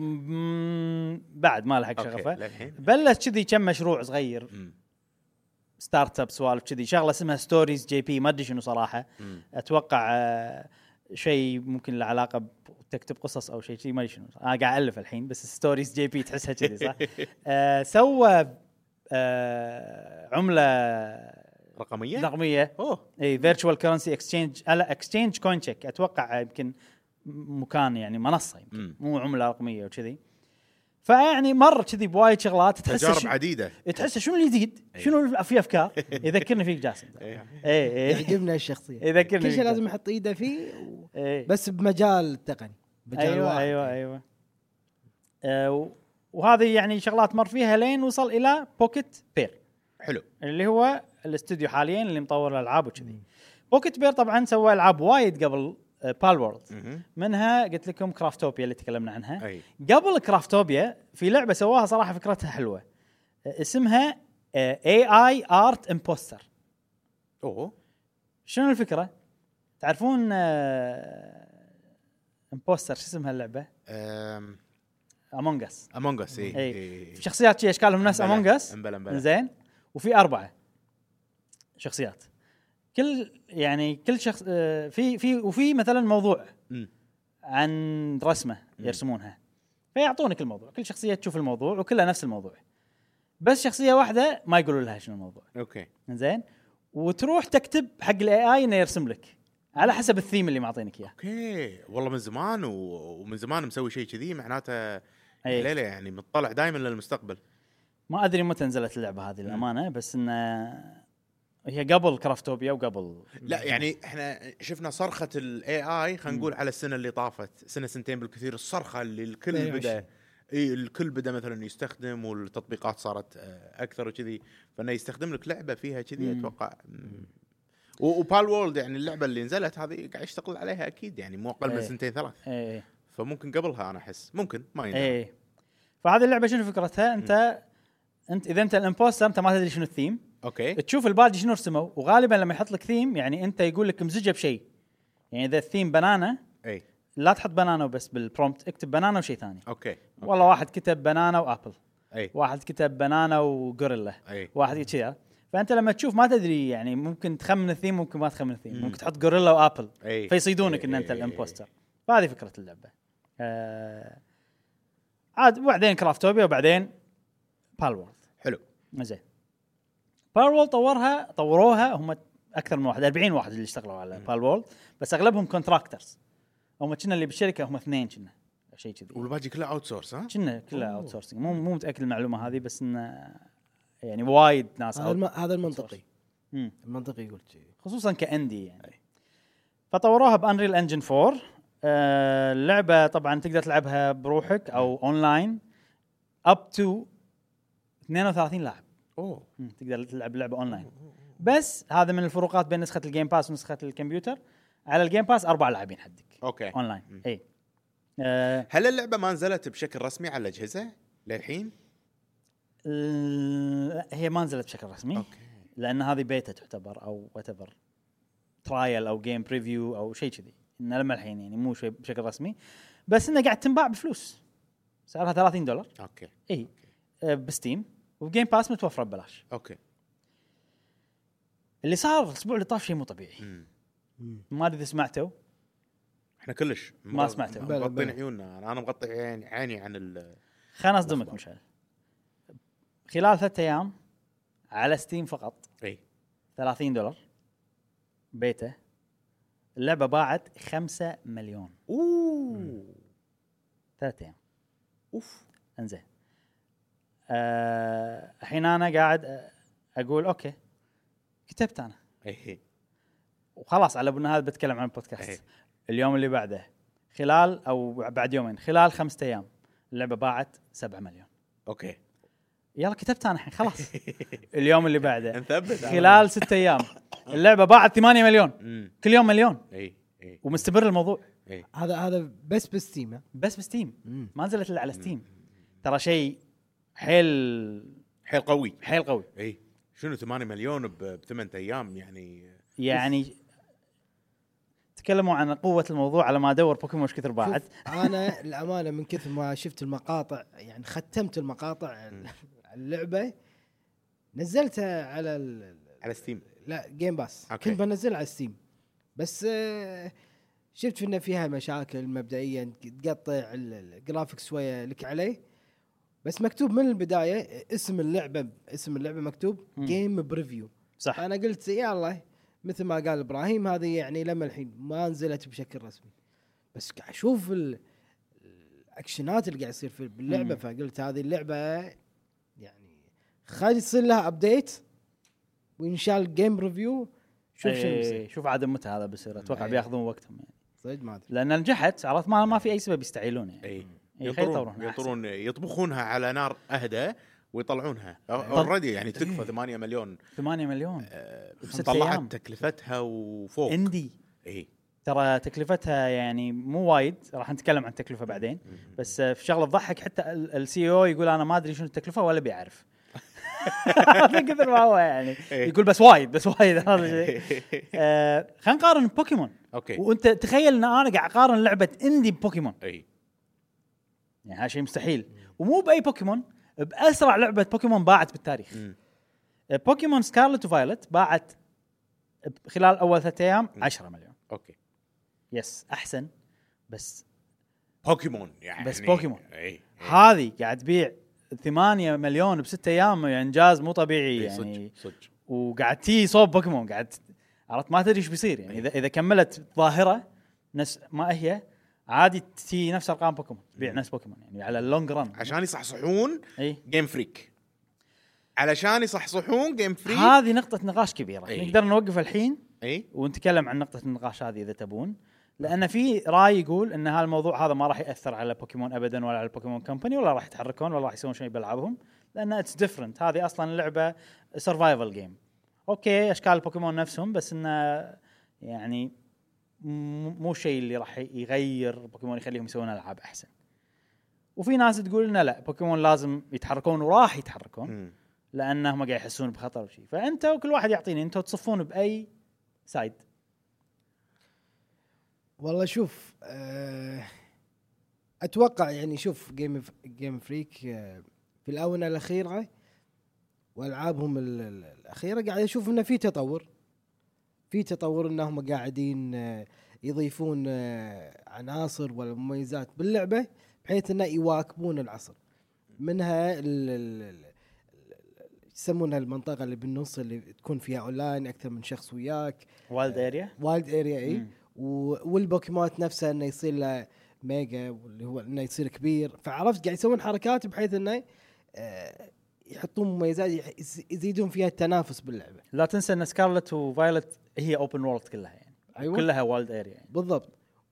بعد ما لحق شغفه بلش كذي كم مشروع صغير ستارت اب سوالف كذي، شغله اسمها ستوريز جي بي ما ادري شنو صراحه. اتوقع شيء ممكن له علاقه تكتب قصص او شيء ما ادري شنو. انا قاعد الف الحين بس ستوريز جي بي تحسها كذي صح. سوى عمله رقميه اي فيرتشوال كرنسي اكسشينج اكسشينج كوين تشيك. اتوقع يمكن مكان يعني منصه يمكن مو عمله رقميه وكذي. فيعني مر كذي بوايد شغلات تجارب عديده تحس شنو الجديد شنو في افكار. يذكرني فيك جاسم. اي يعجبنا الشخصيه يذكرني كل شيء لازم يحط ايده فيه بس بمجال التقني مجال واحد. ايوه وهذه يعني شغلات مر فيها لين وصل الى بوكيت بير. حلو. اللي هو الاستوديو حاليا اللي مطور الالعاب وكذي. بوكيت بير طبعا سوى العاب وايد قبل بال وورلد، منها قلت لكم كرافتوبيا اللي تكلمنا عنها. قبل كرافتوبيا في لعبه سواها صراحه فكرتها حلوه اسمها AI Art Imposter. شنو الفكره؟ تعرفون امبوستر شو اسمها اللعبه؟ امونج اس. اي شخصيات شي اشكالهم ناس امونج اس زين، وفي 4 شخصيات كل شخص وفي مثلا موضوع عن رسمه يرسمونها، فيعطونك الموضوع، كل شخصيه تشوف الموضوع وكلها نفس الموضوع، بس شخصيه واحده ما يقولوا لها شنو الموضوع. زين، وتروح تكتب حق الاي اي انه يرسم لك على حسب الثيم اللي معطينك اياه. والله من زمان ومن زمان مسوي شيء كذي، معناته ليله يعني متطلع دائما للمستقبل. ما ادري متى نزلت اللعبه هذه الامانه، بس انه هي قبل كرافتوبيا وقبل لا يعني احنا شفنا صرخه الاي اي خلينا نقول على السنه اللي طافت، سنه سنتين بالكثير، الصرخه اللي الكل بدا الكل بدا مثلا يستخدم، والتطبيقات صارت اكثر وكذي، فانه يستخدم لك لعبه فيها كذي. اتوقع وبال وورلد يعني اللعبه اللي نزلت هذه قاعد يشتغل عليها اكيد، يعني مو اقل من 2-3 فممكن قبلها انا احس ممكن ما يندرى. فهذه اللعبه شنو فكرتها؟ انت اذا انت الامبوستر انت ما تدري شنو الثيم، تشوف الباقي شنو رسموا، وغالبا لما يحط لك ثيم يعني انت يقول لك مزجه بشيء، يعني اذا الثيم بنانا لا تحط بنانا وبس بالبرومبت، اكتب بنانا وشيء ثاني. والله واحد كتب بنانا وابل، واحد كتب بنانا وغوريلا، واحد كذا. فانت لما تشوف ما تدري، يعني ممكن تخمن الثيم ممكن ما تخمن الثيم، ممكن تحط غوريلا وابل فيصيدونك ان انت الامبوستر. فهذه فكره اللعبه. عاد وبعدين كرافتوبيا وبعدين بال وورلد. حلو زين. بال وورلد طوروها هم اكثر من 40 واحد اللي اشتغلوا على بال وورلد، بس اغلبهم كونتراكترز. هم كنا اللي بالشركه هم 2 كنا شيء كذي، والباقي كله اوت سورس. كنا كله اوت سورسنج. مو متاكد المعلومه هذه، بس انه يعني وايد ناس هذا المنطقي. المنطقي يقول شيء، خصوصا كاندي يعني. فطوروها بانريل انجن 4. اللعبه طبعا تقدر تلعبها بروحك او اونلاين اب تو 32 لاعب. تقدر تلعب لعبه اونلاين. بس هذا من الفروقات بين نسخه الجيم باس ونسخه الكمبيوتر. على الجيم باس 4 لاعبين حدك اونلاين. هل اللعبه ما نزلت بشكل رسمي على الاجهزه للحين؟ هي ما نزلت بشكل رسمي. لان هذه بيتا تعتبر او واتيفر ترايل او جيم بريفيو او شيء كذي، ان لما الحين يعني مو شيء بشكل رسمي، بس انه قاعد تنباع بفلوس، سعرها $30. بستيم، وجيم باس متوفره ببلاش. اللي صار الاسبوع اللي طاف شيء مو طبيعي. ما ادري اذا سمعتوا. احنا كلش ما سمعتوا. مغطين عيوننا. انا مغطي عيني عن خلنا اصدمك مشعل. خلال 3 أيام على ستيم فقط $30 بيتا، اللعبه باعت 5 مليون. 3 أيام. انزين. الحين انا قاعد اقول اوكي كتبت انا وخلاص على بنا هذا بتكلم عن بودكاست. اليوم اللي بعده خلال او بعد يومين خلال 5 ايام اللعبه باعت 7 مليون. اوكي يلا كتبت انا الحين خلاص. اليوم اللي بعده نثبت خلال 6 ايام اللعبه باعت 8 مليون. كل يوم مليون. اي ومستمر الموضوع. هذا بس بستيم. بس بستيم ما نزلت الا على ستيم. ترى شيء حيل قوي حيل قوي. اي شنو 8 مليون ب8 ايام يعني تكلموا عن قوة الموضوع على ما ادور بوكيمون ايش كثر باعت. انا الامانه من كثر ما شفت المقاطع يعني ختمت المقاطع اللعبه نزلتها على ستيم. لا جيم باس كنت بنزلها على ستيم بس شفت انه فيها مشاكل مبدئيا تقطع الجرافيك شويه لك عليه بس مكتوب من البدايه اسم اللعبه مكتوب جيم بريفيو صح. انا قلت يا الله مثل ما قال ابراهيم هذه يعني لما الحين ما نزلت بشكل رسمي بس قاعد اشوف الاكشنات اللي قاعد يصير في اللعبه فقلت هذه اللعبه يعني خلي يصير لها ابديت وان شاء الله جيم ريفيو شوف شنو بيصير. شوف عاد متى هذا بيصير اتوقع بياخذون وقتهم يعني صدق ما ادري لان نجحت عرفت ما في اي سبب يستعيلون يعني يطورون يطبخون على نار اهدى ويطلعونها اوريدي يعني تكفى 8 مليون طلعت تكلفتها وفوق عندي ترى تكلفتها يعني مو وايد راح نتكلم عن التكلفه بعدين بس في شغله تضحك حتى السي او يقول انا ما ادري شنو التكلفه ولا بيعرف. كثر ما هو يعني يقول بس وايد هذا الشيء. خلينا نقارن بوكيمون. وانت تخيل ان انا قاعد اقارن لعبه اندي بوكيمون يعني هذا شيء مستحيل ومو باي بوكيمون باسرع لعبه بوكيمون باعت بالتاريخ. بوكيمون سكارلت وفايلت باعت خلال اول 3 ايام 10 مليون. يس احسن بس بوكيمون يعني بس بوكيمون هذه قاعد تبيع 8 مليون ب6 ايام يعني انجاز مو طبيعي يعني صدق. وقاعد تي صوب بوكيمون قاعد عرفت ما تدري ايش بيصير يعني اذا كملت ظاهره نفس ما هي عادي تي نفس ارقام بوكيمون تبيع نفس بوكيمون يعني على اللونج رن عشان يصحصحون جيم فريك علشان يصحصحون جيم فريك. هذه نقطه نقاش كبيره نقدر نوقف الحين ونتكلم عن نقطه النقاش هذه اذا تبون لان في راي يقول ان هالموضوع هذا ما راح ياثر على بوكيمون ابدا ولا على البوكيمون كمباني ولا راح يتحركون ولا راح يسوون شيء بالعابهم لان اتس ديفرنت. هذه اصلا اللعبه سرفايفل جيم اوكي اشكال البوكيمون نفسهم بس انه يعني مو شيء اللي راح يغير بوكيمون يخليهم يسوون العاب احسن. وفي ناس تقول انه لا بوكيمون لازم يتحركون وراح يتحركون لانهم قاعد يحسون بخطر وشيء. فانت وكل واحد يعطيني انتوا تصفون باي سايد. والله شوف اتوقع يعني شوف جيم فريك في الاونه الاخيره والعابهم الاخيره قاعد اشوف انه في تطور انهم قاعدين يضيفون عناصر والمميزات باللعبه بحيث انه يواكبون العصر. منها يسمونها المنطقه اللي بالنص اللي تكون فيها اونلاين اكثر من شخص وياك وايلد اريا اي والبوكيمونات نفسها انه يصير له ميجا واللي هو انه يصير كبير. فعرفت قاعد يسوون حركات بحيث انه يحطون مميزات يزيدون فيها التنافس باللعبه. لا تنسى ان سكارلت وفايلت هي اوبن وورلد كلها يعني كلها وايلد اريا يعني. بالضبط.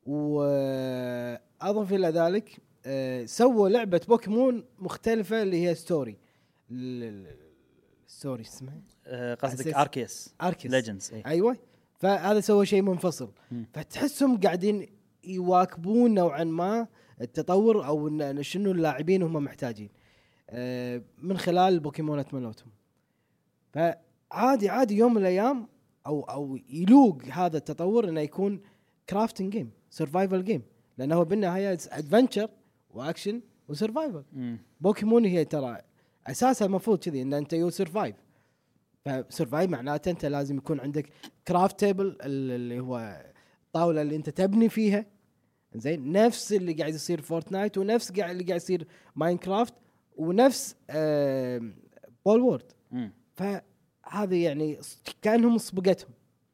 واضف الى ذلك سووا لعبه بوكيمون مختلفه اللي هي ستوري اسمها قصدك اركيس ليجندز. ايوه فهذا سوى شيء منفصل فتحسهم قاعدين يواكبون نوعا ما التطور او شنو اللاعبين هم محتاجين من خلال البوكيمونات مالتهم. فعادي يوم من الايام او يلوق هذا التطور انه يكون كرافتنج جيم سرفايفل جيم لانه بالنهايه ادفنتشر واكشن وسرفايفل. بوكيمون هي ترى اساسها المفروض كذي ان انت يو سرفايف. فسرفايف معناته انت لازم يكون عندك كرافت تيبل اللي هو الطاوله اللي انت تبني فيها زين نفس اللي قاعد يصير فورتنايت ونفس اللي قاعد يصير ماينكرافت ونفس بول وورد. فهذه يعني كانهم سبقتهم.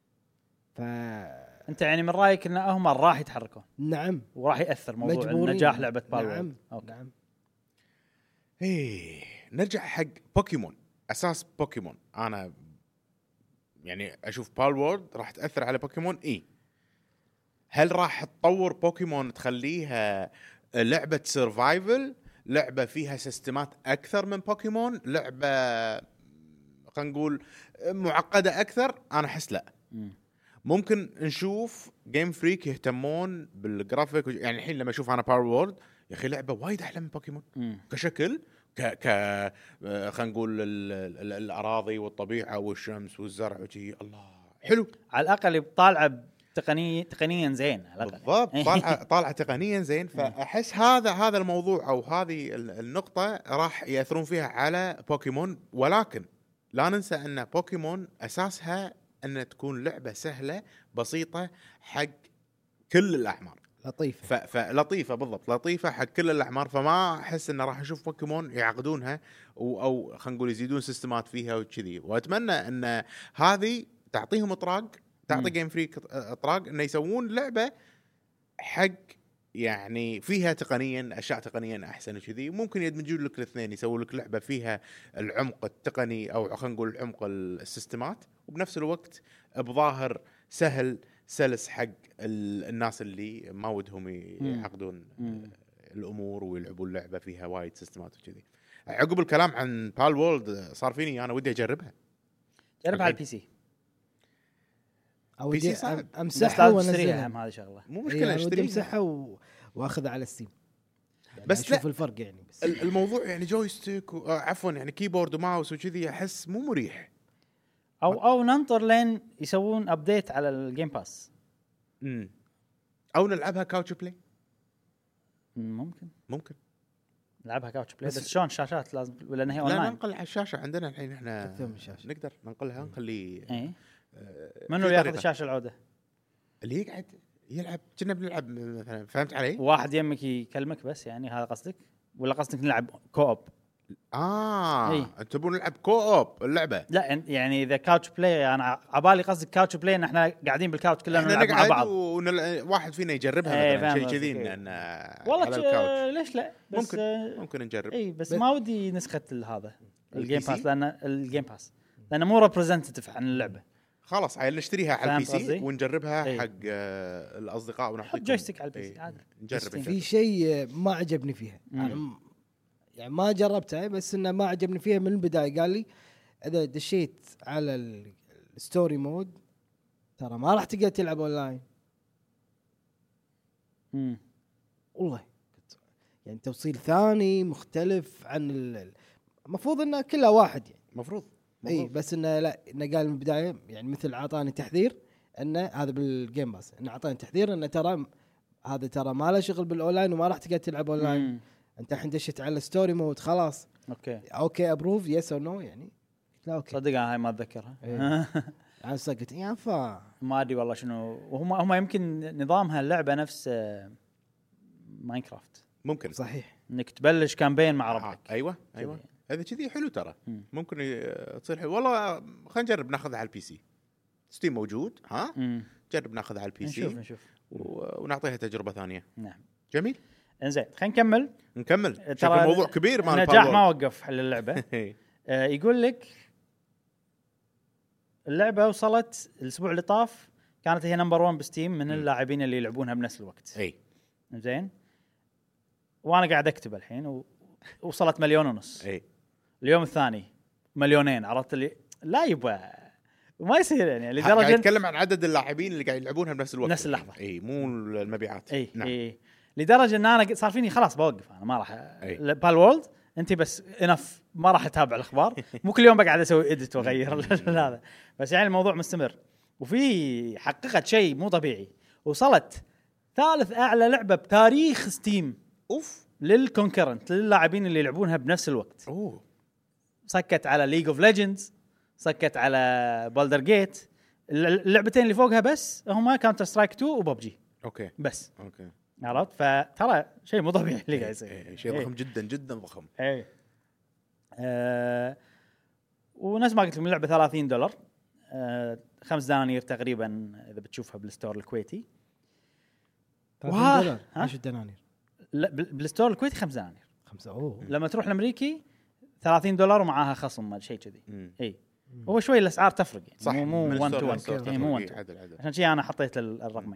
انت يعني من رايك ان هم راح يتحركون؟ نعم وراح ياثر موضوع نجاح لعبه بول وورد. نعم. ايه نرجع حق بوكيمون. اساس بوكيمون انا يعني اشوف بال وورد راح تاثر على بوكيمون. هل راح تطور بوكيمون تخليها لعبه سرفايفل، لعبه فيها سيستمات اكثر من بوكيمون، لعبه خلينا نقول معقده اكثر؟ انا احس لا. ممكن نشوف جيم فريك يهتمون بالجرافيك. يعني الحين لما اشوف انا باور وورد يا اخي لعبه وايد احلى من بوكيمون كشكل، خلينا نقول الاراضي والطبيعه والشمس والزرع وشي. الله حلو، على الاقل طالعه تقنيا زين على الاقل. بالضبط طالعه تقنيا زين. فاحس هذا الموضوع او هذه النقطه راح ياثرون فيها على بوكيمون. ولكن لا ننسى ان بوكيمون اساسها ان تكون لعبه سهله بسيطه حق كل الاعمار، لطيفه. فلطيفه بالضبط، لطيفه حق كل الاعمار. فما احس انه راح اشوف بوكيمون يعقدونها او خلينا نقول يزيدون سيستمات فيها وكذي. واتمنى ان هذه تعطيهم اطراق، تعطي جيم فريك اطراق انه يسوون لعبه حق يعني فيها تقنيا اشياء تقنيا احسن وكذي. ممكن يدمجون لك الاثنين، يسوون لك لعبه فيها العمق التقني او خلينا نقول عمق السيستمات، وبنفس الوقت بظاهر سلس حق الناس اللي ما ودهم يعقدون الامور ويلعبون اللعبه فيها وايد سيستمات وكذي. عقب الكلام عن بال وورلد صار فيني انا ودي اجربها. جربها على البي سي او ودي امسحها وانزلها. هذه شغله مو مشكله، اشتريها امسحها واخذها على ستيم يعني بس اشوف الفرق. يعني بس الموضوع يعني جويستيك عفوا يعني كيبورد وماوس وكذي احس مو مريح. او ننطر لين يسوون ابديت على الجيم باس. او نلعبها كاوتش بلاي. ممكن نلعبها كاوتش بلاي، بس شلون شاشات لازم ولا هي اونلاين؟ لا ننقل على الشاشه عندنا الحين احنا نقدر ننقلها نخلي منو ياخذ الشاشه العوده؟ اللي يقعد يلعب كنا بنلعب مثلا. فهمت علي؟ واحد يمك يكلمك بس، يعني هذا قصدك ولا قصدك نلعب كوب؟ انتم تبون نلعب كوب اللعبه؟ لا يعني اذا كاوتش بلاي انا عبالي قصدك كاوتش بلاي ان احنا قاعدين بالكاوتش كلنا نلعب مع بعض واحد فينا يجربها مثلا شيء كذي والله ليش لا. بس ممكن نجرب. اي بس ما ودي نسخه هذا الجيم باس، لان الجيم باس لانه مو ريبريزنتيف عن اللعبه. خلاص عيل نشتريها على البي سي ونجربها حق الاصدقاء ونحط جويستيك على البي سي عادي. نجرب. في شيء ما عجبني فيها يعني ما جربتها، بس انه ما عجبني فيها من البدايه. قال لي اذا دشيت على الستوري مود ترى ما راح تقدر تلعب اونلاين. والله يعني توصيل ثاني مختلف عن المفروض انه كلها واحد يعني مفروض. اي بس انه لا، انه قال من البدايه يعني مثل اعطاني تحذير انه هذا بالجيم باس، انه اعطاني تحذير انه ترى هذا ترى ما له شغل بالاونلاين وما راح تقدر تلعب اونلاين. انت الحين دشيت على الستوري مود خلاص اوكي ابروف يس او نو يعني. لا اوكي صدق هاي ما اتذكرها. انا صدقت يا ما ادري والله شنو. وهم يمكن نظامها اللعبه نفس ماينكرافت. ممكن صحيح انك تبلش كامبين مع ربعك. ايوه هذا كذي حلو ترى. ممكن تصير حلو والله. خلينا نجرب ناخذها على البي سي. ستيم موجود جرب ناخذها على البي سي نشوف ونعطيها تجربه ثانيه. نعم جميل. انزين خلينا نكمل. شكل الموضوع كبير مال نجاح ما وقف حل اللعبه. يقول لك اللعبه وصلت الاسبوع اللي طاف كانت هي نمبر 1 بستيم من اللاعبين اللي يلعبونها بنفس الوقت. زين وانا قاعد اكتب الحين وصلت 1.5 مليون. اليوم الثاني 2 مليون. عرفت اللي لا يبغى وما يصير يعني لدرجه قاعد يتكلم عن عدد اللاعبين اللي قاعد يلعبونها بنفس الوقت نفس اللحظه. مو المبيعات. نعم. لدرجه ان انا صار فيني خلاص بوقف، انا ما راح بال وورلد انت بس انف ما راح اتابع الاخبار. مو كل يوم بقعد اسوي اديت واغير هذا. بس يعني الموضوع مستمر وفي حققت شيء مو طبيعي. وصلت ثالث اعلى لعبه بتاريخ ستيم للكونكرنت للاعبين اللي يلعبونها بنفس الوقت. سكت على ليج اوف ليجندز، سكت على بالدر جيت. اللعبتين اللي فوقها بس هما كاونتر سترايك 2 وببجي. بس عرفت. فترى شيء مو طبيعي اللي قاعد يصير. شيء ضخم جدا جدا ضخم. ونفس ما قلت لكم اللعبه $30 $5 تقريبا اذا بتشوفها بالستور الكويتي. $10 لا بالستور الكويتي $5. 5 لما تروح الامريكي $30 ومعاها خصم ما شيء كذي. اي هو شوي الاسعار تفرق يعني صح مو 1 تو 1 مو عشان شيء انا حطيت الرقمين.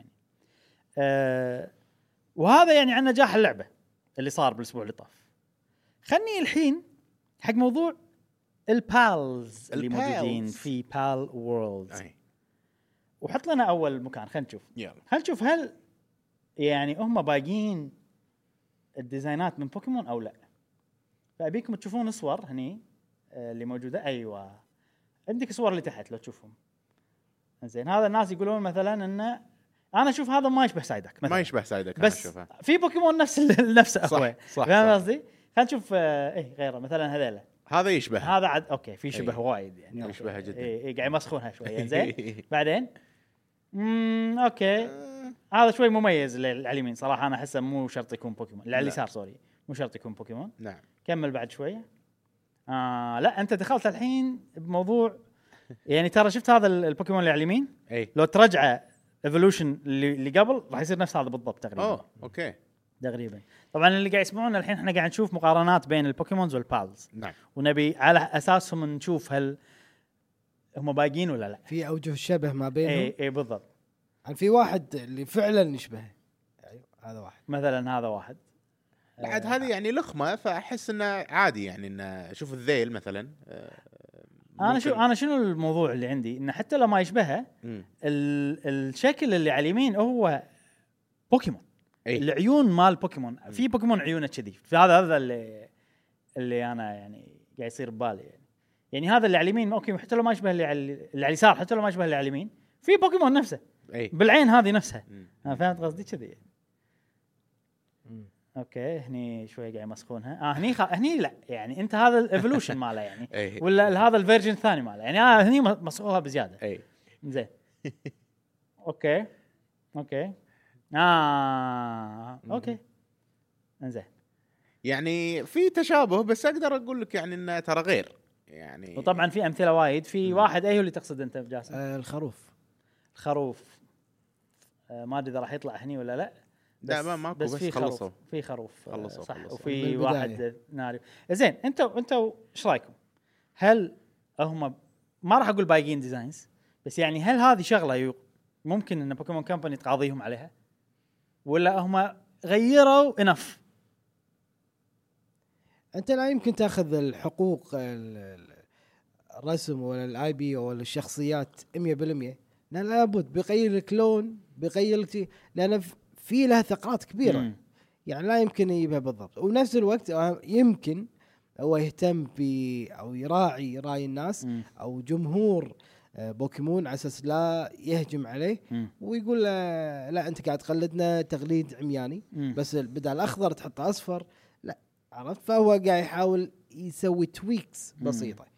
وهذا يعني عن نجاح اللعبه اللي صار بالاسبوع اللي طاف. خلني الحين حق موضوع البالز اللي موجودين في بال وورلد. وحط لنا اول مكان خلينا نشوف. خلينا نشوف هل يعني هم باقين الديزاينات من بوكيمون او لا. فابيكم تشوفون الصور هني اللي موجوده. ايوه عندك صور اللي تحت لو تشوفهم. زين هذا الناس يقولون مثلا انه انا اشوف هذا ما يشبه سايدك مثلا. ما يشبه سايدك بس في بوكيمون نفس اخوي. فاهم قصدي؟ خلينا نشوف غيره مثلا هذيلا. هذا يشبه هذا عاد اوكي في شبه وايد يعني يشبهها جدا. قاعد يمسخونها شويه. زين بعدين اوكي هذا شوي مميز اللي على اليمين صراحه انا احسه مو شرط يكون بوكيمون. اللي على اليسار سوري مو شرط يكون بوكيمون. نعم كمل بعد شويه. لا انت دخلت الحين بموضوع يعني ترى شفت هذا البوكيمون اللي على اليمين لو ترجعه ايفولوشن اللي قبل راح يصير نفس هذا بالضبط تقريبا. اوكي تقريبا. طبعا اللي قاعد يسمعونا الحين احنا قاعد نشوف مقارنات بين البوكيمونز والبالز. نعم. ونبي على اساسهم نشوف هل هم باقين ولا لا. في اوجه الشبه ما بينهم. اي بالضبط. يعني في واحد اللي فعلا يشبهه. ايوه هذا واحد مثلا هذا واحد. بعد هذه يعني لخمه فاحس انه عادي يعني انه شوف الذيل مثلا. انا شنو الموضوع اللي عندي انه حتى لو ما يشبهه الشكل اللي على اليمين هو بوكيمون. العيون مال بوكيمون. في بوكيمون عيونه كذي. هذا اللي انا يعني قاعد يصير ببالي يعني هذا اللي على اليمين اوكي حتى لو ما يشبه اللي على اليسار حتى لو ما يشبه اللي على اليمين في بوكيمون نفسه بالعين هذه نفسها. انا فهمت قصدي كذي يعني. اوكي هني شويه قاعد يمسخونها. هني لا يعني انت هذا الايفولوشن ماله يعني ولا هذا الفيرجن الثاني ماله يعني هني مسخوها بزياده. زين اوكي اوكي انزين يعني في تشابه بس اقدر اقول لك يعني انه ترى غير يعني. وطبعا في امثله وايد. في واحد ايه اللي تقصد انت جاسم؟ الخروف ما ادري اذا راح يطلع هني ولا لا. لا ماكو بس خلصوا. في خروف خلصوا صح. وفي واحد ناري. زين انتوا ايش رايكم؟ هل هم ما راح اقول بايقين ديزاينز بس يعني هل هذه شغله ممكن ان بوكيمون كامباني تقاضيهم عليها ولا هم غيروا انف؟ انت لا يمكن تاخذ الحقوق الرسم ولا الاي بي ولا الشخصيات 100%. لان لابد بيغير لك لون بيغير لك لان في لها ثقافات كبيره. يعني لا يمكن يجيبها بالضبط. ونفس الوقت يمكن هو يهتم او يراعي راي الناس او جمهور بوكيمون على اساس لا يهجم عليه ويقول لا انت قاعد تقلدنا تقليد عمياني بس بدل اخضر تحط اصفر. لا عرفت. فهو قاعد يحاول يسوي تويكس بسيطه.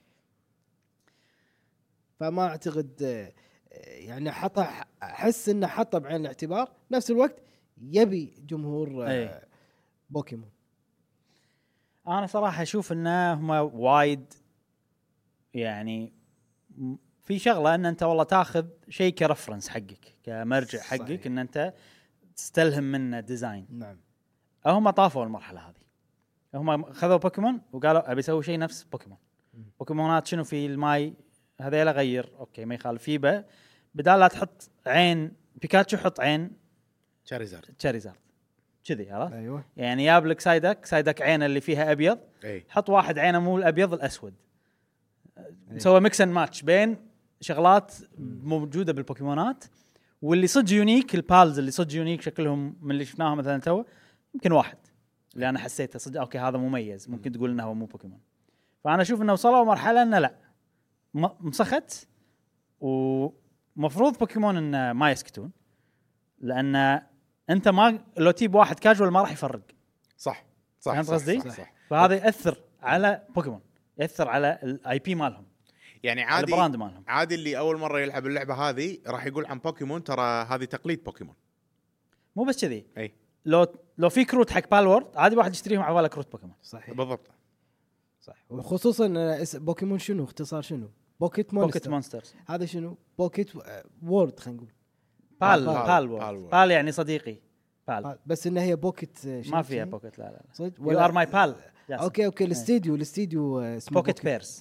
فما اعتقد يعني احس انه حطه بعين الاعتبار. نفس الوقت يبي جمهور بوكيمون. انا صراحه اشوف انه هم وايد يعني في شغله ان انت والله تاخذ شيء كرفرنس حقك كمرجع حقك. صحيح. ان انت تستلهم منه ديزاين. نعم. هم طافوا المرحله هذه. هم خذوا بوكيمون وقالوا ابي اسوي شيء نفس بوكيمون. بوكيمونات شنو في الماي هذيلا غير اوكي ما يخالف. فيبا بدال لا تحط عين بيكاتشو حط عين تشاريزارد كذي. عرفت. أيوة. يعني جاب لك سايدك عين اللي فيها ابيض. حط واحد عينه مو الابيض الاسود. سوى ميكس اند ماتش بين شغلات موجوده بالبوكيمونات واللي صدق يونيك. البالز اللي صدق يونيك شكلهم من اللي شفناهم مثلا تو يمكن واحد اللي انا حسيته صدق اوكي هذا مميز ممكن تقول انه هو مو بوكيمون. فانا اشوف انه وصلوا مرحله انه لا مسخت ومفروض بوكيمون انه ما يسكتون لان انت ما لو تجيب واحد كاجوال ما راح يفرق. صح فهمت قصدي؟ فهذا ياثر على بوكيمون ياثر على الاي بي مالهم يعني عادي البراند مالهم. عادي اللي اول مره يلعب اللعبه هذه راح يقول عن بوكيمون ترى هذه تقليد بوكيمون. مو بس كذي. لو في كروت حق بالورد عادي واحد يشتريهم على بالك كروت بوكيمون. صحيح بالضبط صح. وخصوصا بوكيمون شنو اختصار شنو بوكيت مونسترز. هذا شنو بوكيت وورد خلينا نقول بال يعني صديقي بال بس انها هي بوكيت ما فيها بوكيت. لا صدق يو ار ماي بال اوكي الاستديو اسمه بوكيت بيرز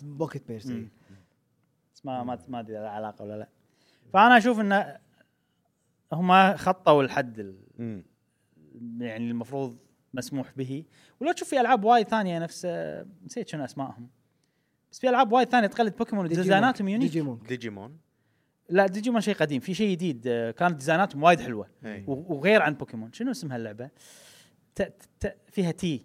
اسمه ما ادري له علاقه ولا لا. فانا اشوف ان هم خطوا الحد يعني المفروض مسموح به. ولو تشوف في العاب وايد ثانيه نفس نسيت شنو اسمائهم، بس في العاب وايد ثانيه تقلد بوكيمون ديزايناتهم يونيك. ديجيمون لا ديجيمون شيء قديم، في شيء جديد كانت ديزايناتهم وايد حلوه وغير عن بوكيمون. شنو اسمها اللعبه؟ فيها تي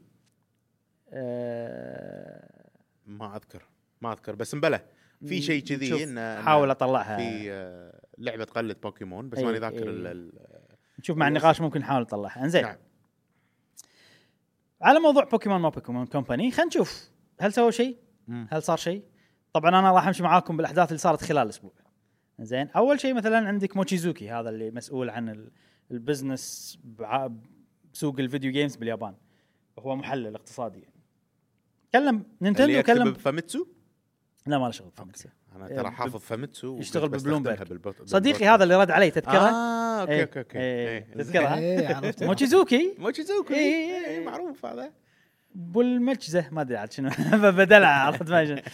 ما اذكر بس مبلى في شيء كذي ان حاول اطلعها في لعبه تقلد بوكيمون بس ماني ذاكر. نشوف مع النقاش ممكن نحاول نطلعها. انزين نعم. على موضوع بوكيمون ما بوكيمون كومباني، خلينا نشوف هل سووا شيء، هل صار شيء. طبعا انا راح امشي معاكم بالاحداث اللي صارت خلال الاسبوع. زين اول شيء مثلا عندك موتشيزوكي، هذا اللي مسؤول عن البزنس بسوق الفيديو جيمز باليابان، هو محلل اقتصادي. كلم نينتندو، كلم فاميتسو. لا ما له شغل فاميتسو، انا ترى حافظ فاميتسو يشتغل ببلومبرج. صديقي هذا اللي رد علي تذكره. اوكي تذكره. عرفت موتشيزوكي معروف هذا بالمجزه ما ادري عاد شنو بدلع عرفت ما شنو.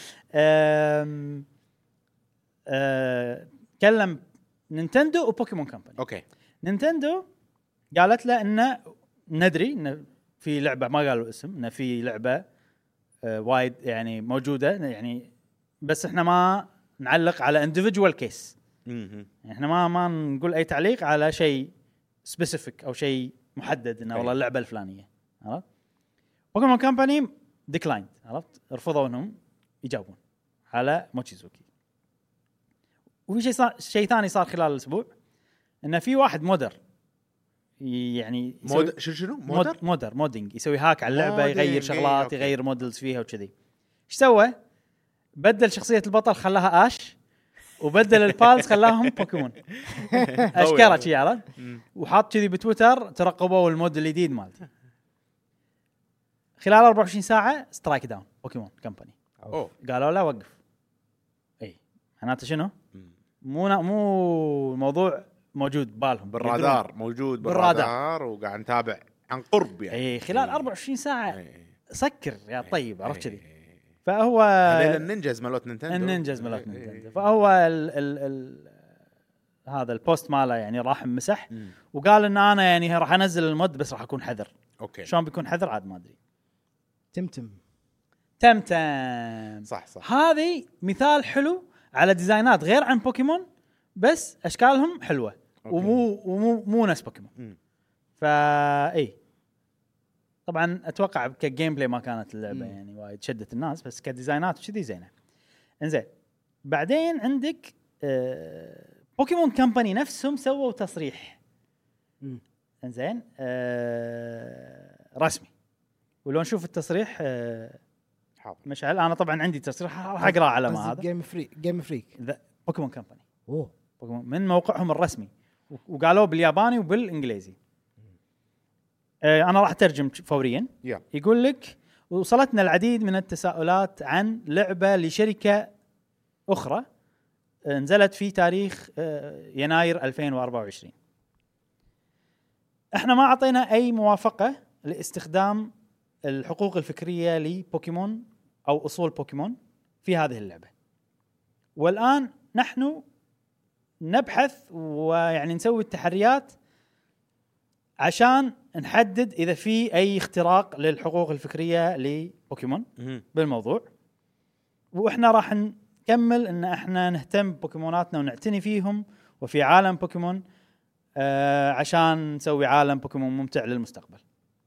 كلم نينتندو وبوكيمون كمباني. اوكي نينتندو قالت له ان ندري ان في لعبه، ما قالوا اسم، ان في لعبه وايد يعني موجوده يعني، بس احنا ما نعلق على individual كيس. احنا ما نقول اي تعليق على شيء سبيسيفيك او شيء محدد انه والله اللعبه الفلانيه. عرفت؟ بوكيمون كمباني ديكلاين، عرفت؟ رفضوا انهم يجاوبون على موتشيزوكي. وفي شيء ثاني صار خلال الاسبوع، ان في واحد مودر يعني شنو مودينج يسوي هاك على اللعبه، يغير شغلات، يغير مودلز فيها وكذي. ايش سوى؟ بدل شخصيه البطل خلاها اش، وبدل البالز خلاهم بوكيمون. اشكره شي عرفت، وحاط كذي بتويتر ترقبوا المود الجديد مالته. خلال 24 ساعه سترايك داون بوكيمون كمباني. قالوا لا وقف. اي معناته شنو؟ مو الموضوع موجود بالهم بالرادار، موجود بالرادار وقاعد نتابع عن قرب يعني. اي خلال 24 ساعه سكر يا طيب، عرفت كذي. فهو النينجاز مالوت نينتندو. فهو هذا البوست ماله يعني راح مسح وقال ان انا يعني راح انزل المود بس راح اكون حذر. اوكي شلون بيكون حذر عاد ما ادري. تمتم صح. هذه مثال حلو على ديزاينات غير عن بوكيمون بس اشكالهم حلوه ومو نفس بوكيمون. اي طبعا اتوقع كجيم بلاي ما كانت اللعبه يعني وايد شدت الناس، بس كديزاينات وكذي زينه. انزين بعدين عندك بوكيمون كمباني نفسهم سووا تصريح. انزين رسمي، ولو نشوف التصريح مشعل. انا طبعا عندي تصريح راح اقرا على ما هذا جيم فريك بوكيمون كمباني بوكيمون من موقعهم الرسمي، وقالوا بالياباني وبالانجليزي. انا راح اترجم فوريا. يقول لك وصلتنا العديد من التساؤلات عن لعبه لشركه اخرى نزلت في تاريخ يناير 2024. احنا ما اعطينا اي موافقه لاستخدام الحقوق الفكريه لبوكيمون او اصول بوكيمون في هذه اللعبه، والان نحن نبحث ويعني نسوي التحريات عشان نحدد اذا في اي اختراق للحقوق الفكريه لبوكيمون بالموضوع. واحنا راح نكمل ان احنا نهتم ببوكيموناتنا ونعتني فيهم وفي عالم بوكيمون عشان نسوي عالم بوكيمون ممتع للمستقبل.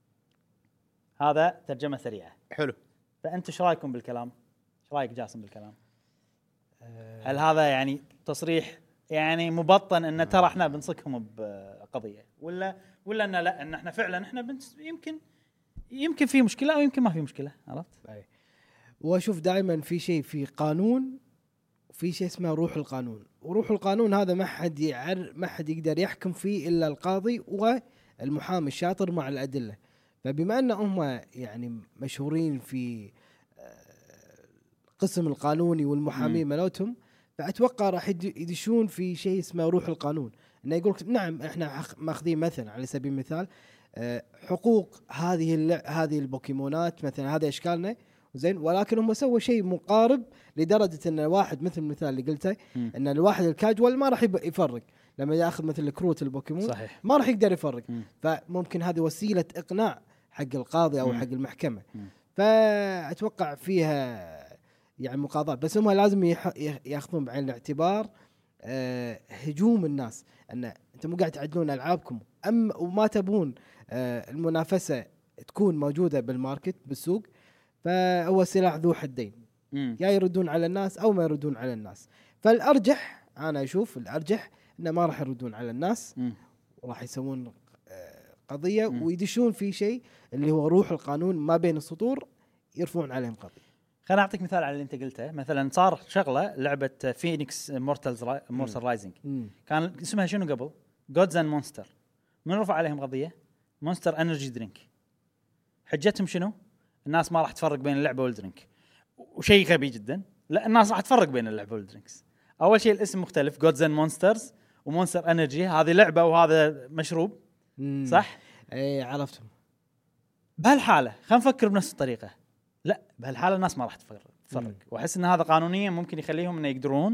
هذا ترجمه سريعه. حلو. فانت ايش رايكم بالكلام؟ ايش رايك جاسم بالكلام؟ هل هذا يعني تصريح يعني مبطن ان ترى احنا بنصكهم بقضيه، ولا ان لا ان احنا فعلا احنا يمكن في مشكله او يمكن ما في مشكله؟ عرفت؟ واشوف دائما في شيء في قانون وفي شيء اسمه روح القانون، وروح القانون هذا ما حد يقدر يحكم فيه الا القاضي والمحامي الشاطر مع الادله. فبما ان هم يعني مشهورين في قسم القانوني والمحامين مالتهم، فأتوقع راح يدشون في شيء اسمه روح القانون، إنه يقول نعم إحنا ماخذين مثلا على سبيل المثال حقوق هذه البوكيمونات مثلا، هذا إشكالنا زين، ولكن هم سووا شيء مقارب لدرجة إن الواحد مثل المثال اللي قلته إن الواحد الكاجوال ما راح يفرق لما ياخذ مثل كروت البوكيمون صحيح. ما راح يقدر يفرق فممكن هذه وسيلة إقناع حق القاضي أو حق المحكمة فأتوقع فيها يعني مقاضاة، بس هم لازم ياخذون بعين الاعتبار هجوم الناس، أن أنت مو قاعد تعدلون ألعابكم وما تبون المنافسة تكون موجودة بالماركت بالسوق، فهو سلاح ذو حدين، يا يردون على الناس أو ما يردون على الناس. فالأرجح أنا أشوف الأرجح إنه ما راح يردون على الناس وراح يسوون قضية ويدشون في شيء اللي هو روح القانون ما بين السطور يرفعون عليهم قضية. خليني أعطيك مثال على اللي أنت قلته. مثلا صار شغلة لعبة فينيكس مورتال رايزنج كان اسمها شنو قبل؟ جودز اند مونستر. من رفع عليهم قضية؟ مونستر انرجي درينك. حجتهم شنو؟ الناس ما راح تفرق بين اللعبة والدرينك، وشيء غبي جدا. لا، الناس راح تفرق بين اللعبة والدرينكس. أول شيء الاسم مختلف، جودز اند مونسترز ومونستر انرجي، هذه لعبة وهذا مشروب صح؟ اي عرفتهم. بهالحالة خلينا نفكر بنفس الطريقة. لا، بهالحالة الناس ما راح تفرق واحس ان هذا قانونيا ممكن يخليهم انه يقدرون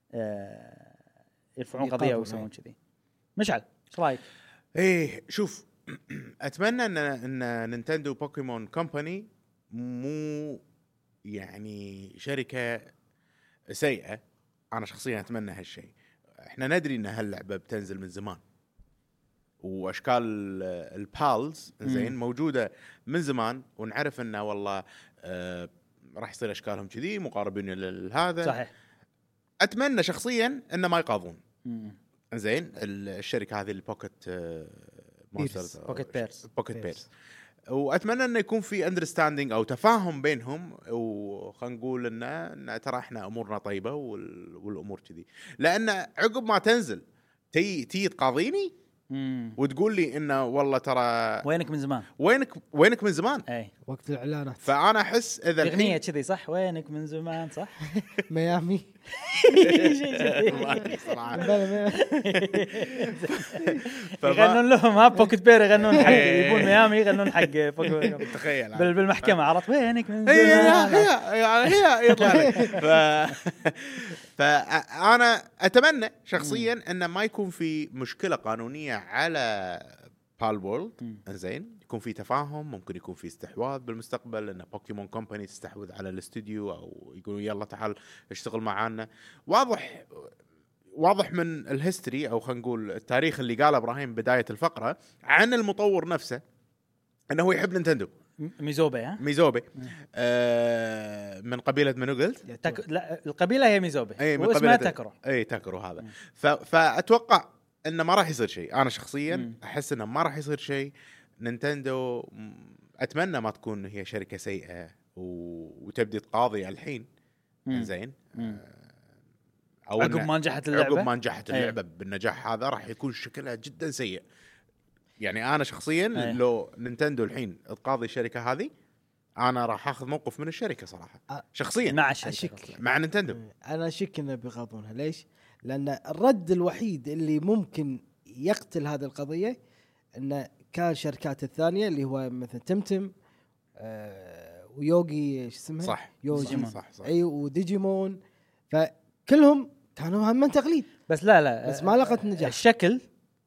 يرفعون قضية ويسوون كذي. مشعل ايش رايك؟ ايه شوف اتمنى ان نينتندو بوكيمون كومباني مو يعني شركة سيئة. انا شخصيا اتمنى هالشيء. احنا ندري ان هاللعبة بتنزل من زمان واشكال البالز زين موجودة من زمان، ونعرف انه والله راح يصير اشكالهم كذي مقاربين لهذا صحيح. اتمنى شخصيا انه ما يقاضون زين الشركه هذه البوكيت مونسترز بوكيت بيرز واتمنى انه يكون في اندرستاندينج او تفاهم بينهم، وخلينا نقول ان ترى احنا امورنا طيبه والامور كذي، لان عقب ما تنزل تي تقاضيني وتقول لي انه والله ترى وينك من زمان، وينك من زمان اي وقت الاعلانات. فانا احس اذا الاغنيه كذي صح، وينك من زمان صح ميامي يغنون لهم ها بوكيت بير، يغنون حق يبون ميامي، يغنون حق تخيل بالمحكمه عرفت وينك من زمان هي يطلع فانا اتمنى شخصيا ان ما يكون في مشكله قانونيه على بال وورلد زين، يكون في تفاهم، ممكن يكون في استحواذ بالمستقبل ان بوكيمون كومباني تستحوذ على الاستوديو او يقولوا يلا تعال اشتغل معانا. واضح من الهيستوري او خلينا نقول التاريخ اللي قاله ابراهيم بدايه الفقره عن المطور نفسه انه هو يحب نينتندو. ميزوبي من قبيله منو قلت؟ لا القبيله هي ميزوبي واسمها تاكرو. اي تاكرو هذا. فاتوقع انه ما راح يصير شيء. انا شخصيا احس انه ما راح يصير شيء. نينتندو اتمنى ما تكون هي شركه سيئه وتبدي تقاضي الحين زين او عقب ما نجحت اللعبه بالنجاح هذا راح يكون شكلها جدا سيء. يعني انا شخصيا لو نينتندو الحين تقاضي الشركه هذه انا راح اخذ موقف من الشركه صراحه شخصيا مع الشركه مع نينتندو. انا اشك انه بيقاضونها. ليش؟ لان الرد الوحيد اللي ممكن يقتل هذه القضيه ان كان الشركات الثانيه اللي هو مثل تمتم ويوغي ايش اسمها صح يوجي صح. اي وديجيمون فكلهم كانوا هم تقليد بس لا بس ما لقت نجاح. الشكل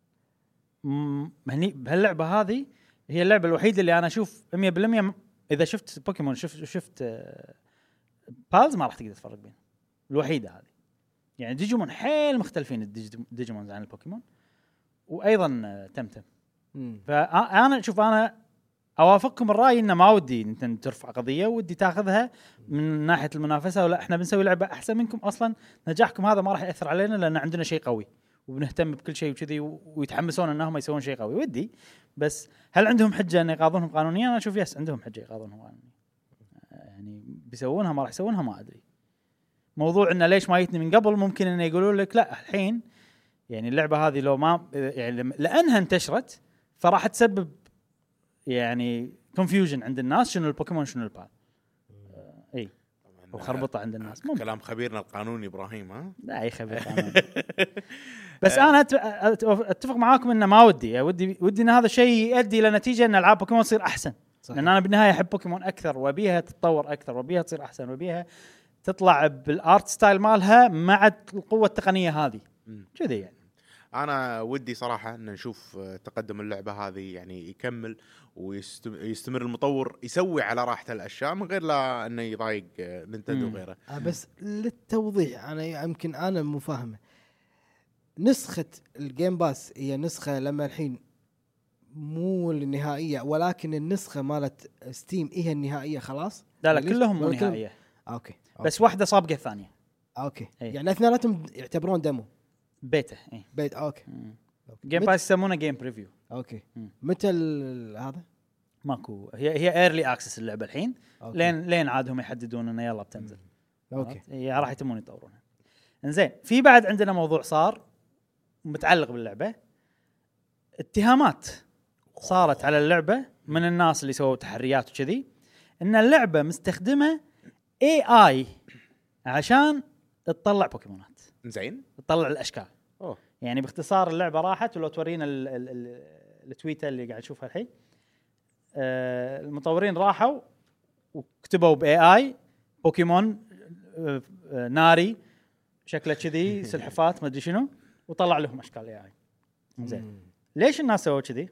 هني بهاللعبه هذه هي اللعبه الوحيده اللي انا اشوف 100% اذا شفت بوكيمون شفت بالز ما راح تقدر تفرق بين الوحيده هذه. يعني ديجيمون حيل مختلفين الديجيمونز عن البوكيمون وايضا تمتم. فانا شوف انا اوافقكم الراي انه ما ودي انت ترفع قضيه، ودي تاخذها من ناحيه المنافسه، ولا احنا بنسوي لعبه احسن منكم. اصلا نجاحكم هذا ما راح ياثر علينا لان عندنا شيء قوي وبنهتم بكل شيء وكذي، ويتحمسون انهم يسوون شيء قوي. ودي بس هل عندهم حجه ان يقاضونهم قانونيا؟ انا اشوف يس عندهم حجه يقاضونهم قانونيا. يعني بيسوونها ما راح يسوونها ما ادري. موضوع انه ليش ما يتني من قبل، ممكن انه يقولون لك لا الحين يعني اللعبه هذه لو ما يعني لانها انتشرت فراح تسبب يعني كونفيوجن عند الناس شنو البوكيمون شنو البال. اي وخربطه عند الناس. كلام خبيرنا القانوني ابراهيم. ها لا اي خبير قانوني. بس انا اتفق معاكم انه ما ودي ان هذا الشيء يؤدي الى نتيجه ان العاب بوكيمون تصير احسن. صحيح. لان انا بالنهايه احب بوكيمون اكثر وابيها تتطور اكثر وابيها تصير احسن وابيها تطلع بالارت ستايل مالها مع القوه التقنيه هذه كذا يعني. انا ودي صراحه ان نشوف تقدم اللعبه هذه يعني يكمل ويستمر المطور يسوي على راحته الاشياء من غير لا انه يضايق نينتندو وغيره. بس للتوضيح انا يمكن انا مو فاهمه، نسخه الجيم باس هي نسخه لما الحين مو النهائيه ولكن النسخه مالت ستيم هي النهائيه خلاص؟ لا كلهم مو نهائيه. أوكي. بس واحده سابقه الثانيه. اوكي يعني اثنيناتهم يعتبرون ديمو بيتا. بيت اوكي. جيم باس يسمونه جيم بريفيو. اوكي. متى هذا ماكو، هي ايرلي اكسس اللعبه الحين. لين عادهم يحددون انه يلا بتنزل. اوكي هي راح يتمون يطورونها. انزين في بعد عندنا موضوع صار متعلق باللعبه، اتهامات صارت على اللعبه من الناس اللي سووا تحريات وكذي ان اللعبه مستخدمه AI عشان تطلع بوكيمونات. زين تطلع الاشكال. يعني باختصار اللعبه راحت، ولو تورينا التويته اللي قاعد نشوفها الحين، المطورين راحوا وكتبوا باي بوكيمون ناري شكله كذي سلحفات ما ادري شنو، وطلع لهم اشكال AI. زين ليش الناس سووا كذي؟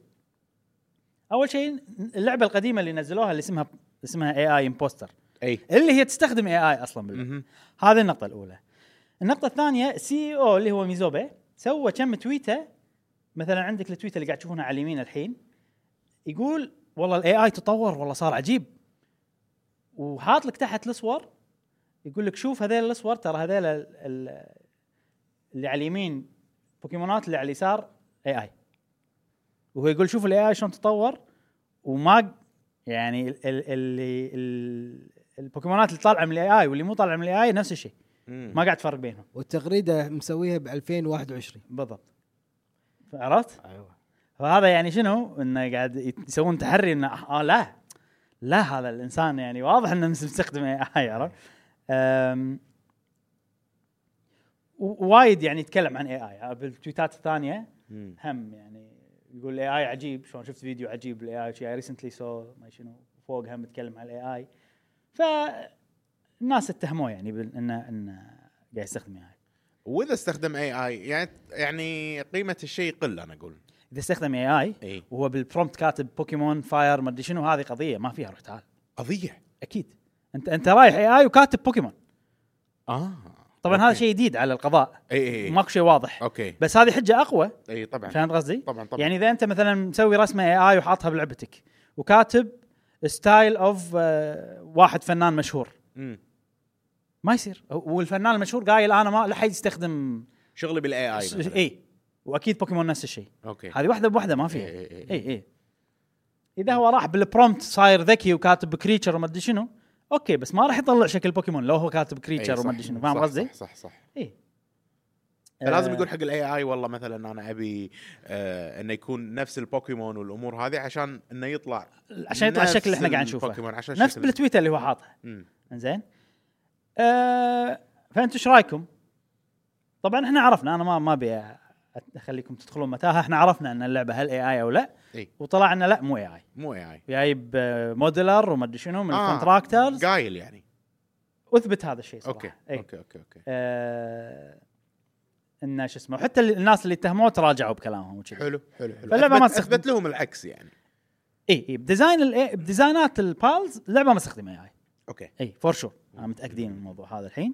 اول شيء اللعبه القديمه اللي نزلوها اللي اسمها AI امبوستر، اللي هي تستخدم AI اصلا باللعبه. هذه النقطه الاولى. النقطه الثانيه CEO اللي هو ميزوبي سوى كم تويته، مثلا عندك التويته اللي قاعد تشوفونها على اليمين الحين، يقول والله الاي اي تطور والله صار عجيب، وحاط لك تحت الصور يقول لك شوف هذول الصور، ترى هذول اللي على اليمين بوكيمونات، اللي على اليسار اي اي. وهو يقول شوف الاي اي شلون تطور، وما يعني اللي البوكيمونات اللي طالعه من الاي اي واللي مو طالعه من الاي اي نفس الشيء، ما قاعد تفرق بينهم. والتغريده مسويها ب 2021 بالضبط. عرفت؟ ايوه. فهذا يعني شنو؟ انه قاعد يسوون تحري انه لا هذا الانسان يعني واضح انه مستخدم اي. عرفت؟ وايد يعني يتكلم عن اي بالتويتات الثانيه هم، يعني يقول اي عجيب، شلون شفت فيديو عجيب الاي اي شيء ريسنتلي سو ما شنو، فوق هم يتكلم عن الاي اي. فالناس اتهموه يعني انه قاعد يستخدم اي. واذا استخدم اي يعني قيمه الشيء قل. انا اقول اذا استخدم اي وهو بالبرومبت كاتب بوكيمون فاير ما ادري شنو، هذه قضيه ما فيها روح تعال. قضيه اكيد. انت رايح اي وكاتب بوكيمون. طبعا أوكي. هذا شيء جديد على القضاء. ماكو شيء واضح. أوكي. بس هذه حجه اقوى. طبعا. فهمت قصدي؟ طبعا. يعني اذا انت مثلا مسوي رسمه اي وحاطها بلعبتك وكاتب ستايل اوف واحد فنان مشهور، ما يصير. والفنان المشهور قايل انا ما لحد يستخدم شغلي بالاي اي. واكيد بوكيمون نفس الشيء. اوكي. هذه واحده بوحده ما فيها. اي اذا هو راح بالبرومبت صاير ذكي وكاتب كريتشر وما ادري شنو، اوكي، بس ما راح يطلع شكل بوكيمون لو هو كاتب كريتشر وما ادري شنو. فاهم قصدي؟ صح. اي لازم يقول حق الاي اي والله مثلا انا ابي انه يكون نفس البوكيمون والامور هذه عشان انه يطلع الشكل اللي احنا قاعد نشوفه، نفس بالتويتر اللي هو حاطه. انزين فانتوا ايش رايكم؟ طبعا احنا عرفنا، انا ما ابي اخليكم تدخلون متاهه. احنا عرفنا ان اللعبه هل اي اي او لا. وطلع ان لا، مو اي جايب موديلر وما ادري شنو من الكونتراكترز قايل يعني اثبت هذا الشيء صراحه. اوكي. ان شو اسمه، حتى الناس اللي اتهموه تراجعوا بكلامهم وكذا. حلو. فاللعبه ما اثبت لهم العكس يعني. بديزاينات البالز اللعبه ما استخدم اي. اوكي. فور شور انا متاكدين من الموضوع هذا الحين.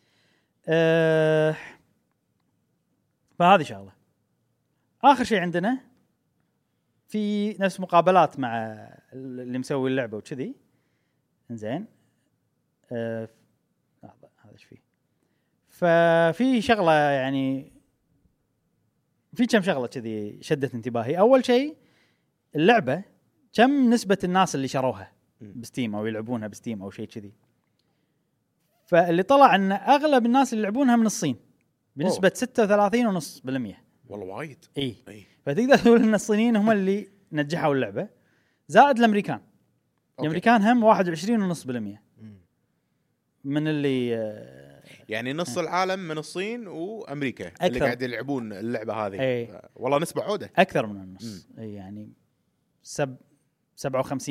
فهذه شغله. اخر شيء عندنا في نفس مقابلات مع اللي مسوي اللعبه وكذي. انزين هذا ايش فيه؟ ففي شغله يعني في كم شغله كذي شدت انتباهي. اول شيء اللعبه كم نسبه الناس اللي شروها بستيم او يلعبونها بستيم او شيء كذي. فاللي طلع ان اغلب الناس اللي يلعبونها من الصين بنسبه 36.5%. والله وايد. اي فتقدر تقول ان الصينيين هم اللي نجحوا اللعبه، زائد الامريكان. الامريكان هم 21.5%. من اللي يعني نص العالم من الصين وامريكا أكثر. اللي قاعد يلعبون اللعبه هذه والله نسبه عوده اكثر من النص. يعني 57%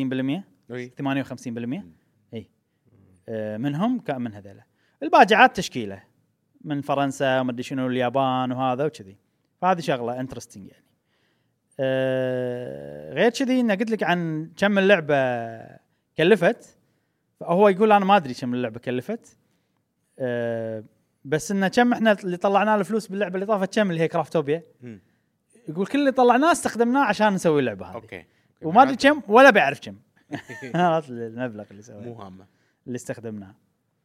58% اي منهم كان من هذول. الباقي عاد تشكيله من فرنسا وما ادري شنو اليابان وهذا وكذي. فهذه شغله انترستينج يعني. غير كذي إن قلت لك عن كم اللعبه كلفت. هو يقول انا ما ادري كم اللعبه كلفت. بس انه كم احنا اللي طلعنا له فلوس باللعبه اللي طافت كم اللي هي كرافتوبيا. يقول كل اللي طلعناه استخدمناه عشان نسوي اللعبه هذه. اوكي. وما ادري كم ولا بيعرف كم. هذا المبلغ اللي سواه مو هامه اللي استخدمناه.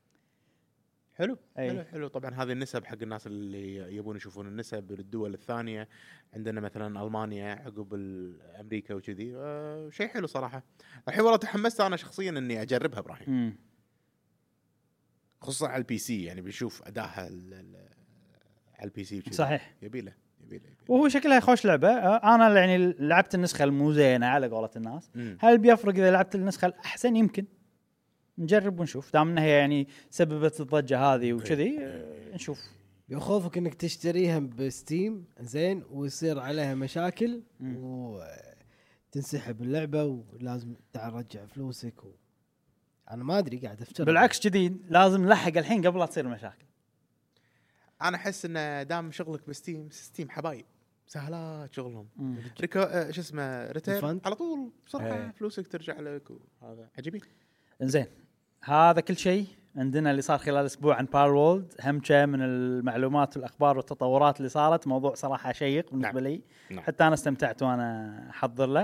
حلو. طبعا هذه النسب حق الناس اللي يبون يشوفون النسب بالدول الثانيه. عندنا مثلا المانيا عقب امريكا وكذي. شيء حلو صراحه. الحين والله تحمست انا شخصيا اني اجربها ابراهيم. خصوصا على البي سي يعني بنشوف ادائها على البي سي وكذي. صحيح. يبيله. وهو شكلها خوش لعبه. انا يعني لعبت النسخه المو زينه على قولة الناس. هل بيفرق اذا لعبت النسخه الاحسن؟ يمكن نجرب ونشوف. دام انها يعني سببت الضجه هذه وكذي نشوف. يخوفك انك تشتريها بستيم زين ويصير عليها مشاكل وتنسحب اللعبه ولازم ترجع فلوسك انا ما ادري قاعد افتكر. بالعكس كذي لازم نلحق الحين قبل لا تصير مشاكل. انا احس ان دام شغلك بستيم حبايب سهلات شغلهم. شو اسمه ريتيرن على طول بسرعه فلوسك ترجع لك وهذا عجيب. انزين هذا كل شيء عندنا اللي صار خلال اسبوع عن بار وولد. همشه من المعلومات والاخبار والتطورات اللي صارت. موضوع صراحه شيق بالنسبه لي. حتى انا استمتعت وانا احضر له.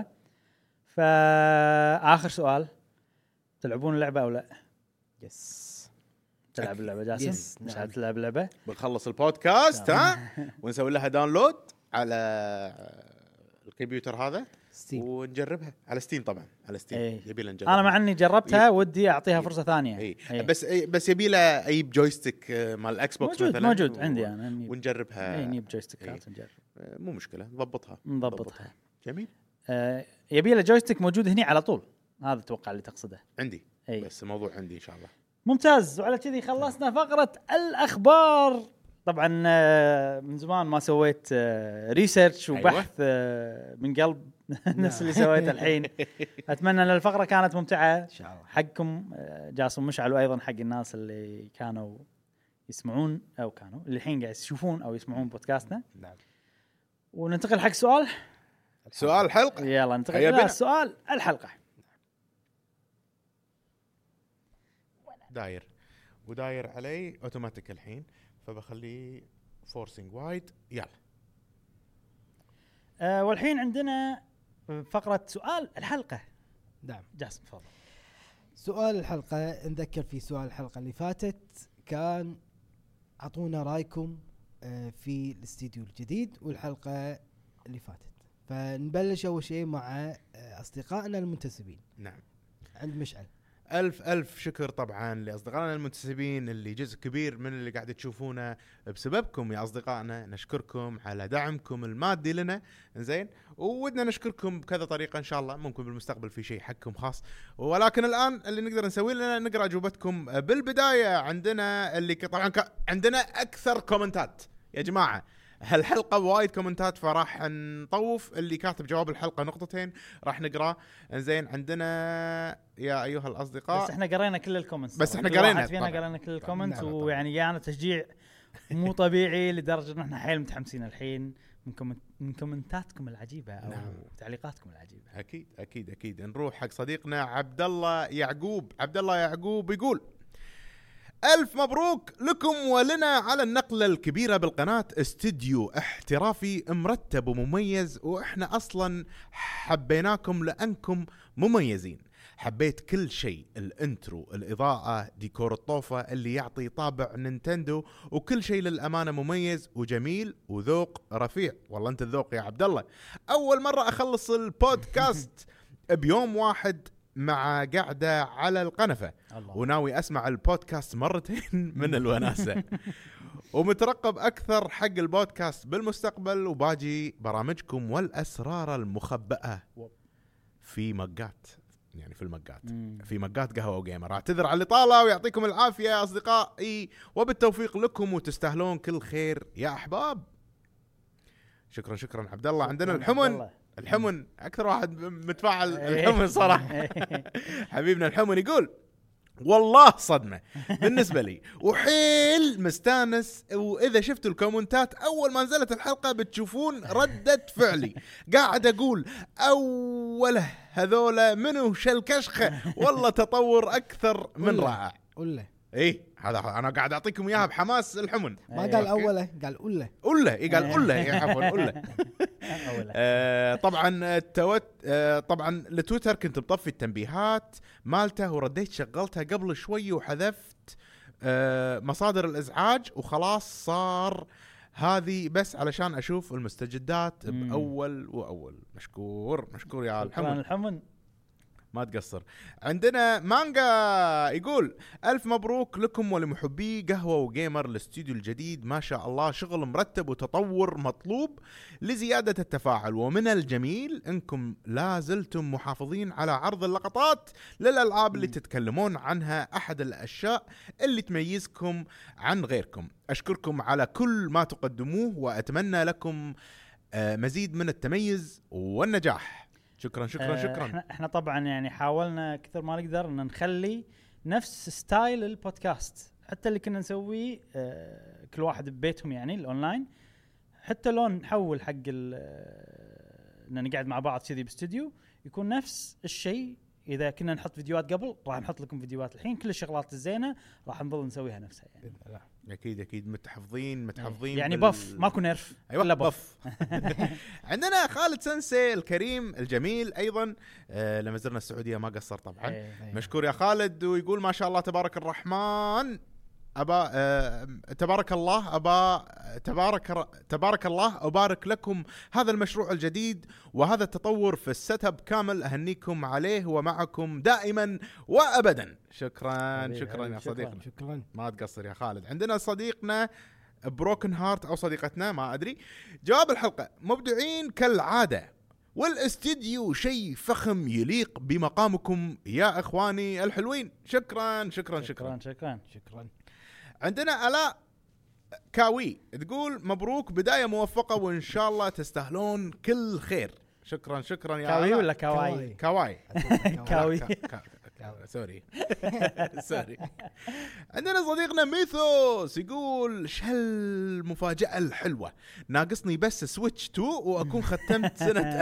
فاخر سؤال، تلعبون اللعبه او لا؟ يس. تلعب اللعبه جاسم؟ مش هتلعب اللعبه؟ بنخلص البودكاست ونسوي لها داونلود على الكمبيوتر هذا ستيم. ونجربها على ستيم. طبعا على ستيم يبي لنا نجربها. انا مع اني جربتها ودي اعطيها فرصه ثانيه. بس يبي لها اي جويستيك مال الاكس بوكس مثلا موجود عندي انا ونجربها. نجيب جويستيكات ونجرب. مو مشكله نضبطها. جميل. يبي له جويستيك موجود هني على طول. هذا اتوقع اللي تقصده. عندي بس الموضوع عندي ان شاء الله. ممتاز. وعلى كذي خلصنا فقره الاخبار. طبعا من زمان ما سويت ريسيرش وبحث من قلب نفس اللي سويته الحين. اتمنى ان الفقره كانت ممتعه ان شاء الله حقكم جاسم مشعل وايضا حق الناس اللي كانوا يسمعون او كانوا اللي الحين قاعد يشوفون او يسمعون بودكاستنا. نعم. وننتقل حق سؤال الحلقه. يلا ننتقل الى سؤال الحلقه. وداير علي اوتوماتيك الحين فبخليه فورسينج وايد. يلا والحين عندنا فقرة سؤال الحلقة. نعم جاسم تفضل. سؤال الحلقة نذكر في سؤال الحلقة اللي فاتت كان أعطونا رأيكم في الاستديو الجديد والحلقة اللي فاتت. فنبلش أول شيء مع أصدقائنا المنتسبين. نعم. عند مشعل. ألف شكر طبعا لأصدقائنا المنتسبين اللي جزء كبير من اللي قاعد تشوفونه بسببكم يا أصدقائنا. نشكركم على دعمكم المادي لنا. زين. وودنا نشكركم بكذا طريقة إن شاء الله. ممكن بالمستقبل في شيء حقكم خاص. ولكن الآن اللي نقدر نسوي لنا نقرأ أجوبتكم. بالبداية عندنا اللي طبعا عندنا أكثر كومنتات يا جماعة. هالحلقة وايد كومنتات فراح نطوف. اللي كاتب جواب الحلقة نقطتين راح نقرأ. زين. عندنا يا أيها الأصدقاء بس احنا قرينا كل الكومنتس. بس احنا قرينا كل الكومنتس. ويعني جانا تشجيع مو طبيعي لدرجة ان احنا حيل متحمسين الحين من كومنتاتكم العجيبة او تعليقاتكم العجيبة. أكيد نروح حق صديقنا عبد الله يعقوب يقول: ألف مبروك لكم ولنا على النقلة الكبيرة بالقناة. استديو احترافي مرتب ومميز وإحنا أصلا حبيناكم لأنكم مميزين. حبيت كل شيء، الانترو، الإضاءة، ديكور الطوفة اللي يعطي طابع نينتندو، وكل شيء للأمانة مميز وجميل وذوق رفيع. والله أنت الذوق يا عبد الله. أول مرة أخلص البودكاست بيوم واحد مع قاعدة على القنفة الله. وناوي أسمع البودكاست مرتين من الوناسة. ومترقب أكثر حق البودكاست بالمستقبل وباجي برامجكم والأسرار المخبأة في مقات. جاتني يعني في المقات في مقات قهوة وجيمر. اعتذر على الإطالة ويعطيكم العافية يا أصدقائي وبالتوفيق لكم وتستاهلون كل خير يا أحباب. شكرا عبد الله. عندنا الحمن أكثر واحد متفاعل الحمن صراحة. حبيبنا الحمن يقول والله صدمة بالنسبة لي وحيل مستانس، وإذا شفتوا الكومنتات أول ما نزلت الحلقة بتشوفون ردة فعلي قاعد أقول أوله هذولا منو شلكشخة والله تطور أكثر من رائع. قله إيه هذا أنا قاعد أعطيكم إياها بحماس الحمن. ما قال أوله قال قله إيه قال قله عفوا قله. طبعا طبعا لتويتر كنت مطفي التنبيهات مالته ورديت شغلتها قبل شوي وحذفت مصادر الإزعاج وخلاص صار هذه بس علشان أشوف المستجدات بأول وأول. مشكور يا الحمن ما تقصر. عندنا مانجا يقول ألف مبروك لكم ولمحبي قهوة وجيمر الاستوديو الجديد، ما شاء الله شغل مرتب وتطور مطلوب لزيادة التفاعل، ومن الجميل انكم لا زلتم محافظين على عرض اللقطات للألعاب اللي تتكلمون عنها، أحد الأشياء اللي تميزكم عن غيركم. أشكركم على كل ما تقدموه وأتمنى لكم مزيد من التميز والنجاح. شكرا. احنا طبعا يعني حاولنا كثر ما نقدر ان نخلي نفس ستايل البودكاست حتى اللي كنا نسويه كل واحد ببيتهم يعني الاونلاين، حتى لو نحول حق ان نقعد مع بعض كذي باستوديو يكون نفس الشيء. اذا كنا نحط فيديوهات قبل راح نحط لكم فيديوهات الحين، كل الشغلات الزينه راح نظل نسويها نفسها يعني. اكيد متحفظين يعني بف ماكو نرف. أيوة الا بف. عندنا خالد سنسي الكريم الجميل ايضا لما زرنا السعوديه ما قصر طبعا. مشكور يا خالد. ويقول ما شاء الله تبارك الرحمن تبارك الله أبارك لكم هذا المشروع الجديد وهذا التطور في السيت اب كامل، أهنيكم عليه ومعكم دائما وأبدا. شكرا يا صديقنا. شكرا ما تقصر يا خالد. عندنا صديقنا بروكن هارت أو صديقتنا ما أدري، جواب الحلقة مبدعين كالعادة والاستديو شيء فخم يليق بمقامكم يا إخواني الحلوين. شكرا. عندنا آلاء كاوي تقول مبروك بداية موفقة وإن شاء الله تستاهلون كل خير. شكرا يا كاوي ولا كاواي؟ كاوي سوري. عندنا صديقنا ميثوس يقول شل مفاجأة الحلوة، ناقصني بس سويتش 2 وأكون ختمت سنة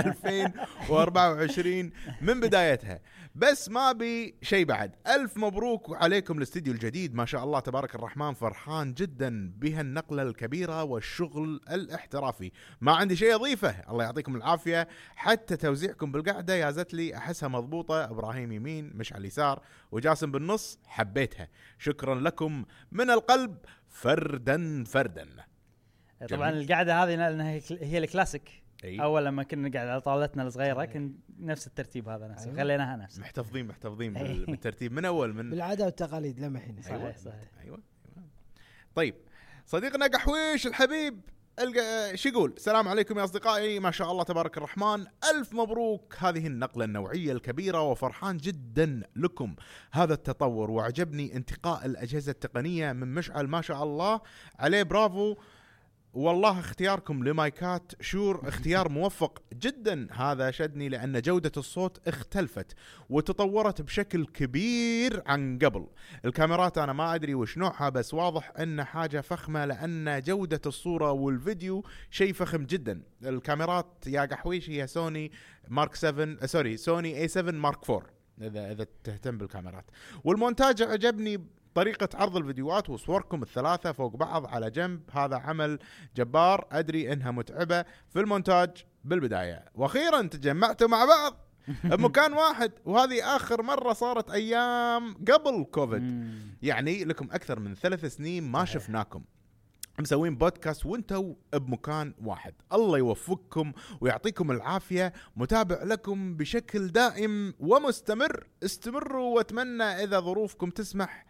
2024 من بدايتها، بس ما بي شيء بعد. ألف مبروك عليكم الاستديو الجديد، ما شاء الله تبارك الرحمن، فرحان جدا بها النقلة الكبيرة والشغل الاحترافي. ما عندي شيء أضيفه، الله يعطيكم العافية. حتى توزيعكم بالقعدة يا زتلي أحسها مضبوطة، إبراهيم يمين مش على اليسار وجاسم بالنص، حبيتها. شكرا لكم من القلب فردا. طبعا القعدة هذه هي الكلاسيك. اول لما كنا نقعد على طاولتنا الصغيره كان نفس الترتيب هذا نفسه. أيوة. خليناها نفس محتفظين بالترتيب من اول من بالعاده والتقاليد لما الحين. صحيح. ايوه. طيب صديقنا قحويش الحبيب شو يقول؟ السلام عليكم يا اصدقائي، ما شاء الله تبارك الرحمن، الف مبروك هذه النقله النوعيه الكبيره، وفرحان جدا لكم هذا التطور، وعجبني انتقاء الاجهزه التقنيه من مشعل ما شاء الله عليه، برافو والله. اختياركم لمايكات شور اختيار موفق جدا، هذا شدني لأن جودة الصوت اختلفت وتطورت بشكل كبير عن قبل. الكاميرات أنا ما أدري وش نوعها، بس واضح أن حاجة فخمة لأن جودة الصورة والفيديو شيء فخم جدا. الكاميرات يا قحويش هي سوني مارك 7 سوني A7 مارك 4 إذا تهتم بالكاميرات. والمونتاج عجبني طريقة عرض الفيديوهات وصوركم الثلاثة فوق بعض على جنب، هذا عمل جبار. أدري إنها متعبة في المونتاج بالبداية، وأخيرا تجمعتوا مع بعض بمكان واحد، وهذه آخر مرة صارت أيام قبل كوفيد، يعني لكم أكثر من 3 سنين ما شفناكم مسوين بودكاست وانتوا بمكان واحد. الله يوفقكم ويعطيكم العافية، متابع لكم بشكل دائم ومستمر، استمروا، واتمنى إذا ظروفكم تسمح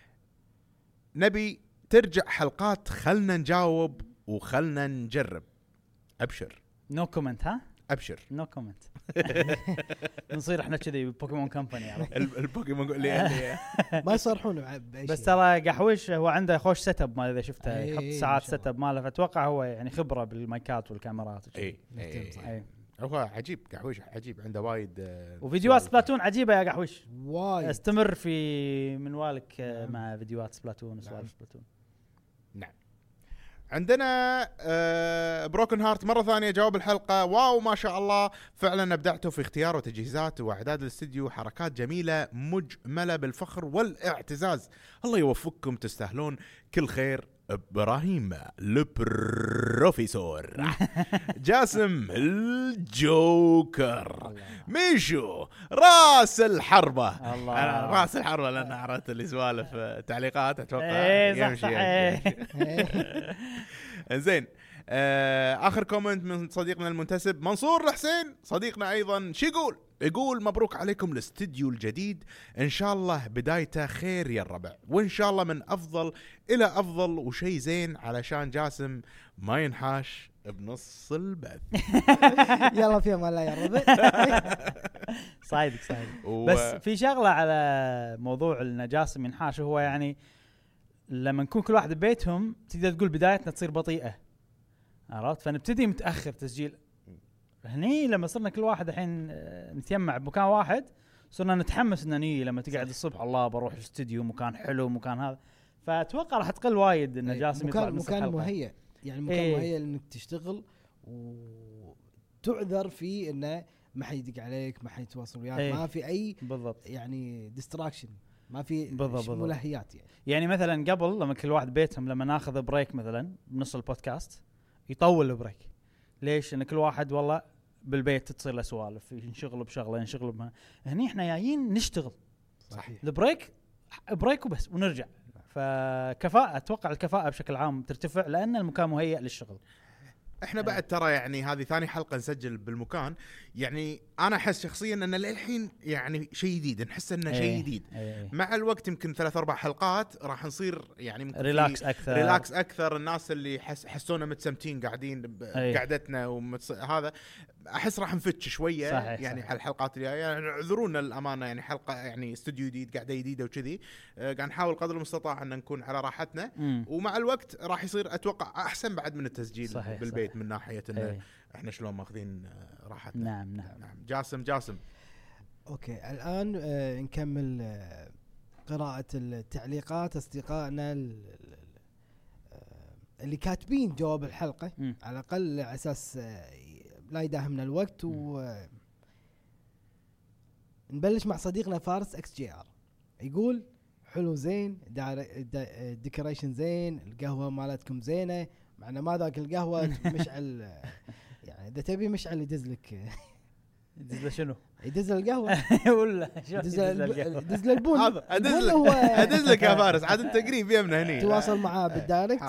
نبي ترجع حلقات، خلنا نجاوب وخلنا نجرب. أبشر. نو كومنت. ها ابشر نو كومنت. نصير احنا كذي بوكيمون كمباني البوكيمون اللي ما يصرحون بس ترى قحوش هو عنده خوش سيت اب، ما اذا شفته أي يحط ساعات سيت اب ماله، فتوقع هو يعني خبره بالمايكات والكاميرات. اي هو عجيب قحوش، عجيب عنده وايد وفيديوهات سبلاتون عجيبه يا قحوش. وايد استمر في منوالك مع فيديوهات سبلاتون وسوالف سبلاتون. نعم. عندنا بروكن هارت مرة ثانية جواب الحلقة. واو ما شاء الله فعلا ابدعتوا في اختيار وتجهيزات واعداد الاستديو، حركات جميلة مجملة بالفخر والاعتزاز. الله يوفقكم، تستاهلون كل خير. ابراهيم البروفيسور، جاسم الجوكر، ميشو راس الحربة. انا راس الحربة لان عرفت اللي سوالف تعليقات اتوقع يمشي. زين. اخر كومنت من صديقنا المنتسب منصور الحسين صديقنا ايضا. شو يقول مبروك عليكم الاستديو الجديد، ان شاء الله بدايته خير يا الربع، وان شاء الله من افضل الى افضل وشي زين علشان جاسم ما ينحاش بنص البث. يلا فيها ما لا يا ربع. صايدك بس في شغله على موضوع ان جاسم ينحاش، هو يعني لما نكون كل واحد ببيتهم تقدر تقول بدايتنا تصير بطيئه، عرفت؟ فنبتدي متاخر تسجيل. هني لما صرنا كل واحد الحين نتجمع بمكان واحد، صرنا نتحمس ان نيجي لما تقعد الصبح الله بروح الاستوديو مكان حلو مكان هذا. فاتوقع راح تقل وايد ان جاسم يطلع مكان مهيئ، يعني مكان مهيئ انك تشتغل وتعذر فيه انه ما حيدق عليك، ما حيتواصل وياك، ما في اي بالضبط يعني ديستراكشن، ما في ملهيات. يعني مثلا قبل لما كل واحد بيتهم لما ناخذ بريك مثلا بنص البودكاست يطول البريك. ليش؟ ان كل واحد والله بالبيت تصير له سوالف، ينشغل بشغله ينشغل بما. هني احنا جايين نشتغل صحيح، البريك وبس ونرجع. فكفاءة اتوقع الكفاءة بشكل عام ترتفع لان المكان مهيئ للشغل. احنا بعد ترى يعني هذه ثاني حلقة نسجل بالمكان، يعني انا احس شخصيا ان للحين يعني شيء جديد، نحس انه شيء جديد. مع الوقت يمكن 3-4 حلقات راح نصير يعني ريلاكس اكثر. الناس اللي حسونا متسمتين قاعدين بقعدتنا هذا احس راح نفتش شويه يعني على الحلقات الجايه. يعني اعذرونا الامانه، يعني حلقه يعني استوديو جديد قاعده جديده وكذي، قاعد نحاول قدر المستطاع ان نكون على راحتنا. ومع الوقت راح يصير اتوقع احسن بعد من التسجيل بالبيت من ناحيه انه احنا شلون ماخذين راحتنا. نعم. جاسم اوكي الان نكمل قراءه التعليقات اصدقائنا اللي كاتبين جواب الحلقه على الاقل على اساس لا يداهمنا الوقت. نبلش مع صديقنا فارس اكس جي ار، يقول حلو زين، ديكوريشن زين، القهوه مالتكم زينه، معنا ما ذاك القهوه مشعل. يعني اذا تبي مشعل يدز لك يدز شنو؟ يدز القهوه ولا يدز البون. ادز لك يا فارس، عاد انت قريب يمنا هني، تواصل معاه بالدايركت.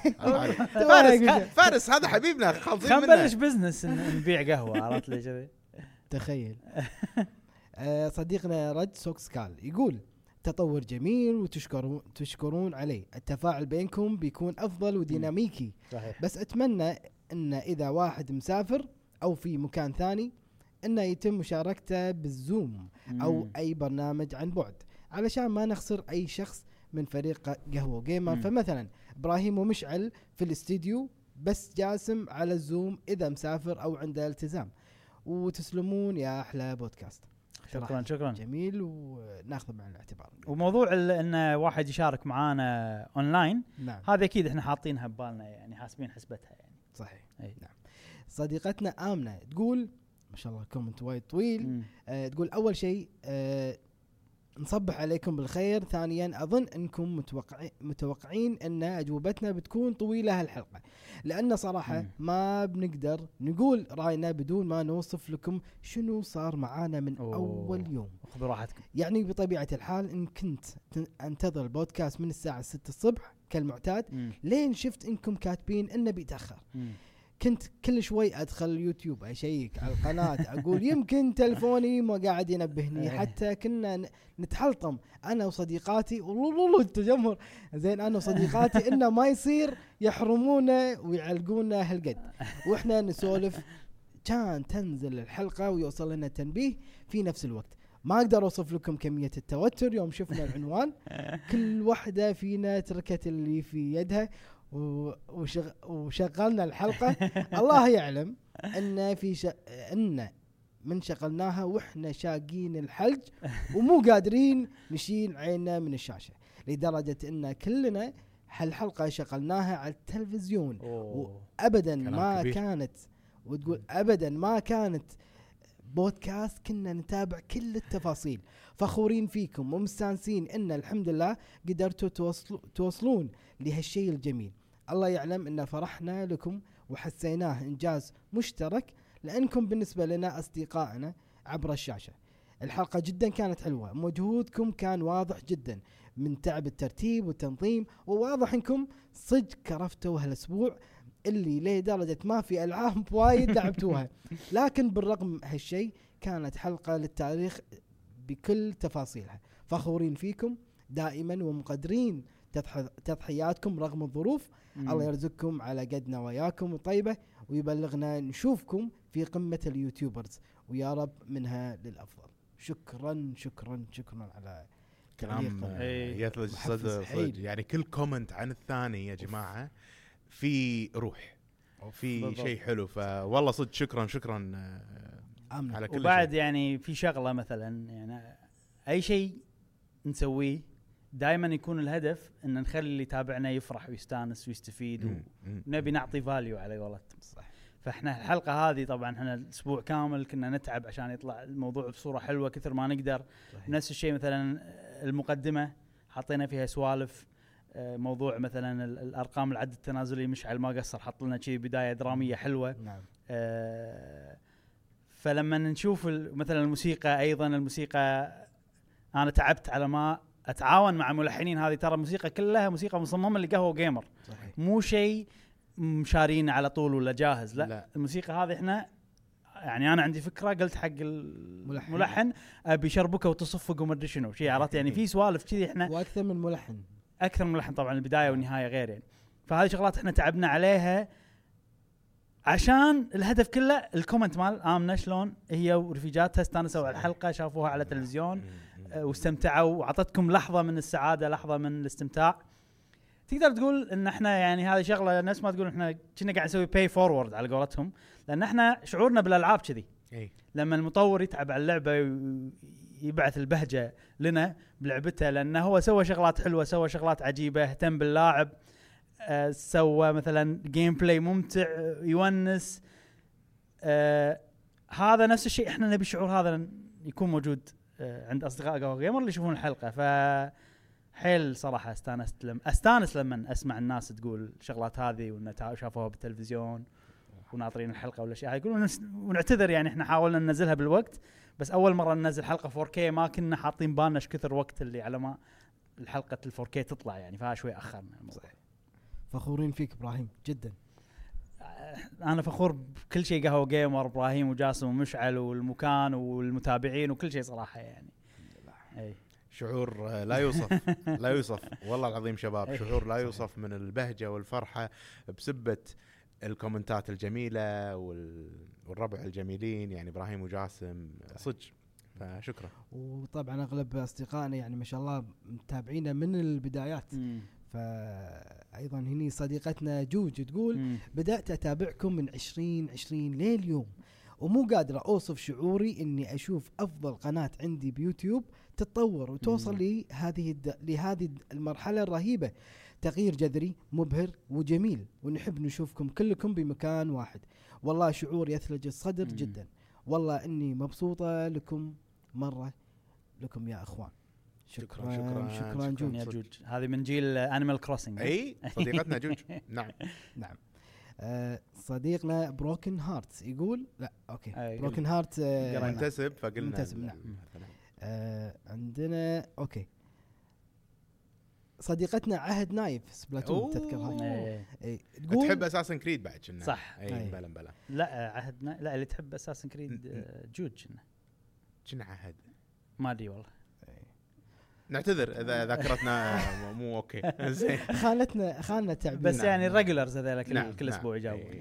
فارس هذا حبيبنا، خالصين منه. خلينا نبلش بزنس نبيع قهوه، عرفت لي كذي؟ تخيل. صديقنا رد سوكسكال يقول تطور جميل وتشكرون عليه، التفاعل بينكم بيكون افضل وديناميكي. صحيح. بس اتمنى ان اذا واحد مسافر او في مكان ثاني انه يتم مشاركته بالزوم او اي برنامج عن بعد، علشان ما نخسر اي شخص من فريق قهوة جيمر. فمثلا ابراهيم ومشعل في الاستديو، بس جاسم على الزوم اذا مسافر او عنده التزام. وتسلمون يا احلى بودكاست. شكرا جميل، وناخذ بعين الاعتبار. وموضوع ان واحد يشارك معانا اونلاين، نعم. هذا اكيد احنا حاطينها ببالنا، يعني حاسبين حسبتها يعني. صحيح. نعم. صديقتنا آمنة تقول ما شاء الله كومنت وايد طويل. تقول اول شيء نصبح عليكم بالخير، ثانيا اظن انكم متوقعين ان اجوبتنا بتكون طويله هالحلقه، لان صراحه ما بنقدر نقول راينا بدون ما نوصف لكم شنو صار معانا من اول يوم. خذوا راحتكم. يعني بطبيعه الحال ان كنت انتظر البودكاست من الساعه 6 الصبح كالمعتاد، لين شفت انكم كاتبين انه بيتاخر، كنت كل شوي ادخل اليوتيوب اشيك على القناه، اقول يمكن تلفوني ما قاعد ينبهني. حتى كنا نتحلطم انا وصديقاتي، والله التجمهر زين، انا وصديقاتي انه ما يصير يحرمونا ويعلقونا هالقد، واحنا نسولف كان تنزل الحلقة ويوصل لنا تنبيه في نفس الوقت. ما أقدر أوصف لكم كمية التوتر يوم شفنا العنوان. كل واحدة فينا تركت اللي في يدها وشغلنا الحلقة. الله يعلم أن من شغلناها وإحنا شاقين الحلج ومو قادرين نشيل عيننا من الشاشة، لدرجة أن كلنا هالحلقة شغلناها على التلفزيون. وأبدا ما كبير. كانت وتقول أبدا ما كانت بودكاست، كنا نتابع كل التفاصيل. فخورين فيكم ومستانسين إن الحمد لله قدرتوا توصلون لهالشيء الجميل. الله يعلم إن فرحنا لكم وحسيناه إنجاز مشترك، لأنكم بالنسبة لنا أصدقائنا عبر الشاشة. الحلقة جدا كانت حلوة، مجهودكم كان واضح جدا من تعب الترتيب والتنظيم، وواضح إنكم صدق كرفتوا هالأسبوع اللي ليه درجة ما في ألعاب وايد لعبتوها. لكن بالرغم هالشيء كانت حلقة للتاريخ بكل تفاصيلها. فخورين فيكم دائما ومقدرين تضحياتكم رغم الظروف. الله يرزقكم على قد نواياكم وطيبة، ويبلغنا نشوفكم في قمة اليوتيوبرز، ويا رب منها للأفضل. شكرا شكرا شكرا على كلام يثلج الصدر صدق. يعني كل كومنت عن الثاني يا جماعة في روح في شيء حلو. فوالله صدق شكرا على كل وبعد شيء. يعني في شغلة مثلا، يعني أي شيء نسويه دائما يكون الهدف ان نخلي اللي يتابعنا يفرح ويستانس ويستفيد، ونبي نعطي فاليو على قولتهم. صح. فاحنا الحلقة هذه طبعا احنا الاسبوع كامل كنا نتعب عشان يطلع الموضوع بصورة حلوة كثر ما نقدر. صحيح. نفس الشيء مثلا المقدمة حطينا فيها سوالف، موضوع مثلا الارقام العد التنازلي مشعل ما قصر، حط لنا شيء بداية درامية حلوة. نعم. فلما نشوف مثلا الموسيقى، ايضا الموسيقى انا تعبت على ما اتعاون مع ملحنين. هذه ترى موسيقى كلها موسيقى مصممه لقهوه جيمر. صحيح. مو شيء مشارين على طول ولا جاهز، لا. الموسيقى هذه احنا يعني انا عندي فكره، قلت حق الملحن ابي شربكه وتصفق وما ادري شنو شيء، عرفت يعني في سوالف كذي احنا واكثر من ملحن طبعا البدايه والنهايه غير يعني. فهذه شغلات احنا تعبنا عليها عشان الهدف كله الكومنت مال آمنة شلون هي ورفيجاتها استانسوا على الحلقه، شافوها على التلفزيون واستمتعوا، وعطتكم لحظة من السعادة، لحظة من الاستمتاع. تقدر تقول ان احنا يعني هذه شغلة الناس ما تقول احنا كنا قاعد نسوي باي فورورد على قولتهم، لان احنا شعورنا بالالعاب كذي. لما المطور يتعب على اللعبة يبعث البهجة لنا بلعبته، لانه هو سوى شغلات حلوة، سوى شغلات عجيبة، اهتم باللاعب، سوى مثلا جيم بلاي ممتع يونس. هذا نفس الشيء احنا نبي الشعور هذا يكون موجود عند أصدقاء قهوة جيمر اللي يشوفون الحلقة. فحيل صراحة أستانس لما أسمع الناس تقول شغلات هذه وإن شافوها بالتلفزيون وناطرين الحلقة ولا شيء. يقولون ونعتذر يعني إحنا حاولنا ننزلها بالوقت، بس أول مرة ننزل حلقة 4K ما كنا حاطين بالنا كثر وقت اللي على ما الحلقة 4K تطلع يعني، فها شوي أخرنا الموضوع. فخورين فيك إبراهيم جدا. أنا فخور بكل شيء قهوة جيمر، إبراهيم وجاسم ومشعل والمكان والمتابعين وكل شيء صراحة يعني. أي شعور لا يوصف لا يوصف والله العظيم شباب، شعور لا يوصف من البهجة والفرحة بسبة الكومنتات الجميلة والربع الجميلين يعني إبراهيم وجاسم صدق. فشكرا. وطبعا أغلب أصدقائنا يعني ما شاء الله متابعينا من البدايات. فأيضا هني صديقتنا جوج تقول بدأت أتابعكم من 2020 لليوم، ومو قادرة أوصف شعوري إني أشوف أفضل قناة عندي بيوتيوب تتطور وتوصل لهذه المرحلة الرهيبة. تغيير جذري مبهر وجميل، ونحب نشوفكم كلكم بمكان واحد. والله شعور يثلج الصدر جدا. والله إني مبسوطة لكم مرة لكم يا أخوان. شكرا جوج. هذه من جيل أنيمال كروسنج. أي صديقتنا جوج. نعم. صديقنا بروكن هارت يقول لا أوكي بروكن هارت منتسب فقلنا منتسب. نعم. عندنا أوكي صديقتنا عهد نايف سبلاتون تذكرها. تقول تحب أساسن كريد بعد كنا صح. بلا لا عهد لا اللي تحب أساسن كريد جوج كنا عهد ما أدري والله. نعتذر اذا ذاكرتنا مو اوكي زين خاننا تعبير. بس يعني الريجولرز هذول كل اسبوع يجاوبون.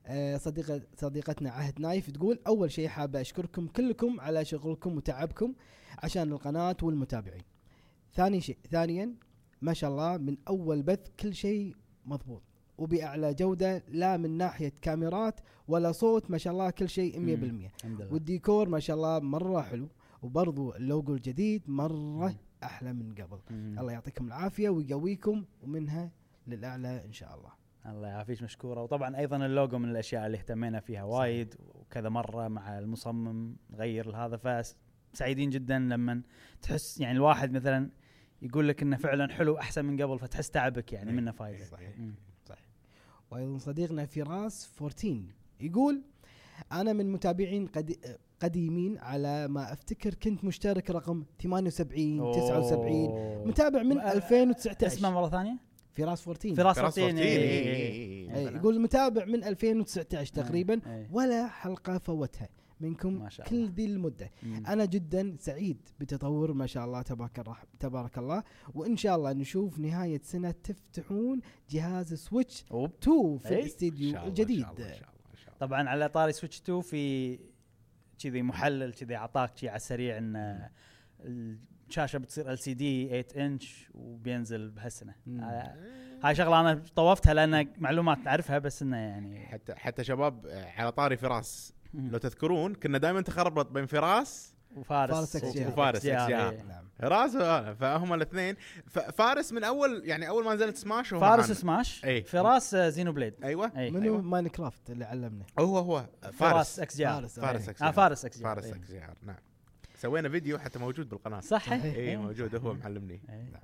صديقتنا عهد نايف تقول أول شيء حابة أشكركم كلكم على شغلكم وتعبكم عشان القناة والمتابعين. ثانيا ما شاء الله من أول بث كل شيء مضبوط وبأعلى جودة، لا من ناحية كاميرات ولا صوت، ما شاء الله كل شيء 100%. والديكور ما شاء الله مرة حلو، وبرضو اللوجو الجديد مرة أحلى من قبل. الله يعطيكم العافية ويقويكم ومنها للأعلى إن شاء الله. الله يعافيك مشكورة. وطبعا أيضا اللوجو من الأشياء اللي اهتمينا فيها وايد وكذا مرة مع المصمم غير هذا، فسعيدين جدا لما تحس يعني الواحد مثلا يقول لك إنه فعلا حلو أحسن من قبل، فتحس تعبك يعني منه فايدة. صحيح. وأيضا صديقنا فراس 14 يقول أنا من متابعين قديمين، على ما أفتكر كنت مشترك رقم 78 79 متابع من 2019. اسمه مرة ثانية فراس 14. فراس 14 يقول متابع من 2019 تقريبا ولا حلقة فوتها منكم كل ذي المدة. أنا جدا سعيد بتطور ما شاء الله تبارك الله، وإن شاء الله نشوف نهاية سنة تفتحون جهاز سويتش 2 في الاستديو الجديد. طبعا على طاري سويتش 2 في كذي محلل كذي عطاك شيء على السريع ان الشاشة بتصير LCD 8 إنش وبينزل بهالسنة. هاي شغلة أنا طوفتها لأن معلومات نعرفها، بس إنه يعني حتى شباب على طاري فراس لو تذكرون كنا دائما تخربط بين فراس وفارس فراس فهم الاثنين. فارس من اول يعني اول ما نزلت سماش فارس سماش فراس زينو بليد. ايوه منو ماينكرافت اللي علمنا هو فارس اكس جي ار. فارس اكس جي ار. نعم سوينا فيديو حتى موجود بالقناه. صح اي موجود هو معلمني.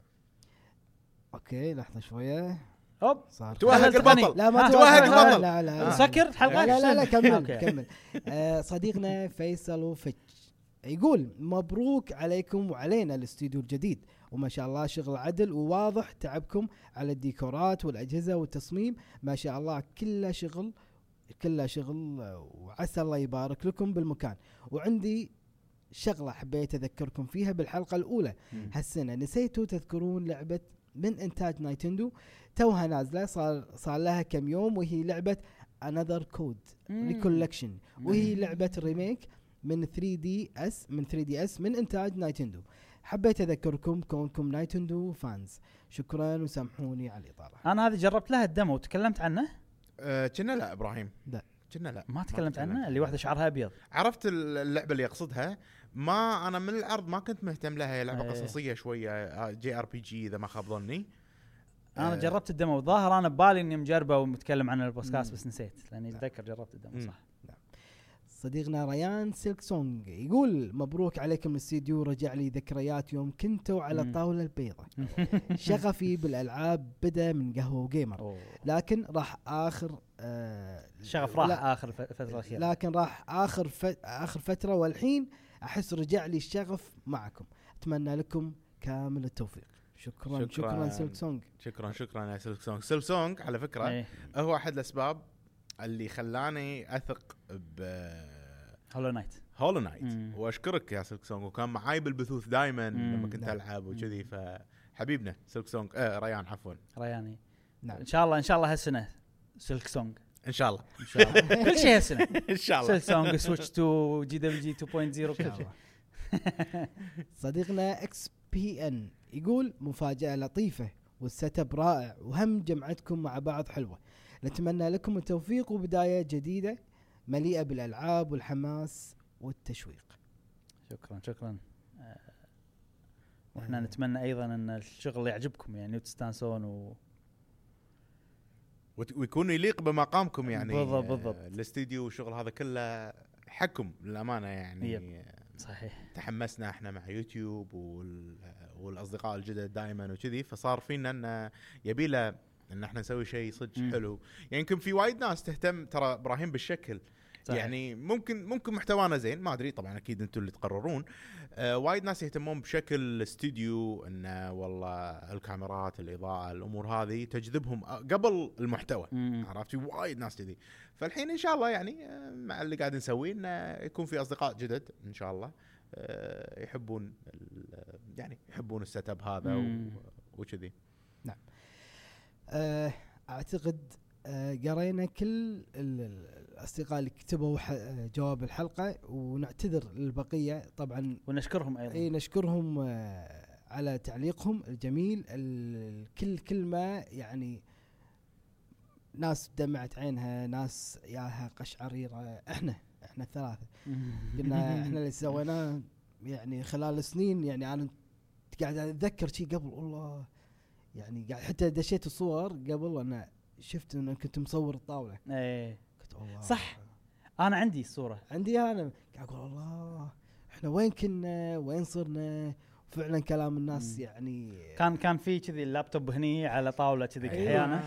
اوكي لحظه شويه. هوب توهق البطل. لا ما توهق البطل. لا سكر حلقه. لا كمل. صديقنا فيصل وفتش يقول مبروك عليكم وعلينا الاستوديو الجديد، وما شاء الله شغل عدل وواضح تعبكم على الديكورات والأجهزة والتصميم، ما شاء الله كله شغل وعسى الله يبارك لكم بالمكان. وعندي شغلة حبيت أذكركم فيها بالحلقة الأولى هالسنة، نسيتوا تذكرون لعبة من إنتاج نايتندو توها نازلة صار لها كم يوم، وهي لعبة Another Code Recollection، وهي لعبة ريميك من 3DS من إنتاج نايتندو. حبيت أذكركم كونكم نايتندو فانز. شكرا وسامحوني على الإطالة. أنا هذه جربت لها الدمو وتكلمت عنه. كنا لا إبراهيم كنا لا ما تكلمت عنه. اللي واحدة شعرها أبيض. عرفت اللعبة اللي يقصدها. ما أنا من العرض ما كنت مهتم لها. هي لعبة قصصية شوية JRPG إذا ما خاب ظني. أنا جربت الدمو ظاهر أنا ببالي إني مجربه ومتكلم عن البودكاست بس نسيت لأني أتذكر جربت الدمو صح. صديقنا ريان سيلك سونج يقول مبروك عليكم الاستديو، رجع لي ذكريات يوم كنتوا على الطاولة البيضاء. شغفي بالألعاب بدأ من قهوة وجيمر، لكن راح آخر شغف راح آخر فترة الأخيرة، لكن راح آخر فترة، والحين أحس رجع لي الشغف معكم. أتمنى لكم كامل التوفيق. شكرا سيلك سونج. شكرا يا سيلك سونج. سيلك سونج على فكرة هو أحد الأسباب اللي خلاني أثق هولو نايت وأشكرك يا سيلك سونج، وكان معاي بالبثوث دايما لما كنت ألعب وكذي. فحبيبنا سيلك سونج ريان عفوا رياني. نعم. إن شاء الله هالسنة سيلك سونج إن شاء الله كل شيء هالسنة إن شاء الله. سيلك سونج سويتش 2 GWG 2.0 كل شيء. صديقنا XPN يقول مفاجأة لطيفة والسيت اب رائع، وهم جمعتكم مع بعض حلوة. نتمنى لكم التوفيق وبداية جديدة مليئة بالألعاب والحماس والتشويق. شكرا. وإحنا نتمنى أيضا أن الشغل يعجبكم يعني وتستانسون ويكون يليق بمقامكم يعني. بالضبط. الاستديو والشغل هذا كله حكم للأمانة يعني. صحيح. تحمسنا احنا مع يوتيوب والأصدقاء الجدد دائما وكذي، فصار فينا أن يبيله ان احنا نسوي شيء صدق حلو. يعني يمكن في وايد ناس تهتم ترى ابراهيم بالشكل صحيح. يعني ممكن محتوانا زين ما ادري طبعا اكيد انتم اللي تقررون. وايد ناس يهتمون بشكل الاستديو، انه والله الكاميرات الاضاءه الامور هذه تجذبهم قبل المحتوى. عرفتي وايد ناس كذي. فالحين ان شاء الله يعني مع اللي قاعد نسويه انه يكون في اصدقاء جدد ان شاء الله يحبون السيت اب هذا وكذي. نعم. اعتقد قرينا كل الأصدقاء اللي كتبوا جواب الحلقة، ونعتذر للبقية طبعا ونشكرهم أيضا. نشكرهم على تعليقهم الجميل. كل كلمة يعني ناس دمعت عينها، ناس ياها قشعريرة. احنا الثلاثة قلنا احنا اللي سويناه يعني خلال سنين. يعني انا قاعد اتذكر شيء قبل والله، يعني قاعد حتى دشيت الصور قبل، انا شفت ان كنت مصور الطاولة. ايه قلت الله صح، انا عندي الصورة، عندي انا قاعد اقول الله احنا وين كنا وين صرنا. فعلا كلام الناس يعني كان في كذي اللابتوب هني على طاولة كذي احيانا.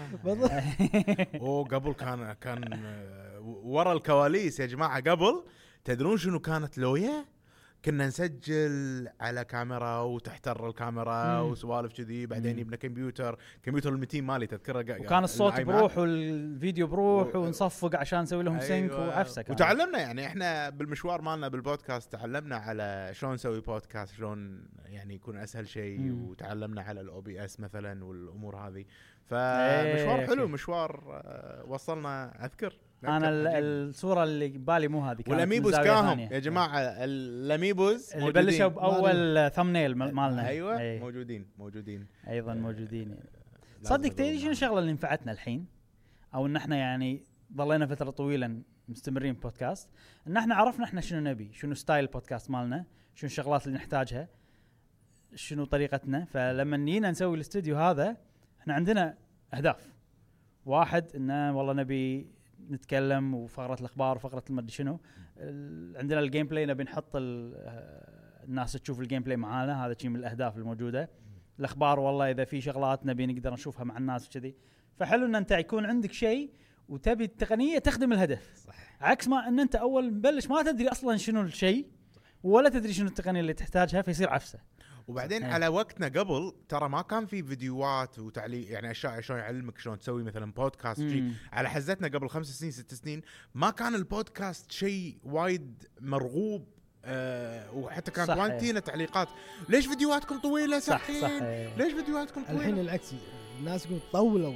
قبل كان ورا الكواليس يا جماعة. قبل تدرون شنو كانت لويا؟ كنا نسجل على كاميرا وتحتر الكاميرا وسوالف كذي. بعدين يبنى كمبيوتر ال200 مالي تذكره، وكان الصوت بروح والفيديو بروح ونصفق عشان نسوي لهم سينك وعفسه. وتعلمنا يعني احنا بالمشوار مالنا بالبودكاست، تعلمنا على شلون نسوي بودكاست، شلون يعني يكون اسهل شيء. وتعلمنا على الOBS مثلا والامور هذه. فمشوار حلو، مشوار وصلنا. اذكر انا الصوره اللي ببالي مو هذه، والاميبوز كاهم يا جماعه. الاميبوز اللي بلشوا باول ثامنيل مالنا. ايوه أيه. موجودين ايضا موجودين. صدق تدري شنو الشغله اللي نفعتنا الحين، او ان احنا يعني ضلينا فتره طويله مستمرين بودكاست، ان احنا عرفنا احنا شنو نبي، شنو ستايل البودكاست مالنا، شنو الشغلات اللي نحتاجها، شنو طريقتنا. فلما نينا نسوي الاستوديو هذا احنا عندنا اهداف. واحد انه والله نبي نتكلم وفقرة الأخبار وفقرة المدري شنو. عندنا الجيم بلاي نبي نحط الناس تشوف الجيم بلاي معانا، هذا شيء من الأهداف الموجودة. الأخبار والله إذا في شغلات نبي نقدر نشوفها مع الناس وكذي. فحلو أن أنت يكون عندك شيء وتبي التقنية تخدم الهدف. صح. عكس ما أن أنت أول مبلش ما تدري أصلا شنو الشيء ولا تدري شنو التقنية اللي تحتاجها، فيصير عفسة. وبعدين على وقتنا قبل ترى ما كان في فيديوهات وتعليق، يعني اشياء شلون يعلمك شلون تسوي مثلا بودكاست شيء. على حزتنا قبل 5 سنين 6 سنين ما كان البودكاست شيء وايد مرغوب. وحتى كانت وانتينا تعليقات، ليش فيديوهاتكم طويله؟ صح. ليش فيديوهاتكم طويله؟ الحين العكس، الناس يقول طولوا.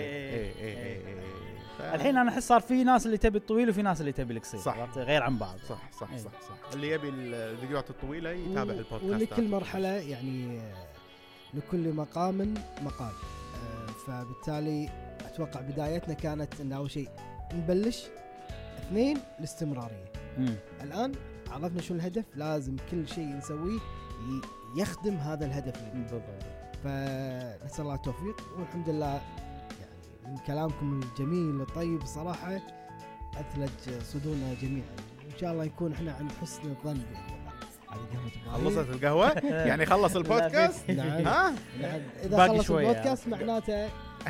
الحين انا احس صار في ناس اللي تبي الطويل وفي ناس اللي تبي القصير، غير عن بعض. صح. اللي يبي الفيديوهات الطويله يتابع البودكاست. ولكل مرحله يعني لكل مقام مقال. فبالتالي اتوقع بدايتنا كانت ان اول شيء نبلش، 2 الاستمراريه. الان عرفنا شو الهدف، لازم كل شيء نسويه يخدم هذا الهدف بالضبط. فنسال الله التوفيق، والحمد لله من كلامكم الجميل الطيب صراحة أثلج صدورنا جميعا. إن شاء الله يكون إحنا عند حسن الظن بإذن الله. خلصت القهوة يعني خلص البودكاست. نعم. إذا خلص البودكاست معناته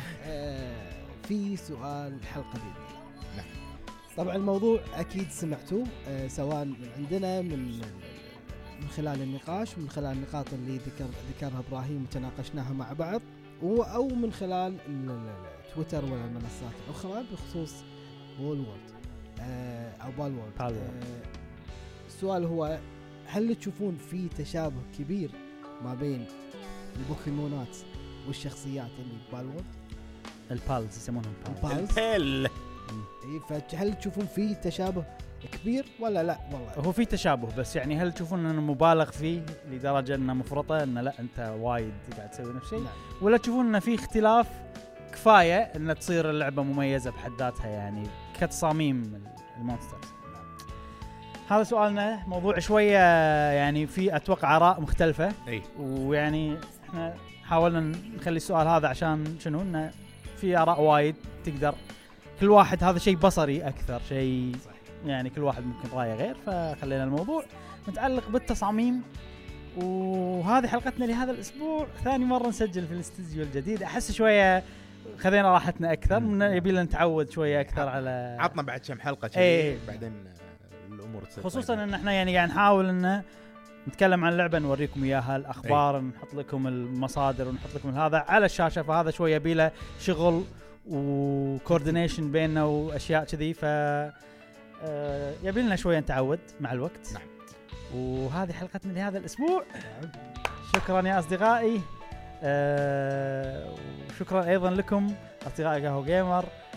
في سؤال حلقة بإذن الله. طبعا الموضوع أكيد سمعتوه، سواء من عندنا من خلال النقاش، من خلال النقاط اللي ذكرها إبراهيم وتناقشناها مع بعض، أو من خلال تويتر ولا المنصات الأخرى بخصوص بولورد أو بالورد. السؤال هو: هل تشوفون في تشابه كبير ما بين البوكيمونات والشخصيات اللي بالورد؟ البالز يسمونهم البالز. فهل تشوفون في تشابه كبير ولا لا؟ والله هو في تشابه، بس يعني هل تشوفون انه مبالغ فيه لدرجه انه مفرطه، انه لا انت وايد قاعد تسوي نفس الشيء؟ ولا تشوفون انه في اختلاف كفايه ان تصير اللعبه مميزه بحد ذاتها، يعني كتصاميم المونسترز؟ هذا سؤالنا. موضوع شويه يعني في اتوقع اراء مختلفه. ويعني احنا حاولنا نخلي السؤال هذا عشان شنو، انه في اراء وايد تقدر كل واحد، هذا شيء بصري اكثر شيء، يعني كل واحد ممكن رايه غير. فخلينا الموضوع متعلق بالتصاميم. وهذه حلقتنا لهذا الاسبوع، ثاني مره نسجل في الاستديو الجديد. احس شويه خذينا راحتنا اكثر، يبي لنا نتعود شويه اكثر على عطنا بعد كم حلقه بعدين الامور تصير، خصوصا ان احنا يعني قاعد نحاول ان نتكلم عن اللعبه، نوريكم اياها، الاخبار نحط لكم المصادر ونحط لكم هذا على الشاشه. فهذا شويه يبي له شغل وكوردينيشن بيننا واشياء كذي، ف يبي لنا شويه نتعود مع الوقت. نعم. وهذه حلقتنا لهذا الاسبوع. شكرا يا اصدقائي، وشكرا ايضا لكم اصدقائي قهوة جيمر.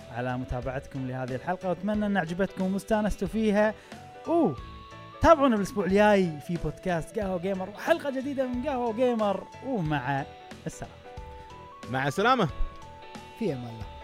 على متابعتكم لهذه الحلقة، وأتمنى أن عجبتكم واستانستوا فيها. تابعونا الأسبوع الجاي في بودكاست قهوة جيمر وحلقة جديدة من قهوة جيمر، ومع السلامة. مع السلامة. في أمان الله.